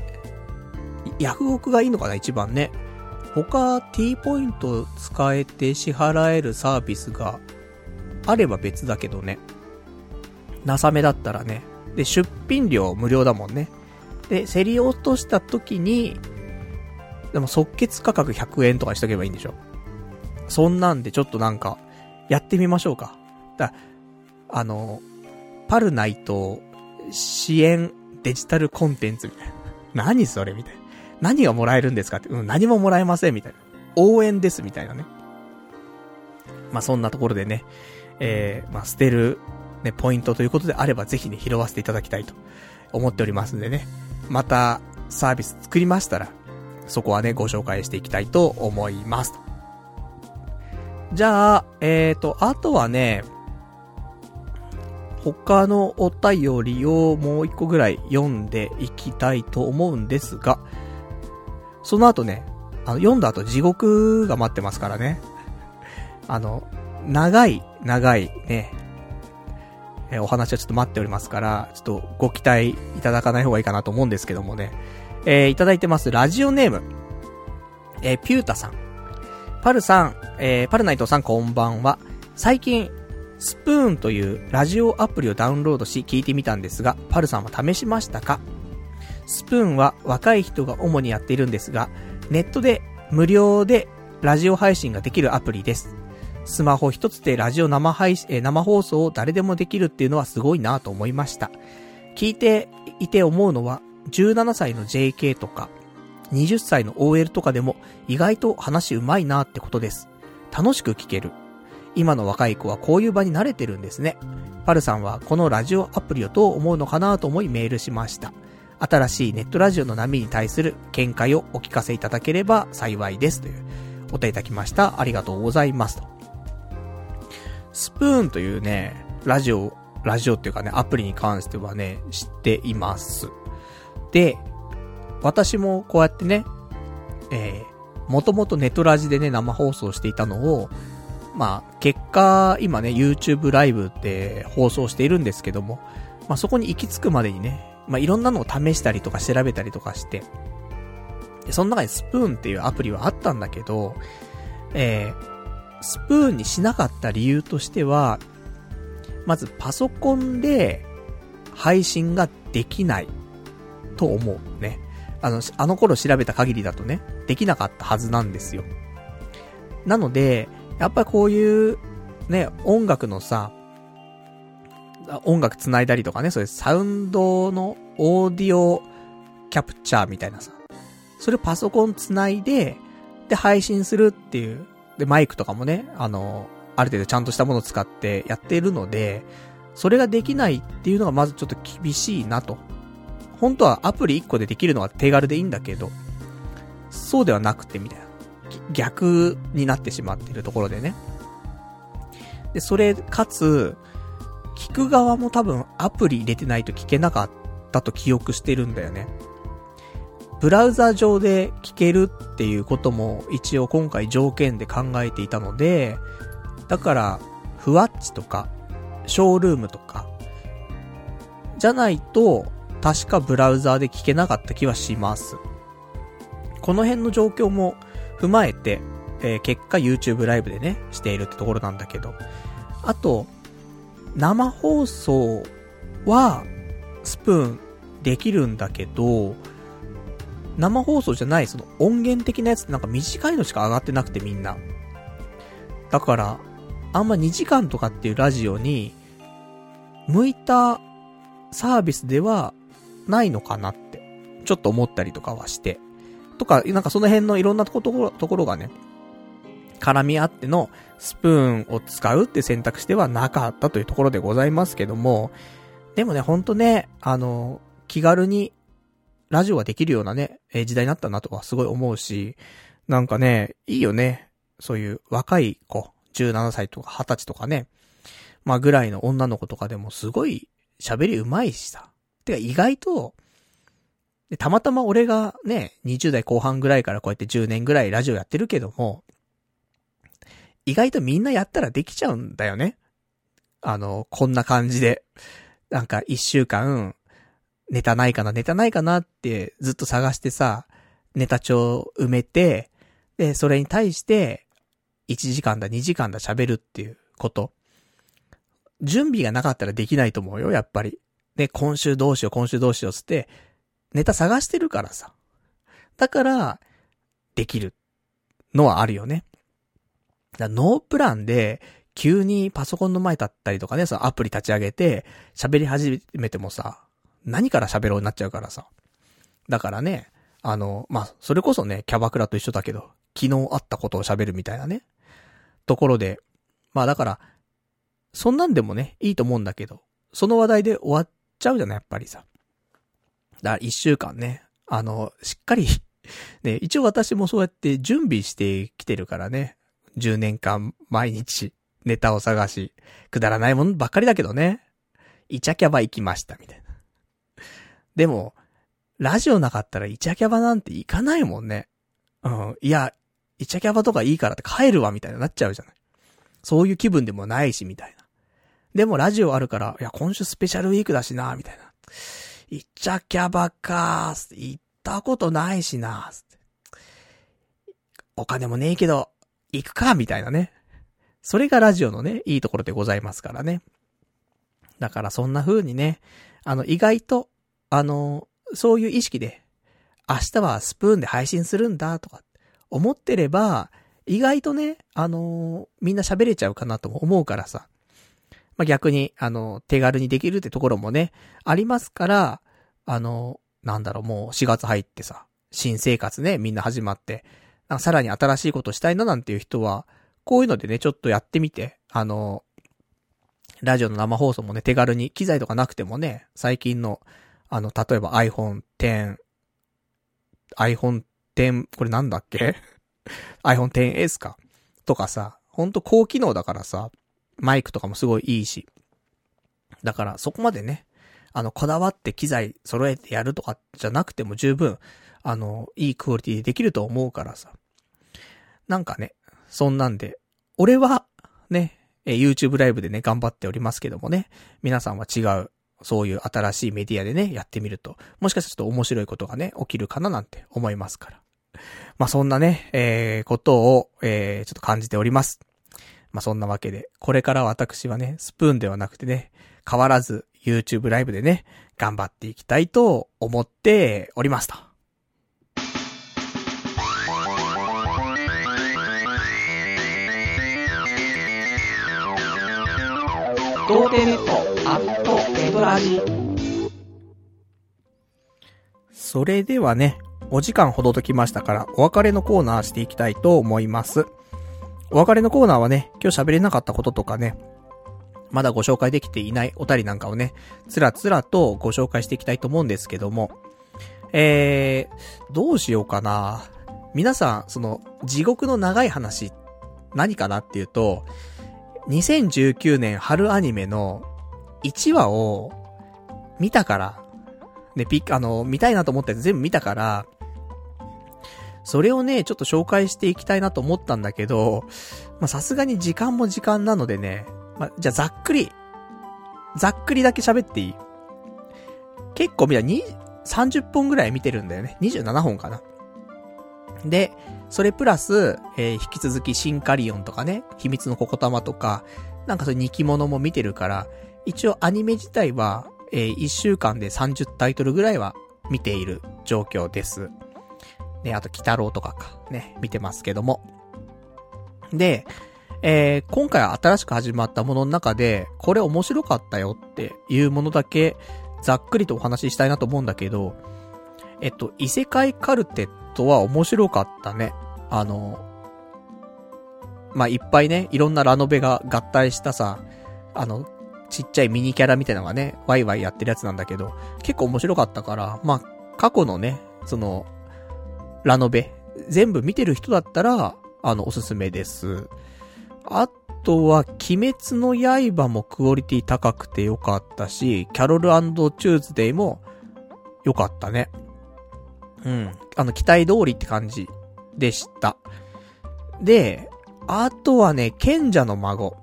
がいいのかな一番ね。他 T ポイント使えて支払えるサービスがあれば別だけどね。なさめだったらね。で、出品料無料だもんね。で、競り落とした時に、でも即決価格100円とかにしとけばいいんでしょ。そんなんでちょっとなんか、やってみましょうか。パルナイト支援デジタルコンテンツみたいな。何それみたいな。何がもらえるんですかって。何ももらえませんみたいな。応援ですみたいなね。まあ、そんなところでね、捨てる、ね、ポイントということであればぜひね、拾わせていただきたいと思っておりますんでね。また、サービス作りましたら、そこはね、ご紹介していきたいと思います。じゃあ、あとはね、他のお便りをもう一個ぐらい読んでいきたいと思うんですが、その後ね、読んだ後地獄が待ってますからね。長いね、お話はちょっと待っておりますから、ちょっとご期待いただかない方がいいかなと思うんですけどもね。いただいてます。ラジオネーム。ピュータさん。パルさん、パルナイトさんこんばんは。最近、スプーンというラジオアプリをダウンロードし聞いてみたんですが、パルさんは試しましたか？スプーンは若い人が主にやっているんですが、ネットで無料でラジオ配信ができるアプリです。スマホ一つでラジオ生放送を誰でもできるっていうのはすごいなと思いました。聞いていて思うのは、17歳の JK とか、20歳の OL とかでも意外と話うまいなってことです。楽しく聞ける。今の若い子はこういう場に慣れてるんですね。パルさんはこのラジオアプリをどう思うのかなと思いメールしました。新しいネットラジオの波に対する見解をお聞かせいただければ幸いですというお答えいただきました。ありがとうございますと。スプーンというね、ラジオっていうかね、アプリに関してはね、知っています。で、私もこうやってね、もともとネトラジでね、生放送していたのを、まあ、結果、今ね、YouTube ライブで放送しているんですけども、まあそこに行き着くまでにね、まあいろんなのを試したりとか調べたりとかして、でその中にスプーンっていうアプリはあったんだけど、スプーンにしなかった理由としては、まずパソコンで配信ができないと思うね。あの頃調べた限りだとね、できなかったはずなんですよ。なので、やっぱりこういうね、音楽繋いだりとかね、そういうサウンドのオーディオキャプチャーみたいなさ、それをパソコン繋いで、で配信するっていう、でマイクとかもね、ある程度ちゃんとしたものを使ってやっているので、それができないっていうのがまずちょっと厳しいなと。本当はアプリ1個でできるのは手軽でいいんだけど、そうではなくてみたいな。逆になってしまっているところでね。で、それ、かつ、聞く側も多分アプリ入れてないと聞けなかったと記憶してるんだよね。ブラウザ上で聞けるっていうことも一応今回条件で考えていたので、だから、ふわっちとか、ショールームとか、じゃないと、確かブラウザーで聞けなかった気はします。この辺の状況も踏まえて、結果 YouTube ライブでね、しているってところなんだけど、あと、生放送は、スプーンできるんだけど、生放送じゃないその音源的なやつってなんか短いのしか上がってなくてみんな。だから、あんま2時間とかっていうラジオに、向いたサービスではないのかなって、ちょっと思ったりとかはして。とか、なんかその辺のいろんなところがね、絡み合ってのスプーンを使うって選択肢ではなかったというところでございますけども、でもね、ほんとね、気軽にラジオができるようなね、時代になったなとはすごい思うし、なんかね、いいよね。そういう若い子、17歳とか20歳とかね、まあぐらいの女の子とかでもすごい喋り上手いしさ。てか意外と、たまたま俺がね、20代後半ぐらいからこうやって10年ぐらいラジオやってるけども、意外とみんなやったらできちゃうんだよね。こんな感じで。なんか1週間、ネタないかなってずっと探してさ、ネタ帳埋めて、で、それに対して、1時間だ2時間だ喋るっていうこと。準備がなかったらできないと思うよ、やっぱり。で、今週どうしようつって、ネタ探してるからさ。だから、できるのはあるよね。ノープランで、急にパソコンの前立ったりとかね、そのアプリ立ち上げて、喋り始めてもさ、何から喋ろうになっちゃうからさ。だからね、まあ、それこそね、キャバクラと一緒だけど、昨日あったことを喋るみたいなね、ところで、まあだから、そんなんでもね、いいと思うんだけど、その話題で終わっちゃうじゃない、やっぱりさ。だから1週間ね、しっかり、ね、一応私もそうやって準備してきてるからね、10年間毎日ネタを探し、くだらないものばっかりだけどね、イチャキャバ行きましたみたいな。でも、ラジオなかったらイチャキャバなんて行かないもんね。うん、いや、イチャキャバとかいいからって帰るわみたいになっちゃうじゃない。そういう気分でもないしみたいな。でもラジオあるから、いや今週スペシャルウィークだしなみたいな。イチャキャバかー、行ったことないしなー、お金もねえけど、行くかみたいなね。それがラジオのね、いいところでございますからね。だからそんな風にね、意外と、そういう意識で、明日はスプーンで配信するんだとか、思ってれば、意外とね、みんな喋れちゃうかなとも思うからさ。まあ、逆に、手軽にできるってところもね、ありますから、なんだろう、もう4月入ってさ、新生活ね、みんな始まって、さらに新しいことしたいななんていう人は、こういうのでね、ちょっとやってみて、ラジオの生放送もね、手軽に機材とかなくてもね、最近の、例えば iPhone X、これなんだっけiPhone XS か。とかさ、ほんと高機能だからさ、マイクとかもすごいいいし。だからそこまでね、こだわって機材揃えてやるとかじゃなくても十分、いいクオリティでできると思うからさ。なんかね、そんなんで、俺は、ね、YouTube ライブでね、頑張っておりますけどもね、皆さんは違う、そういう新しいメディアでね、やってみると、もしかしたらちょっと面白いことがね、起きるかななんて思いますから。まあ、そんなね、ことを、ちょっと感じております。まあ、そんなわけで、これから私はね、スプーンではなくてね、変わらず YouTube ライブでね、頑張っていきたいと思っておりますと。童貞ネットアットネトラジ。それではね、お時間ほどときましたから、お別れのコーナーしていきたいと思います。お別れのコーナーはね、今日喋れなかったこととかね、まだご紹介できていないお便りなんかをね、つらつらとご紹介していきたいと思うんですけども、どうしようかな。皆さん、その、地獄の長い話、何かなっていうと、2019年春アニメの1話を見たから、ね、見たいなと思ったやつ全部見たから、それをね、ちょっと紹介していきたいなと思ったんだけど、まあ、さすがに時間も時間なのでね、まあ、じゃあざっくりだけ喋っていい？結構30本ぐらい見てるんだよね。27本かな。で、それプラス、引き続きシンカリオンとかね、秘密のココタマとか、なんかそういう2期物も見てるから、一応アニメ自体は、 1週間で30タイトルぐらいは見ている状況です。ね、あと、鬼太郎とかか、ね、見てますけども。で、今回は新しく始まったものの中で、これ面白かったよっていうものだけ、ざっくりとお話ししたいなと思うんだけど、異世界カルテットは面白かったね。まあ、いっぱいね、いろんなラノベが合体したさ、ちっちゃいミニキャラみたいなのがね、ワイワイやってるやつなんだけど、結構面白かったから、まあ、過去のね、ラノベ、全部見てる人だったら、おすすめです。あとは、鬼滅の刃もクオリティ高くてよかったし、キャロル&チューズデイもよかったね。うん。期待通りって感じでした。で、あとはね、賢者の孫。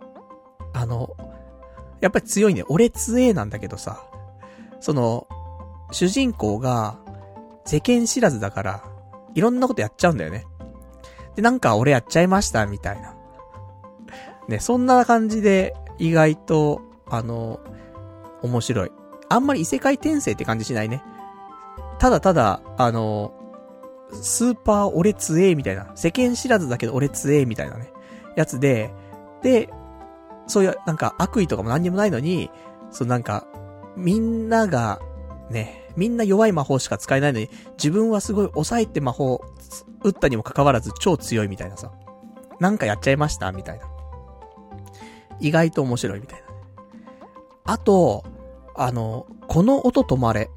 やっぱり強いね。俺強えなんだけどさ、主人公が、世間知らずだから、いろんなことやっちゃうんだよね。で、なんか俺やっちゃいました、みたいな。ね、そんな感じで、意外と、面白い。あんまり異世界転生って感じしないね。ただただ、スーパー俺強えみたいな。世間知らずだけど俺強えみたいなね。やつで、そういうなんか悪意とかも何にもないのに、なんか、みんなが、ね、みんな弱い魔法しか使えないのに、自分はすごい抑えて魔法、打ったにもかかわらず超強いみたいなさ。なんかやっちゃいましたみたいな。意外と面白いみたいな。あと、この音止まれ。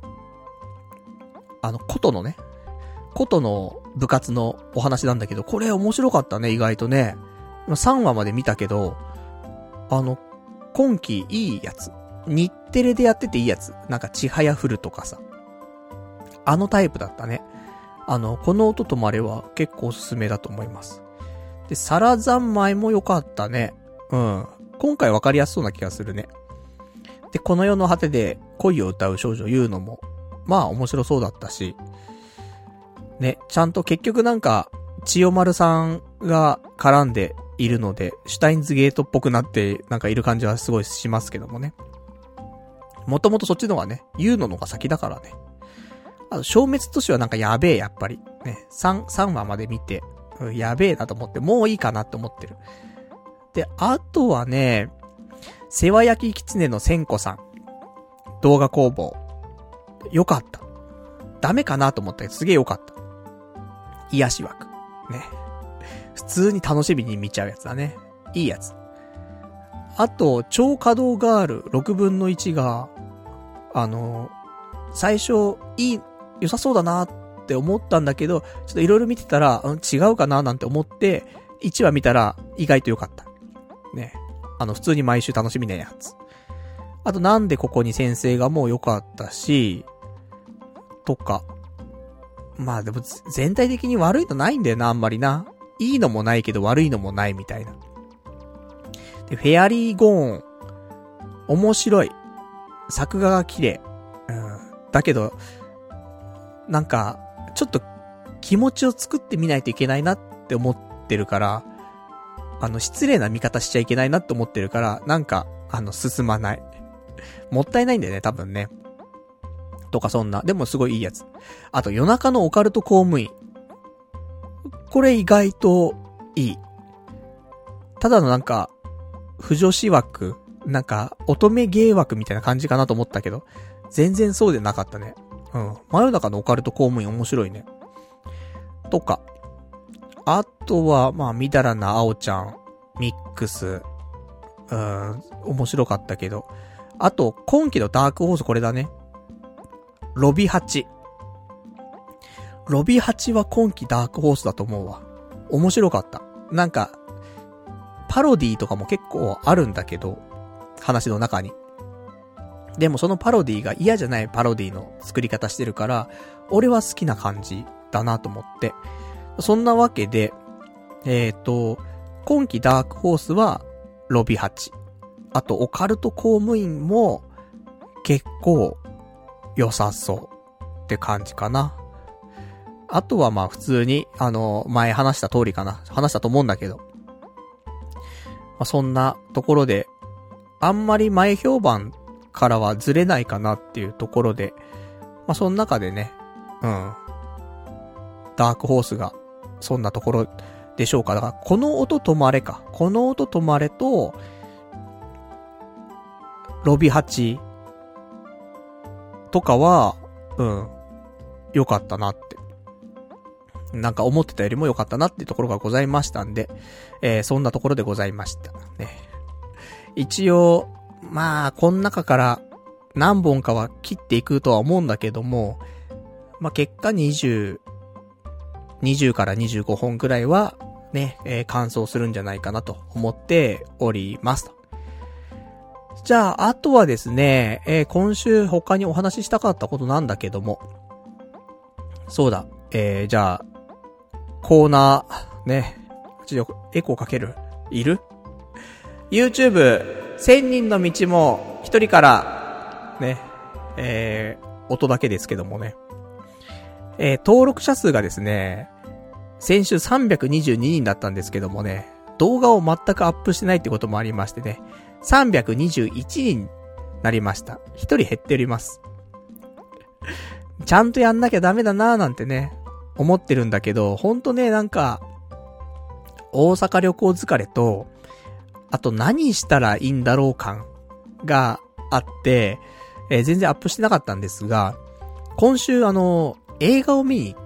琴のね。琴の部活のお話なんだけど、これ面白かったね、意外とね。3話まで見たけど、今期いいやつ。日テレでやってていいやつ。なんか、ちはやふるとかさ。タイプだったね。この音止まれは結構おすすめだと思います。で、サラ三昧も良かったね。うん。今回わかりやすそうな気がするね。で、この世の果てで恋を歌う少女言うのも、まあ面白そうだったし、ね、ちゃんと結局なんか、千代丸さんが絡んでいるので、シュタインズゲートっぽくなってなんかいる感じはすごいしますけどもね。もともとそっちのがね、言うのが先だからね。消滅都市はなんかやべえ、やっぱり。ね、3話まで見て、やべえなと思って、もういいかなって思ってる。で、あとはね、世話焼き狐の千子さん。動画工房。よかった。ダメかなと思ったけど、すげえよかった。癒し枠。ね。普通に楽しみに見ちゃうやつだね。いいやつ。あと、超稼働ガール6分の1が、最初、良さそうだなって思ったんだけど、ちょっといろいろ見てたら、違うかななんて思って、1話見たら意外と良かった。ね。普通に毎週楽しみなやつ。あと、なんでここに先生がもう良かったし、とか。まあでも、全体的に悪いのないんだよな、あんまりな。いいのもないけど悪いのもないみたいな。で、フェアリーゴーン。面白い。作画が綺麗。だけど、なんか、ちょっと気持ちを作ってみないといけないなって思ってるから、失礼な見方しちゃいけないなって思ってるから、なんか、進まない。もったいないんだよね、多分ね。とかそんな。でもすごいいいやつ。あと、夜中のオカルト公務員。これ意外といい。ただのなんか、不女子枠、なんか、乙女芸枠みたいな感じかなと思ったけど、全然そうでなかったね。うん。真夜中のオカルト公務員面白いね。とか。あとは、まあ、みだらな青ちゃん、ミックス。面白かったけど。あと、今期のダークホースこれだね。ロビ8。ロビ8は今期ダークホースだと思うわ。面白かった。なんか、パロディとかも結構あるんだけど、話の中に。でもそのパロディが嫌じゃないパロディの作り方してるから、俺は好きな感じだなと思って。そんなわけで、今期ダークホースはロビ8。あとオカルト公務員も結構良さそうって感じかな。あとはまあ普通に、前話した通りかな。話したと思うんだけど。まあ、そんなところで、あんまり前評判からはずれないかなっていうところで、まあ、その中でね、ダークホースが、そんなところでしょうか。だから、この音止まれか。この音止まれと、ロビ8とかは、良かったなって。なんか思ってたよりも良かったなっていうところがございましたんで、そんなところでございましたね。一応、まあ、この中から何本かは切っていくとは思うんだけども、まあ、結果20から25本くらいはね、完走するんじゃないかなと思っておりますと。じゃあ、あとはですね、今週他にお話ししたかったことなんだけども、そうだ、じゃあ、コーナー、ね、ちょっとエコーかける？いる？ YouTube、1000人の道も一人から、ね、音だけですけどもね、登録者数がですね、先週322人だったんですけどもね、動画を全くアップしてないってこともありましてね、321人になりました。1人減っております。ちゃんとやんなきゃダメだなーなんてね、思ってるんだけど、ほんとね、なんか、大阪旅行疲れと、あと何したらいいんだろう感があって、全然アップしてなかったんですが、今週映画を見に行って、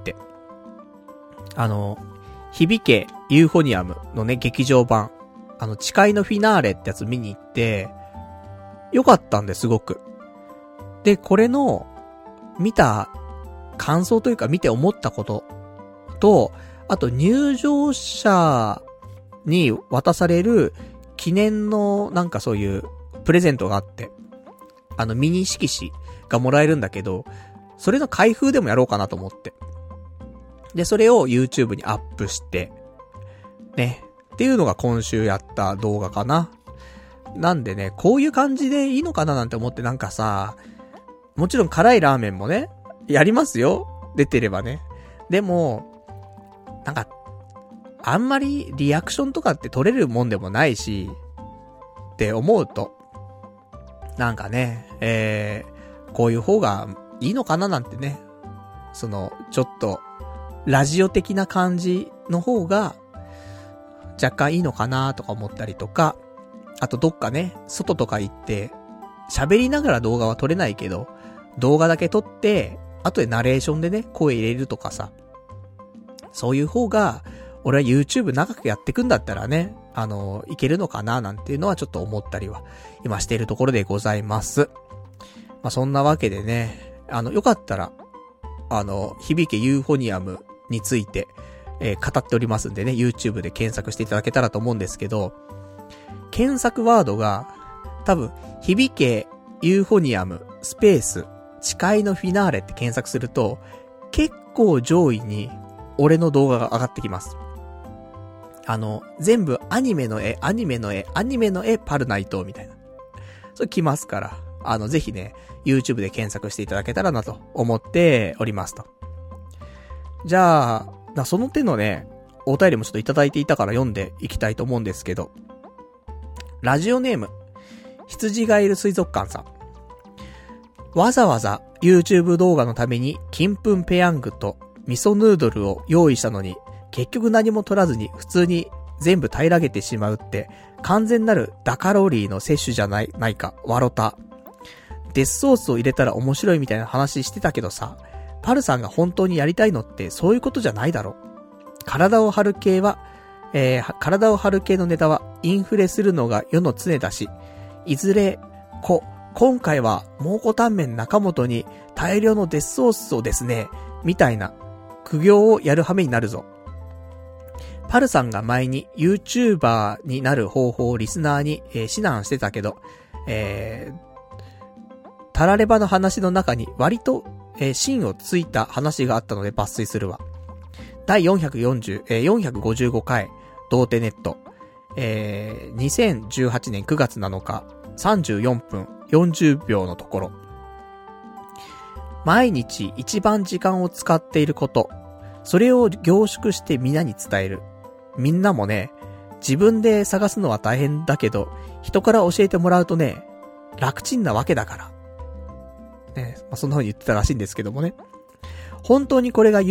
響けユーフォニアムのね、劇場版、誓いのフィナーレってやつ見に行って、よかったんですごく。で、これの、見た感想というか見て思ったことと、あと入場者に渡される記念のなんかそういうプレゼントがあって、ミニ色紙がもらえるんだけど、それの開封でもやろうかなと思って。で、それを YouTube にアップして、ね。っていうのが今週やった動画かな。なんでね、こういう感じでいいのかななんて思ってなんかさ、もちろん辛いラーメンもね、やりますよ。出てればね。でも、なんか、あんまりリアクションとかって取れるもんでもないし、って思うと、なんかね、こういう方がいいのかななんてね。ちょっと、ラジオ的な感じの方が、若干いいのかなとか思ったりとか、あとどっかね、外とか行って、喋りながら動画は撮れないけど、動画だけ撮って、後でナレーションでね、声入れるとかさ、そういう方が、俺は YouTube 長くやってくんだったらね、いけるのかななんていうのはちょっと思ったりは、今しているところでございます。まあ、そんなわけでね、よかったら、響けユーフォニアムについて、語っておりますんでね、YouTube で検索していただけたらと思うんですけど、検索ワードが、多分、響けユーフォニアムスペース誓いのフィナーレって検索すると、結構上位に俺の動画が上がってきます。全部アニメの絵、パルナイトみたいな。それ来ますから、ぜひね、YouTube で検索していただけたらなと思っておりますと。じゃあ、その手のね、お便りもちょっといただいていたから読んでいきたいと思うんですけど、ラジオネーム、羊がいる水族館さん。わざわざ YouTube 動画のために金粉ペヤングと味噌ヌードルを用意したのに、結局何も取らずに普通に全部平らげてしまうって完全なるダカロリーの摂取じゃないか、わろた。デスソースを入れたら面白いみたいな話してたけどさ、パルさんが本当にやりたいのってそういうことじゃないだろ。体を張る系のネタはインフレするのが世の常だし、いずれ、今回は蒙古タンメン中本に大量のデスソースをですね、みたいな苦行をやる羽目になるぞ。パルさんが前に YouTuber になる方法をリスナーに、指南してたけど、タラレバの話の中に割と、芯をついた話があったので抜粋するわ。第455回、童貞ネット、2018年9月7日、34分40秒のところ。毎日一番時間を使っていること、それを凝縮して皆に伝える。みんなもね、自分で探すのは大変だけど、人から教えてもらうとね、 楽ちんなわけだから。ね、そんな風に言ってたらしいんですけどもね。本当にこれが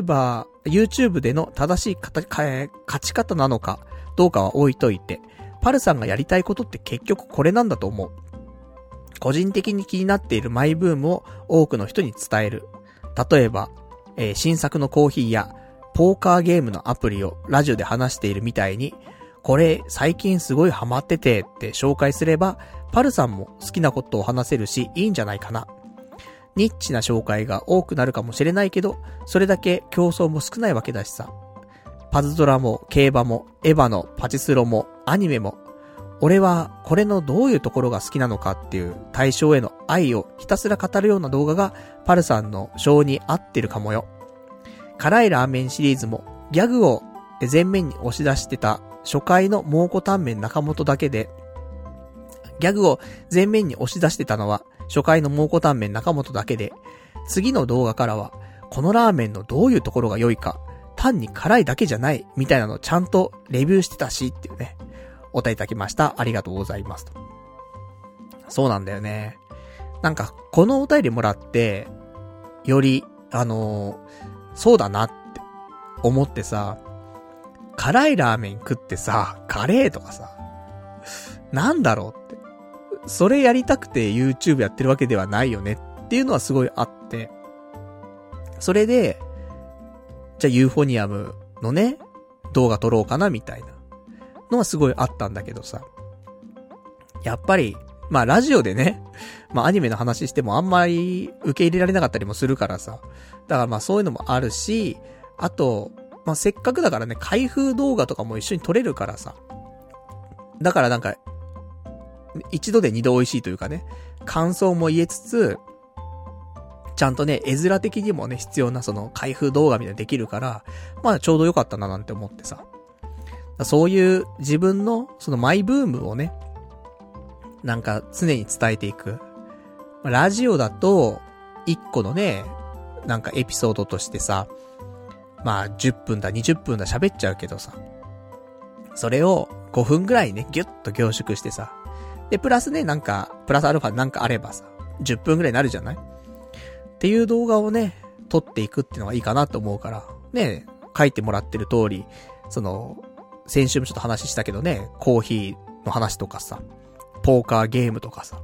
YouTube での正しい勝ち方なのかどうかは置いといて、パルさんがやりたいことって結局これなんだと思う。個人的に気になっているマイブームを多くの人に伝える。例えば、新作のコーヒーやポーカーゲームのアプリをラジオで話しているみたいに、これ最近すごいハマっててって紹介すれば、パルさんも好きなことを話せるし、いいんじゃないかな。ニッチな紹介が多くなるかもしれないけど、それだけ競争も少ないわけだしさ。パズドラも競馬もエヴァのパチスロもアニメも、俺はこれのどういうところが好きなのかっていう対象への愛をひたすら語るような動画がパルさんの性に合ってるかもよ。辛いラーメンシリーズもギャグを前面に押し出してた初回の蒙古タンメン中本だけで、ギャグを前面に押し出してたのは初回の蒙古タンメン中本だけで、次の動画からはこのラーメンのどういうところが良いか、単に辛いだけじゃないみたいなのをちゃんとレビューしてたしっていうね、お答えいただきました。ありがとうございますと。そうなんだよね。なんかこのお便りもらってよりそうだなって思ってさ、辛いラーメン食ってさ、カレーとかさ、なんだろうって。それやりたくて YouTube やってるわけではないよねっていうのはすごいあって。それで、じゃあユーフォニアムのね、動画撮ろうかなみたいなのはすごいあったんだけどさ。やっぱり、まあラジオでね、まあアニメの話してもあんまり受け入れられなかったりもするからさ。だからまあそういうのもあるし、あと、まあせっかくだからね、開封動画とかも一緒に撮れるからさ。だからなんか、一度で二度美味しいというかね、感想も言えつつ、ちゃんとね、絵面的にもね、必要なその開封動画みたいなのできるから、まあちょうどよかったななんて思ってさ。そういう自分のそのマイブームをね、なんか常に伝えていく。ラジオだと、一個のね、なんかエピソードとしてさ、まあ10分だ20分だ喋っちゃうけどさ、それを5分ぐらいね、ギュッと凝縮してさ、で、プラスね、なんか、プラスアルファなんかあればさ、10分ぐらいになるじゃないっていう動画をね、撮っていくっていうのがいいかなと思うから、ね、書いてもらってる通り、その、先週もちょっと話したけどね、コーヒーの話とかさ、ポーカーゲームとかさ、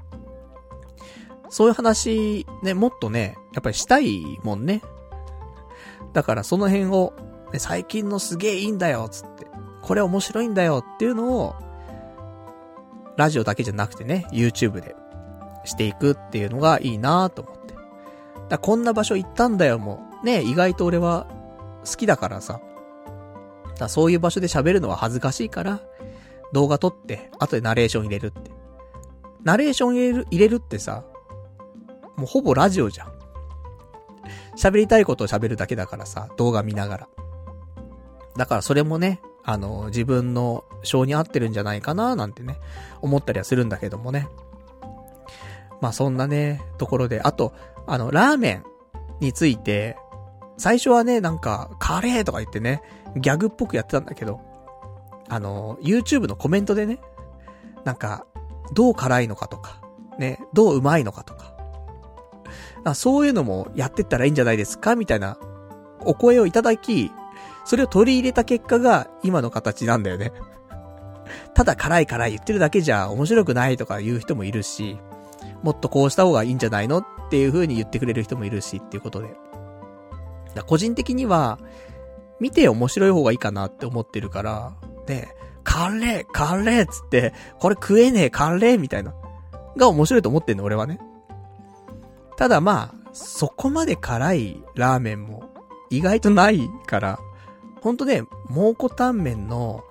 そういう話、ね、もっとね、やっぱりしたいもんね。だからその辺を、ね、最近のすげえいいんだよ、つって。これ面白いんだよっていうのを、ラジオだけじゃなくてね、YouTube でしていくっていうのがいいなと思って。だこんな場所行ったんだよもね、意外と俺は好きだからさ。だそういう場所で喋るのは恥ずかしいから、動画撮って、後でナレーション入れるって。ナレーション入れるってさ、もうほぼラジオじゃん。喋りたいことを喋るだけだからさ、動画見ながら。だからそれもね、自分の性に合ってるんじゃないかななんてね、思ったりはするんだけどもね。まあそんなね、ところで、あと、ラーメンについて、最初はね、なんか、カレーとか言ってね、ギャグっぽくやってたんだけど、YouTube のコメントでね、なんか、どう辛いのかとか、ね、どううまいのかとか、そういうのもやってったらいいんじゃないですかみたいな、お声をいただき、それを取り入れた結果が今の形なんだよね。ただ辛い言ってるだけじゃ面白くないとか言う人もいるし、もっとこうした方がいいんじゃないのっていう風に言ってくれる人もいるしっていうことで。個人的には、見て面白い方がいいかなって思ってるから、で、カレーっつって、これ食えねえカレーみたいな。が面白いと思ってんの俺はね。ただまあ、そこまで辛いラーメンも意外とないから、ほんとね、蒙古タンメンの、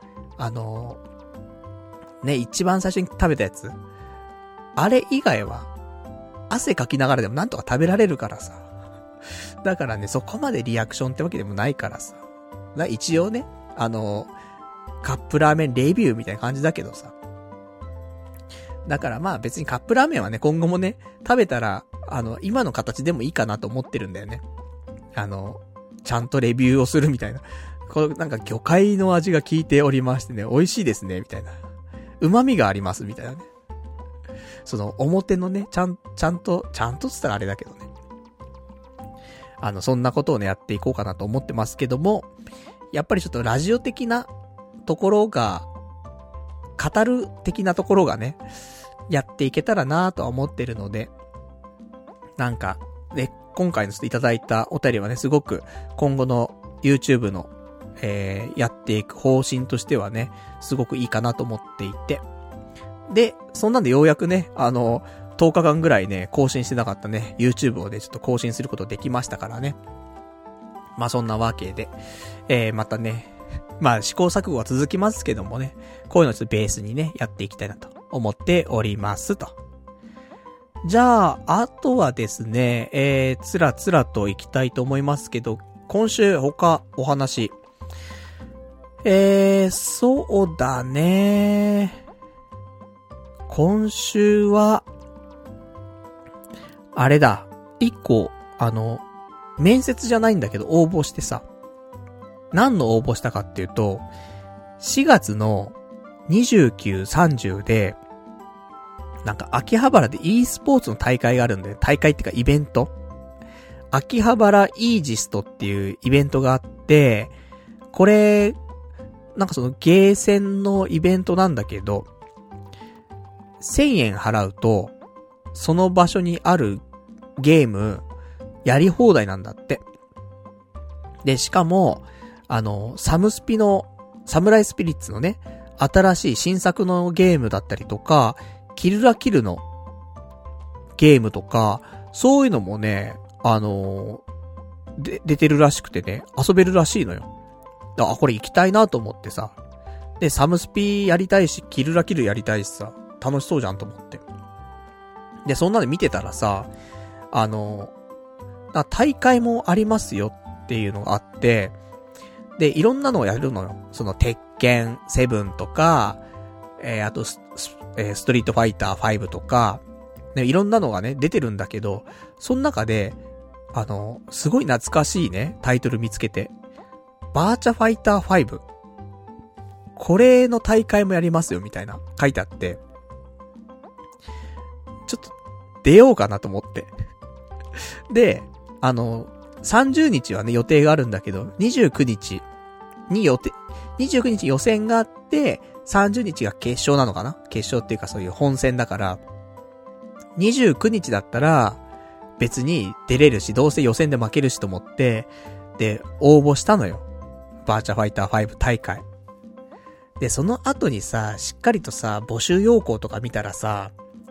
ね、一番最初に食べたやつ。あれ以外は、汗かきながらでもなんとか食べられるからさ。だからね、そこまでリアクションってわけでもないからさ。一応ね、カップラーメンレビューみたいな感じだけどさ。だからまあ別にカップラーメンはね、今後もね、食べたら、今の形でもいいかなと思ってるんだよね。ちゃんとレビューをするみたいな。これなんか魚介の味が効いておりましてね、美味しいですね、みたいな。旨味があります、みたいなね。 その表のね、ちゃんとつったらあれだけどね。そんなことをね、やっていこうかなと思ってますけども、やっぱりちょっとラジオ的なところが、語る的なところがね、やっていけたらなとは思ってるので、なんか、で、今回のいただいたお便りはね、すごく今後の YouTube の、やっていく方針としてはね、すごくいいかなと思っていて。で、そんなんでようやくね、10日間ぐらいね、更新してなかったね、YouTube をね、ちょっと更新することできましたからね。まあそんなわけで、またね、まあ試行錯誤は続きますけどもね、こういうのをちょっとベースにね、やっていきたいなと思っておりますと。じゃあ、あとはですね、つらつらといきたいと思いますけど、今週他お話。そうだね。今週は、あれだ、一個、面接じゃないんだけど応募してさ、何の応募したかっていうと、4月の29、30で、なんか秋葉原で e スポーツの大会があるんで、大会っていうかイベント？秋葉原イージストっていうイベントがあって、これ、なんかそのゲーセンのイベントなんだけど、1000円払うと、その場所にあるゲーム、やり放題なんだって。で、しかも、サムスピの、サムライスピリッツのね、新しい新作のゲームだったりとか、キルラキルのゲームとか、そういうのもね、出てるらしくてね、遊べるらしいのよ。あ、これ行きたいなと思ってさ。で、サムスピやりたいし、キルラキルやりたいしさ、楽しそうじゃんと思って。で、そんなの見てたらさ、大会もありますよっていうのがあって、で、いろんなのをやるのよ。その、鉄拳7とか、あとストリートファイター5とか、ね、いろんなのがね、出てるんだけど、その中で、すごい懐かしいね、タイトル見つけて、バーチャファイター5。これの大会もやりますよ、みたいな、書いてあって、ちょっと、出ようかなと思って。で、30日はね、予定があるんだけど、29日予選があって、30日が決勝なのかな？決勝っていうかそういう本戦だから、29日だったら、別に出れるし、どうせ予選で負けるしと思って、で、応募したのよ。バーチャファイター5大会。で、その後にさ、しっかりとさ、募集要項とか見たらさ、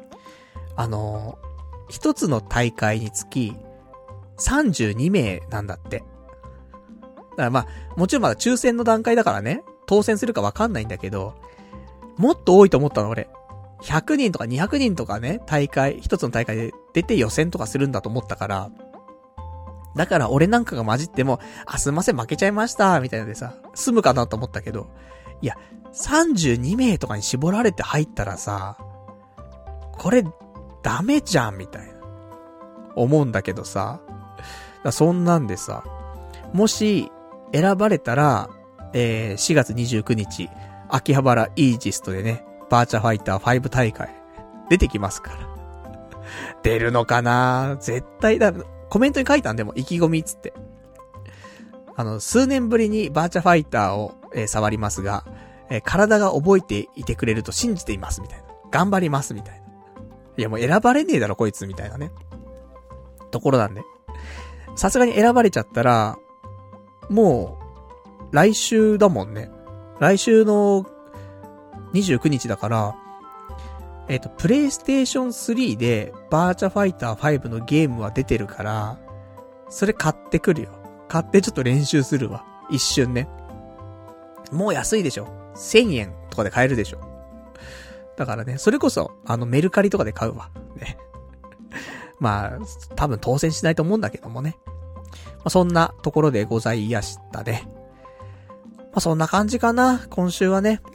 一つの大会につき、32名なんだって。だからまあ、もちろんまだ抽選の段階だからね、当選するかわかんないんだけど、もっと多いと思ったの俺。100人とか200人とかね、一つの大会で出て予選とかするんだと思ったから、だから俺なんかが混じっても、すいません負けちゃいました、みたいなでさ、済むかなと思ったけど、いや、32名とかに絞られて入ったらさ、これ、ダメじゃん、みたいな。思うんだけどさ、そんなんでさ、もし、選ばれたら、4月29日、秋葉原イージストでね、バーチャファイター5大会、出てきますから。出るのかな？絶対だ、コメントに書いたんでも、意気込みつって。数年ぶりにバーチャファイターを、触りますが、体が覚えていてくれると信じています、みたいな。頑張ります、みたいな。いやもう選ばれねえだろ、こいつ、みたいなね。ところなんで。さすがに選ばれちゃったら、もう、来週だもんね。来週の29日だから、プレイステーション3でバーチャファイター5のゲームは出てるから、それ買ってくるよ。買ってちょっと練習するわ。一瞬ね。もう安いでしょ。1000円とかで買えるでしょ。だからね、それこそ、メルカリとかで買うわ。ね。まあ、多分当選しないと思うんだけどもね。まあ、そんなところでございやしたね。まあ、そんな感じかな、今週はね。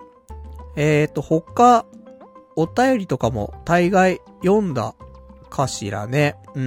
他、お便りとかも大概読んだかしらね。うん。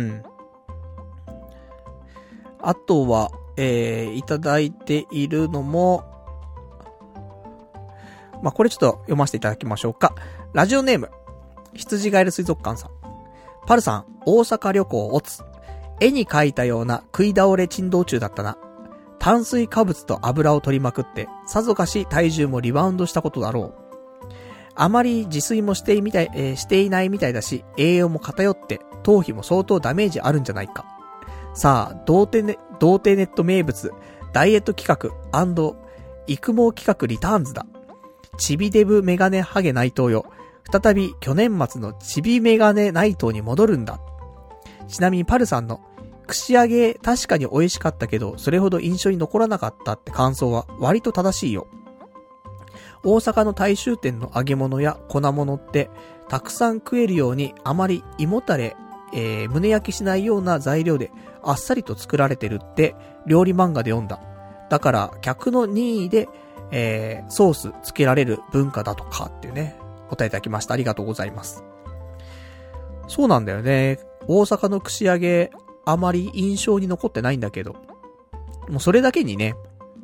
あとは、いただいているのも、まあ、これちょっと読ませていただきましょうか。ラジオネーム、 羊ガエル水族館さん。パルさん、大阪旅行オツ。絵に描いたような食い倒れ珍道中だったな。炭水化物と油を取りまくって、さぞかし体重もリバウンドしたことだろう。あまり自炊もしていないみたいだし、栄養も偏って、頭皮も相当ダメージあるんじゃないか。さあ、童貞ネット名物、ダイエット企画&育毛企画リターンズだ。チビデブメガネハゲ内藤よ。再び去年末のチビメガネ内藤に戻るんだ。ちなみにパルさんの串揚げ確かに美味しかったけど、それほど印象に残らなかったって感想は割と正しいよ。大阪の大衆店の揚げ物や粉物ってたくさん食えるようにあまり胃もたれ、胸焼きしないような材料であっさりと作られてるって料理漫画で読んだ。だから客の任意で、ソースつけられる文化だとかっていうね、答えいただきました。ありがとうございます。そうなんだよね。大阪の串揚げあまり印象に残ってないんだけど、もうそれだけにね、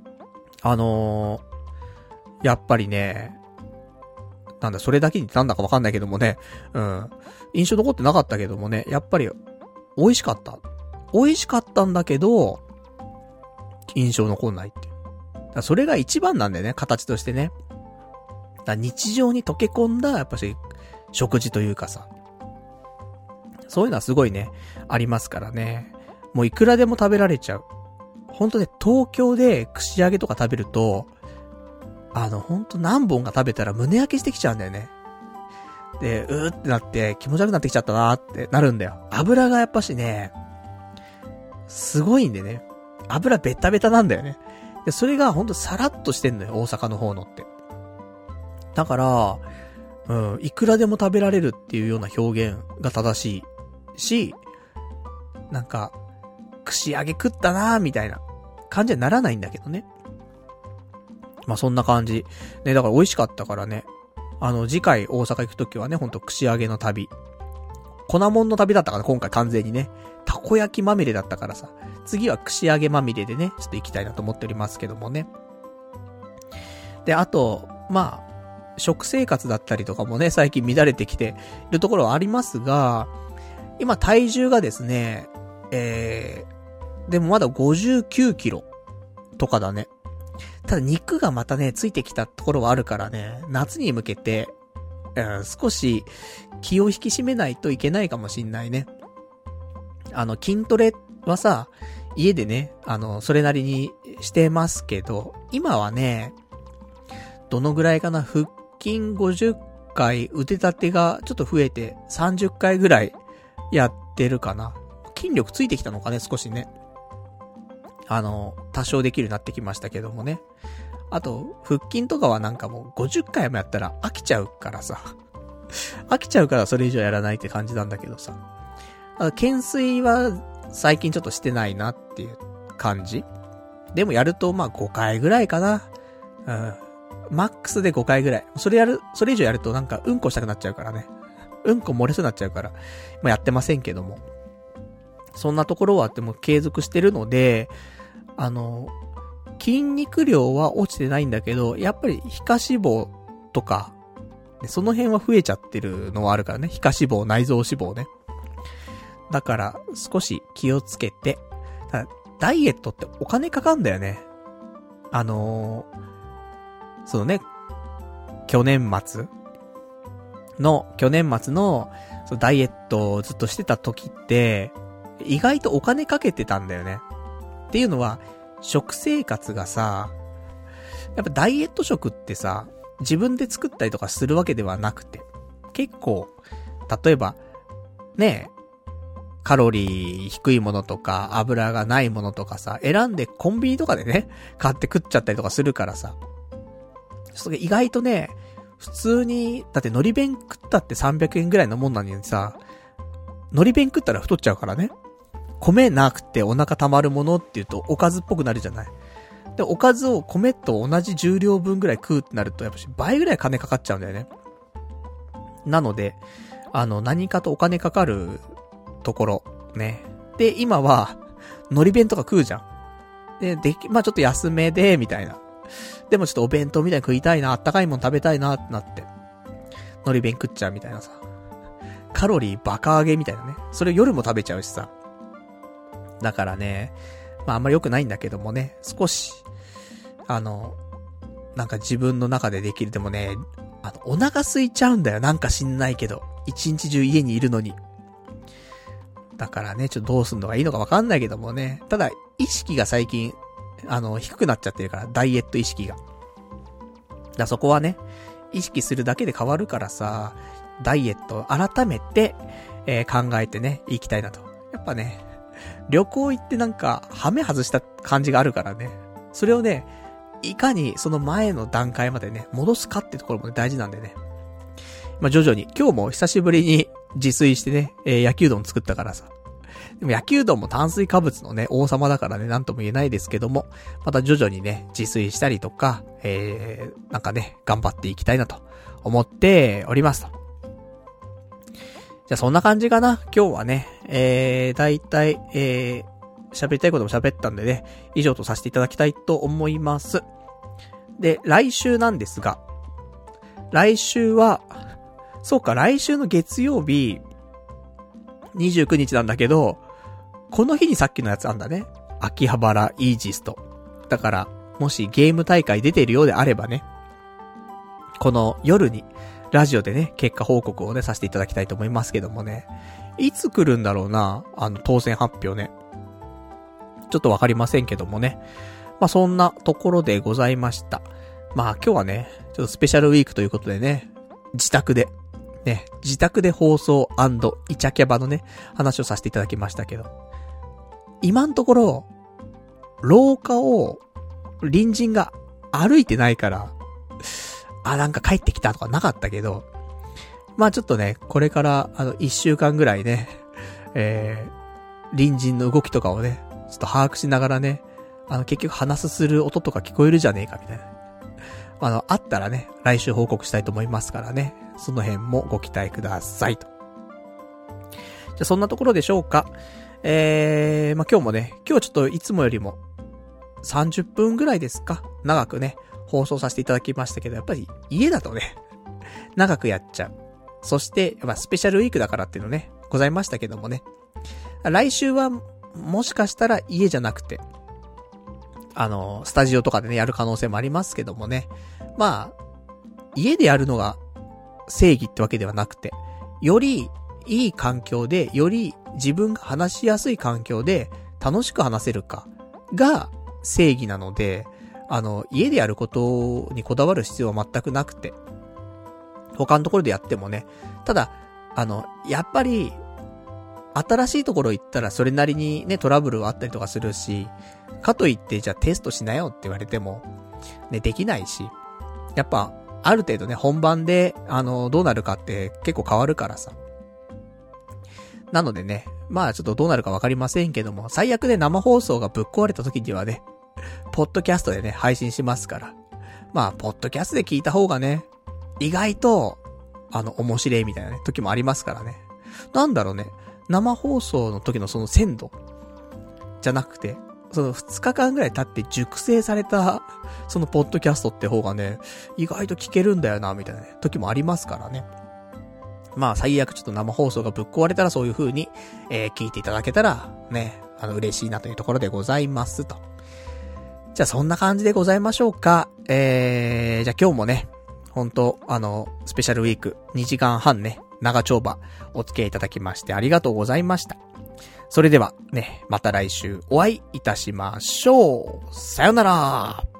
やっぱりね、なんだそれだけになんだかわかんないけどもね、印象残ってなかったけどもね、やっぱり美味しかったんだけど印象残んないっていう。だそれが一番なんだよね、形としてね。だ日常に溶け込んだやっぱし食事というかさ、そういうのはすごいねありますからね。もういくらでも食べられちゃう。ほんとね、東京で串揚げとか食べるとほんと何本か食べたら胸焼けしてきちゃうんだよね。で、うーってなって気持ち悪くなってきちゃったなーってなるんだよ。油がやっぱしね、すごいんでね。油ベタベタなんだよね。で、それがほんとさらっとしてんのよ、大阪の方のって。だから、いくらでも食べられるっていうような表現が正しいし、なんか、串揚げ食ったなーみたいな感じにならないんだけどね。まあ、そんな感じ。ね、だから美味しかったからね。次回大阪行くときはね、ほんと串揚げの旅。粉もんの旅だったから今回完全にね。たこ焼きまみれだったからさ。次は串揚げまみれでね、ちょっと行きたいなと思っておりますけどもね。で、あと、まあ、食生活だったりとかもね、最近乱れてきているところはありますが、今体重がですね、でもまだ59キロとかだね。ただ肉がまたね、ついてきたところはあるからね、夏に向けて、少し気を引き締めないといけないかもしんないね。筋トレはさ、家でね、それなりにしてますけど、今はね、どのぐらいかな、腹筋50回、腕立てがちょっと増えて30回ぐらいやってるかな。筋力ついてきたのかね、少しね。多少できるようになってきましたけどもね。あと、腹筋とかはなんかもう50回もやったら飽きちゃうからさ。飽きちゃうからそれ以上やらないって感じなんだけどさ。懸垂は最近ちょっとしてないなっていう感じ。でもやるとまあ5回ぐらいかな。マックスで5回ぐらい。それ以上やるとなんかうんこしたくなっちゃうからね。うんこ漏れそうになっちゃうから。まあやってませんけども。そんなところはあっても継続してるので、筋肉量は落ちてないんだけど、やっぱり皮下脂肪とか、その辺は増えちゃってるのはあるからね。皮下脂肪、内臓脂肪ね。だから少し気をつけて、ただダイエットってお金かかんだよね。そのね、去年末のそのダイエットをずっとしてた時って、意外とお金かけてたんだよね。っていうのは、食生活がさ、やっぱダイエット食ってさ、自分で作ったりとかするわけではなくて、結構、例えば、ねえ、カロリー低いものとか、油がないものとかさ、選んでコンビニとかでね、買って食っちゃったりとかするからさ、それ意外とね、普通に、だって海苔弁食ったって300円ぐらいのもんなのにさ、海苔弁食ったら太っちゃうからね。米なくてお腹溜まるものって言うとおかずっぽくなるじゃない。で、おかずを米と同じ重量分ぐらい食うってなると、やっぱし倍ぐらい金かかっちゃうんだよね。なので、何かとお金かかるところ、ね。で、今は、海苔弁とか食うじゃん。で、まあちょっと安めで、みたいな。でもちょっとお弁当みたいに食いたいな、あったかいもん食べたいなってなって、海苔弁食っちゃうみたいなさ。 カロリーバカ上げみたいなね。それ夜も食べちゃうしさ。だからね、まああんまり良くないんだけどもね、少し、なんか自分の中でできる。でもね、お腹空いちゃうんだよ。なんか知んないけど。一日中家にいるのに。だからね、ちょっとどうすんのがいいのかわかんないけどもね。ただ、意識が最近、低くなっちゃってるから、ダイエット意識が。そこはね、意識するだけで変わるからさ、ダイエット改めて、考えてね、行きたいなと。やっぱね、旅行行ってなんか、ハメ外した感じがあるからね。それをね、いかにその前の段階までね、戻すかってところも、ね、大事なんでね。まあ、徐々に、今日も久しぶりに自炊してね、焼きうどん作ったからさ。でも焼きうどんも炭水化物のね、王様だからね、なんとも言えないですけども、また徐々にね、自炊したりとか、なんかね、頑張っていきたいなと思っておりますと。じゃあそんな感じかな。今日はね、だいたい、喋りたいことも喋ったんでね、以上とさせていただきたいと思います。で、来週なんですが、来週は、そうか、来週の月曜日、29日なんだけど、この日にさっきのやつあんだね。秋葉原イージスト。だから、もしゲーム大会出てるようであればね、この夜に、ラジオでね、結果報告をね、させていただきたいと思いますけどもね。いつ来るんだろうな、当選発表ね。ちょっとわかりませんけどもね。まあ、そんなところでございました。まあ、今日はね、ちょっとスペシャルウィークということでね、自宅で放送&イチャキャバのね、話をさせていただきましたけど。今のところ、廊下を隣人が歩いてないから、なんか帰ってきたとかなかったけど、まあちょっとね、これから1週間ぐらいね、隣人の動きとかをね、ちょっと把握しながらね、結局話する音とか聞こえるじゃねえかみたいな。あったらね、来週報告したいと思いますからね、その辺もご期待くださいと。じゃあそんなところでしょうか。まあ今日もね、今日ちょっといつもよりも30分ぐらいですか、長くね、放送させていただきましたけど、やっぱり家だとね、長くやっちゃう。そして、やっぱスペシャルウィークだからっていうのね、ございましたけどもね。来週は、もしかしたら家じゃなくて、スタジオとかでね、やる可能性もありますけどもね。まあ、家でやるのが正義ってわけではなくて、よりいい環境で、より自分が話しやすい環境で楽しく話せるかが正義なので、家でやることにこだわる必要は全くなくて、他のところでやってもね、ただ、やっぱり、新しいところ行ったらそれなりにね、トラブルはあったりとかするし、かといってじゃあテストしなよって言われても、ね、できないし、やっぱ、ある程度ね、本番で、どうなるかって結構変わるからさ。なのでね、まあちょっとどうなるかわかりませんけども、最悪で生放送がぶっ壊れた時にはね、ポッドキャストでね、配信しますから。まあ、ポッドキャストで聞いた方がね、意外と、面白いみたいなね、時もありますからね。なんだろうね、生放送の時のその鮮度じゃなくて、その2日間ぐらい経って熟成された、そのポッドキャストって方がね、意外と聞けるんだよな、みたいなね、時もありますからね。まあ、最悪ちょっと生放送がぶっ壊れたらそういう風に、聞いていただけたら、ね、嬉しいなというところでございますと。じゃあそんな感じでございましょうか。じゃあ今日もね、本当スペシャルウィーク2時間半ね、長丁場お付き合いいただきましてありがとうございました。それではね、また来週お会いいたしましょう。さよなら。